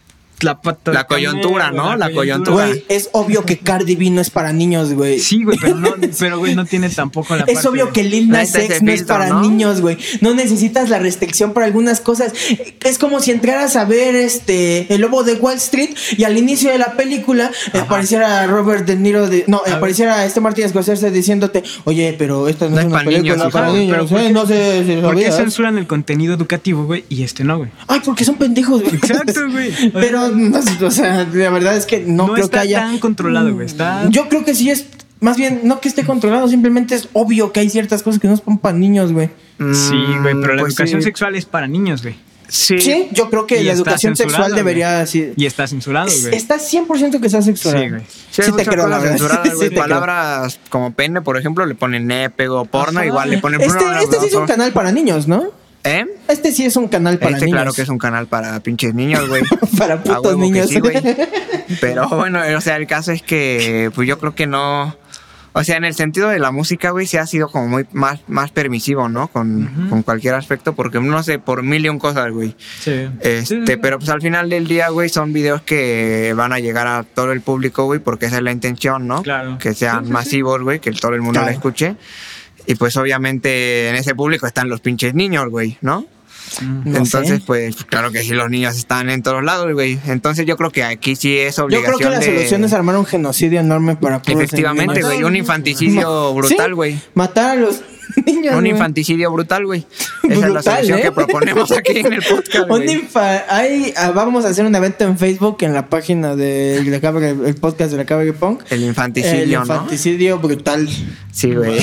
la pata. La de coyuntura, camelo, ¿no? La coyuntura. Güey, es obvio que Cardi B no es para niños, güey. Sí, güey, pero no, pero güey, no tiene tampoco la Es parte obvio de- que Lil Nas Ahí está X ese no es filtro, para ¿no? niños, güey. No necesitas la restricción para algunas cosas. Es como si entraras a ver este El Lobo de Wall Street y al inicio de la película eh, apareciera Robert De Niro, de, no, eh, A apareciera este Martin Scorsese diciéndote, oye, pero esta no, No es es una para película niños, para hijo. niños, Pero ¿por eh, qué- no sé si ¿Por qué sabías. censuran el contenido educativo, güey? Y este no, güey. Ay, porque son pendejos, güey. Exacto, güey. Pero, no, o sea, la verdad es que no, No creo está que haya tan controlado, güey. Está... Yo creo que sí es, más bien, no que esté controlado, simplemente es obvio que hay ciertas cosas que no son para niños, güey. Sí, güey, pero la Pues educación sí. sexual es para niños, güey. Sí. Sí, yo creo que Y la está educación censurado, sexual güey. debería así. Y está censurado, Es- güey. Está cien por ciento que está censurado. Sí, güey. Sí, hay Sí te muchas creo, la cosas verdad. censuradas, Sí güey. te creo. Palabras como pene, por ejemplo, le ponen nepe o porno, Ajá. igual le ponen... Este, este sí es un canal para niños, ¿no? ¿Eh? Este sí es un canal para Este niños. claro que es un canal para pinches niños, güey. Para A putos huevo que niños. sí, güey. Pero bueno, o sea, el caso es que pues yo creo que no... O sea, en el sentido de la música, güey, sí ha sido como muy más, más permisivo, ¿no? Con, Ujú. con cualquier aspecto, porque no sé, por mil y un cosas, güey. Sí. Este, Sí, sí, sí. pero pues al final del día, güey, son videos que van a llegar a todo el público, güey, porque esa es la intención, ¿no? Claro. Que sean Sí, sí, sí. masivos, güey, que todo el mundo Claro. la escuche. Y pues obviamente en ese público están los pinches niños, güey, ¿no? Mm. No Entonces, sé. pues claro que sí, los niños están en todos lados, güey. Entonces yo creo que aquí sí es Yo obligación creo que la de... solución es armar un genocidio enorme para puros Efectivamente, niños. güey, un infanticidio Sí, brutal, güey. Matar a los niños. Un güey. infanticidio brutal, güey. Esa es la Brutal, solución ¿eh? que proponemos aquí en el podcast, Un güey. infa- hay, ah, vamos a hacer un evento en Facebook en la página de la Cabaret- el podcast de la Cabaret Punk. El El infanticidio, infanticidio brutal. ¿no? Sí, güey.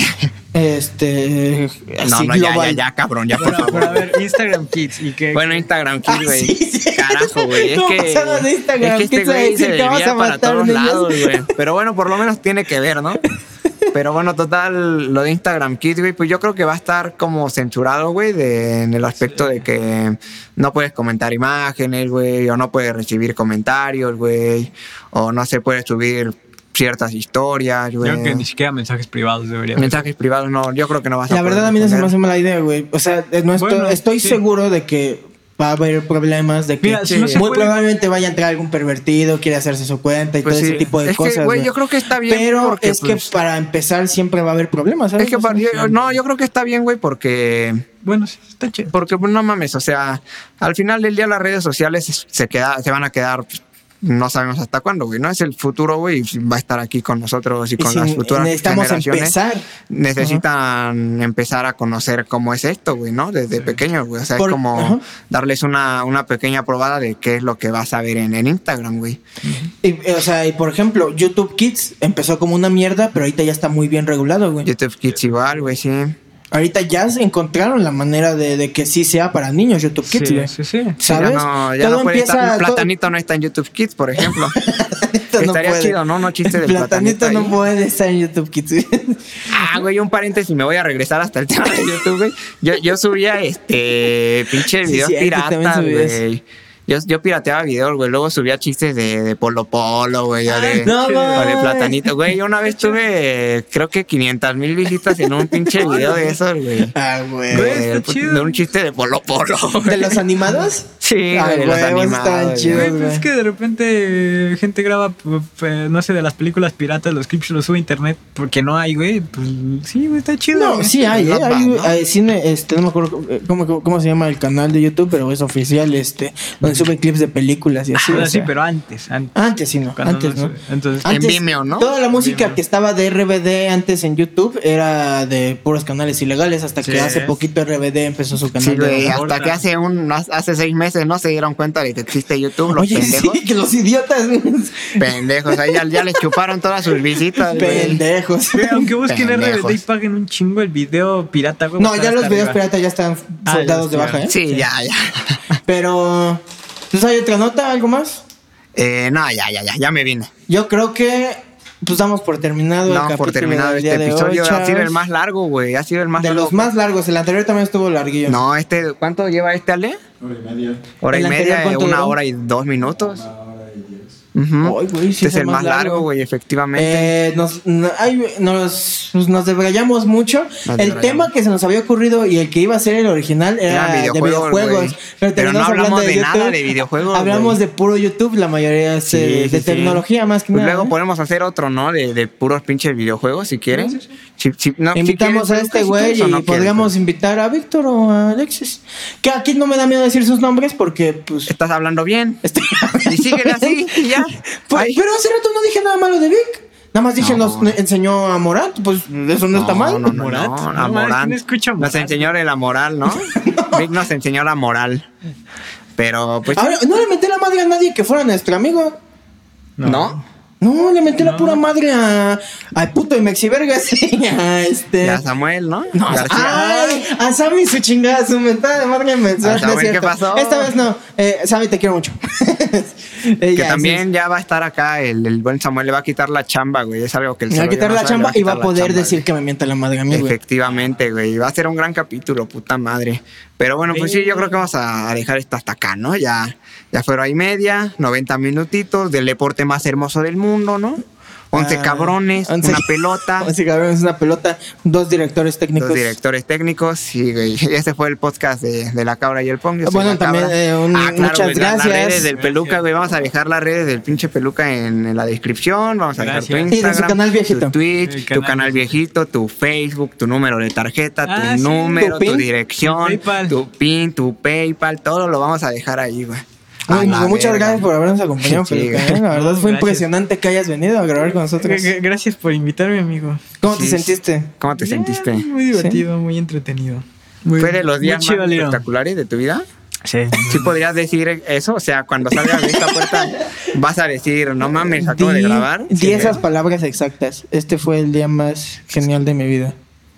Este. No, así no, ya, global. ya, ya, cabrón, ya, por Bueno, pero a favor. ver, Instagram Kids y que... Bueno, Instagram Kids, Ah, güey. sí, sí. Carajo, güey. Es ¿Cómo que, pasamos de Instagram es que este Kids a güey decir se que vas desvía a para matar todos niños? lados, güey. Pero bueno, por lo menos tiene que ver, ¿no? Pero bueno, total, lo de Instagram Kids, güey, pues yo creo que va a estar como censurado, güey, de, en el aspecto de que no puedes comentar imágenes, güey, o no puedes recibir comentarios, güey, o no se puede subir ciertas historias, Yo güey. creo que ni siquiera mensajes privados debería haber. Mensajes privados, no, yo creo que no vas a La poder verdad, a mí no se me poner. hace mala idea, güey. O sea, eh, no estoy, Bueno, estoy sí. seguro de que va a haber problemas, de que Mira, si no se muy puede- probablemente vaya a entrar algún pervertido, quiere hacerse su cuenta y Pues todo sí. ese tipo de Es que, cosas. güey, yo creo que está bien, Pero porque, es que pues, para empezar siempre va a haber problemas, ¿sabes? Es que O sea, para- yo- no, yo creo que está bien, güey, porque Bueno, sí, está chido. porque pues, no mames, o sea, al final del día las redes sociales se queda, se van a quedar, pues, no sabemos hasta cuándo, güey, no es el futuro, güey, y va a estar aquí con nosotros y y con si las futuras necesitamos generaciones. empezar. Necesitan empezar a conocer cómo es esto, güey, ¿no? Desde pequeños, güey. O sea, Por- es como ajá. darles una, una pequeña probada de qué es lo que vas a ver en, en Instagram, güey. Y, eh, o sea, y por ejemplo, YouTube Kids empezó como una mierda, pero ahorita ya está muy bien regulado, güey. YouTube Kids igual, güey, sí. Ahorita ya se encontraron la manera de, de que sí sea para niños YouTube Kids, Sí, güey. sí, sí. ¿Sabes? Ya no, ya Todo no puede empieza- estar. todo- Platanito no está en YouTube Kids, por ejemplo. Platanito no Estaría puede. chido, ¿no? No chiste del Platanito platanito no ahí. puede estar en YouTube Kids. Ah, güey, un paréntesis, me voy a regresar hasta el tema de YouTube, güey. Yo, yo subía este pinche Sí, videos cierto, piratas, también subías. güey. Yo, yo pirateaba videos, güey. Luego subía chistes de, de Polo Polo, güey. O de, No, o de mames. Platanito. Güey, yo una vez tuve, creo que quinientas mil visitas en un pinche video de esos, güey. Ah, güey. Güey, De, está chido. de un chiste de Polo Polo. ¿De los animados? Sí, Ay, güey, de los güey, esos estaban animados. chidos. güey. Güey, pues es que de repente gente graba, p- p- no sé, de las películas piratas, los clips los sube a internet porque no hay, güey. Pues sí, güey, está chido. No, güey. sí hay, ¿eh? Not bad, Hay, ¿no? hay cine, este, no me acuerdo eh, cómo, cómo, cómo se llama el canal de YouTube, pero es oficial, este, donde suben clips de películas y así. Ah, o sí, sea. pero antes, antes. Antes sí, no, Cuando antes no no. se- entonces- En Vimeo, ¿no? Toda la música Vimeo. que estaba de R B D antes en YouTube era de puros canales ilegales, hasta que Sí. hace poquito R B D empezó su canal Sí, de güey, rock. hasta que hace un hace seis meses entonces no se dieron cuenta de que existe YouTube, los Oye, pendejos. sí, que los idiotas. Pendejos, ahí ya, ya les chuparon todas sus visitas, güey. Pendejos. Güey, aunque busquen R Pendejos. B D y paguen un chingo el video pirata, güey. No, va a ya estar los hasta videos arriba. piratas ya están Ah, soldados ya de baja, ¿eh? Sí, ya, ya. Pero, ¿pues hay otra nota? ¿Algo más? Eh, no, ya, ya, ya, ya me vine. Yo creo que, pues damos por terminado el Damos capítulo por terminado del este día de episodio. hoy, Ha sido el chavos. más largo, güey. Ha sido el más De largo. los más largos. El anterior también estuvo larguillo. No, este, ¿cuánto lleva este, Ale? Hora y media. Hora ¿El y anterior media, cuánto una duró? hora y dos minutos. Una hora y diez. Ujú. Ay, güey, sí Este es el más largo, güey, efectivamente. Eh, nos, no- ay, nos, pues, nos debrayamos mucho. Nos el debrayamos. tema que se nos había ocurrido y el que iba a ser el original era Eran de videojuegos, videojuegos. güey. Pero, Pero terminamos no hablamos hablando de nada YouTube. de videojuegos, Hablamos güey. de puro YouTube, la mayoría es, Sí, eh, sí, de sí. tecnología más que Pues nada. luego ¿eh? podemos hacer otro, ¿no? De, de puros pinches videojuegos, si quieres. Si- si- no, si Invitamos quieres, a este si güey quieres o y no quieres, podríamos pues. invitar a Víctor o a Alexis. Que aquí no me da miedo decir sus nombres porque, pues. Estás hablando bien. Estoy- Y síguele así, y ya. Pues, Ay. pero hace rato no dije nada malo de Vic. Nada más dije, No. nos enseñó a Morant. Pues eso no, está mal. No, no, ¿Morant? no, No, a mames, Morant. ¿quién escucha Nos Morant? enseñó la moral, ¿no? Vic nos enseñó la moral. Pero, pues, Ahora, no le metí la madre a nadie que fuera nuestro amigo. ¿no? No, le metí la No. pura madre a. Al puto de Mexivergas y a este. Y a Samuel, ¿no? No, García. ay, a Sammy su chingada, su mentada de madre me A Samuel, ¿qué pasó? Esta vez no. Eh, Sammy, te quiero mucho. Eh, Que ya, también sí, ya va a estar acá, el, el buen Samuel le va a quitar la chamba, güey. Es algo que el me va a Samuel quitar no la sabe, chamba le y va a quitar la poder chamba, decir güey. que me mienta la madre a mí, güey. Efectivamente, güey. Va a ser un gran capítulo, puta madre. Pero bueno, pues sí, yo creo que vamos a dejar esto hasta acá, ¿no? Ya, ya fueron ahí media, noventa minutitos del deporte más hermoso del mundo, ¿no? once Ah, cabrones, once una pelota, once cabrones, una pelota, dos directores técnicos. dos directores técnicos. Sí, güey. Ese fue el podcast de, de La Cabra y el Pong. Yo soy Bueno, La también, Cabra. eh, un- muchas güey, la- gracias. Las redes del Peluca, güey. Vamos a dejar las redes del pinche Peluca en, en la descripción. Vamos a dejar tu Gracias. Y de su Instagram, canal viejito. tu Twitch, El tu canal canal viejito, tu Facebook, tu número de tarjeta, tu Ah, sí. número, Tu tu, PIN, dirección, tu PayPal. tu PIN, tu PayPal. Todo lo vamos a dejar ahí, güey. Muy- A la muchas verga. gracias por habernos acompañado. Sí, Felipe, güey. ¿eh? La verdad fue Gracias. impresionante que hayas venido a grabar con nosotros. G- Gracias por invitarme, amigo. ¿Cómo te Sí. sentiste? ¿Cómo te sentiste? Muy divertido, muy entretenido. Muy, ¿Fue de los días muy chido, más Leo. espectaculares de tu vida? Sí. ¿Sí podrías decir eso? O sea, cuando salgas de esta puerta vas a decir, no mames, acabo de Di- grabar. Di Sí, esas ¿eh? palabras exactas. Este fue el día más genial de mi vida.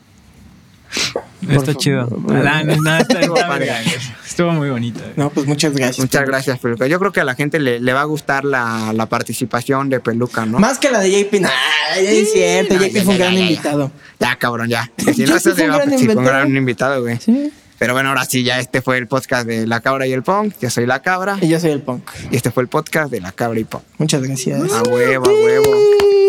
Está favor. chido. Ah, no, no, está- Estuvo está padre. verga. Estuvo muy bonito. No, pues muchas gracias. Muchas gracias, Peluca. Yo creo que a la gente le, le va a gustar la, la participación de Peluca, ¿no? Más que la de J P. Nah, ya es cierto. no, J P ya, fue un ya, gran ya, ya. invitado. Ya, cabrón, ya. Si J no, P eso fue se un va gran sí, fue un invitado. gran invitado, güey. Sí. Pero bueno, ahora sí, ya este fue el podcast de La Cabra y el Punk. Yo soy La Cabra. Y yo soy el punk. Y este fue el podcast de La Cabra y Punk. Muchas gracias. A huevo, a huevo.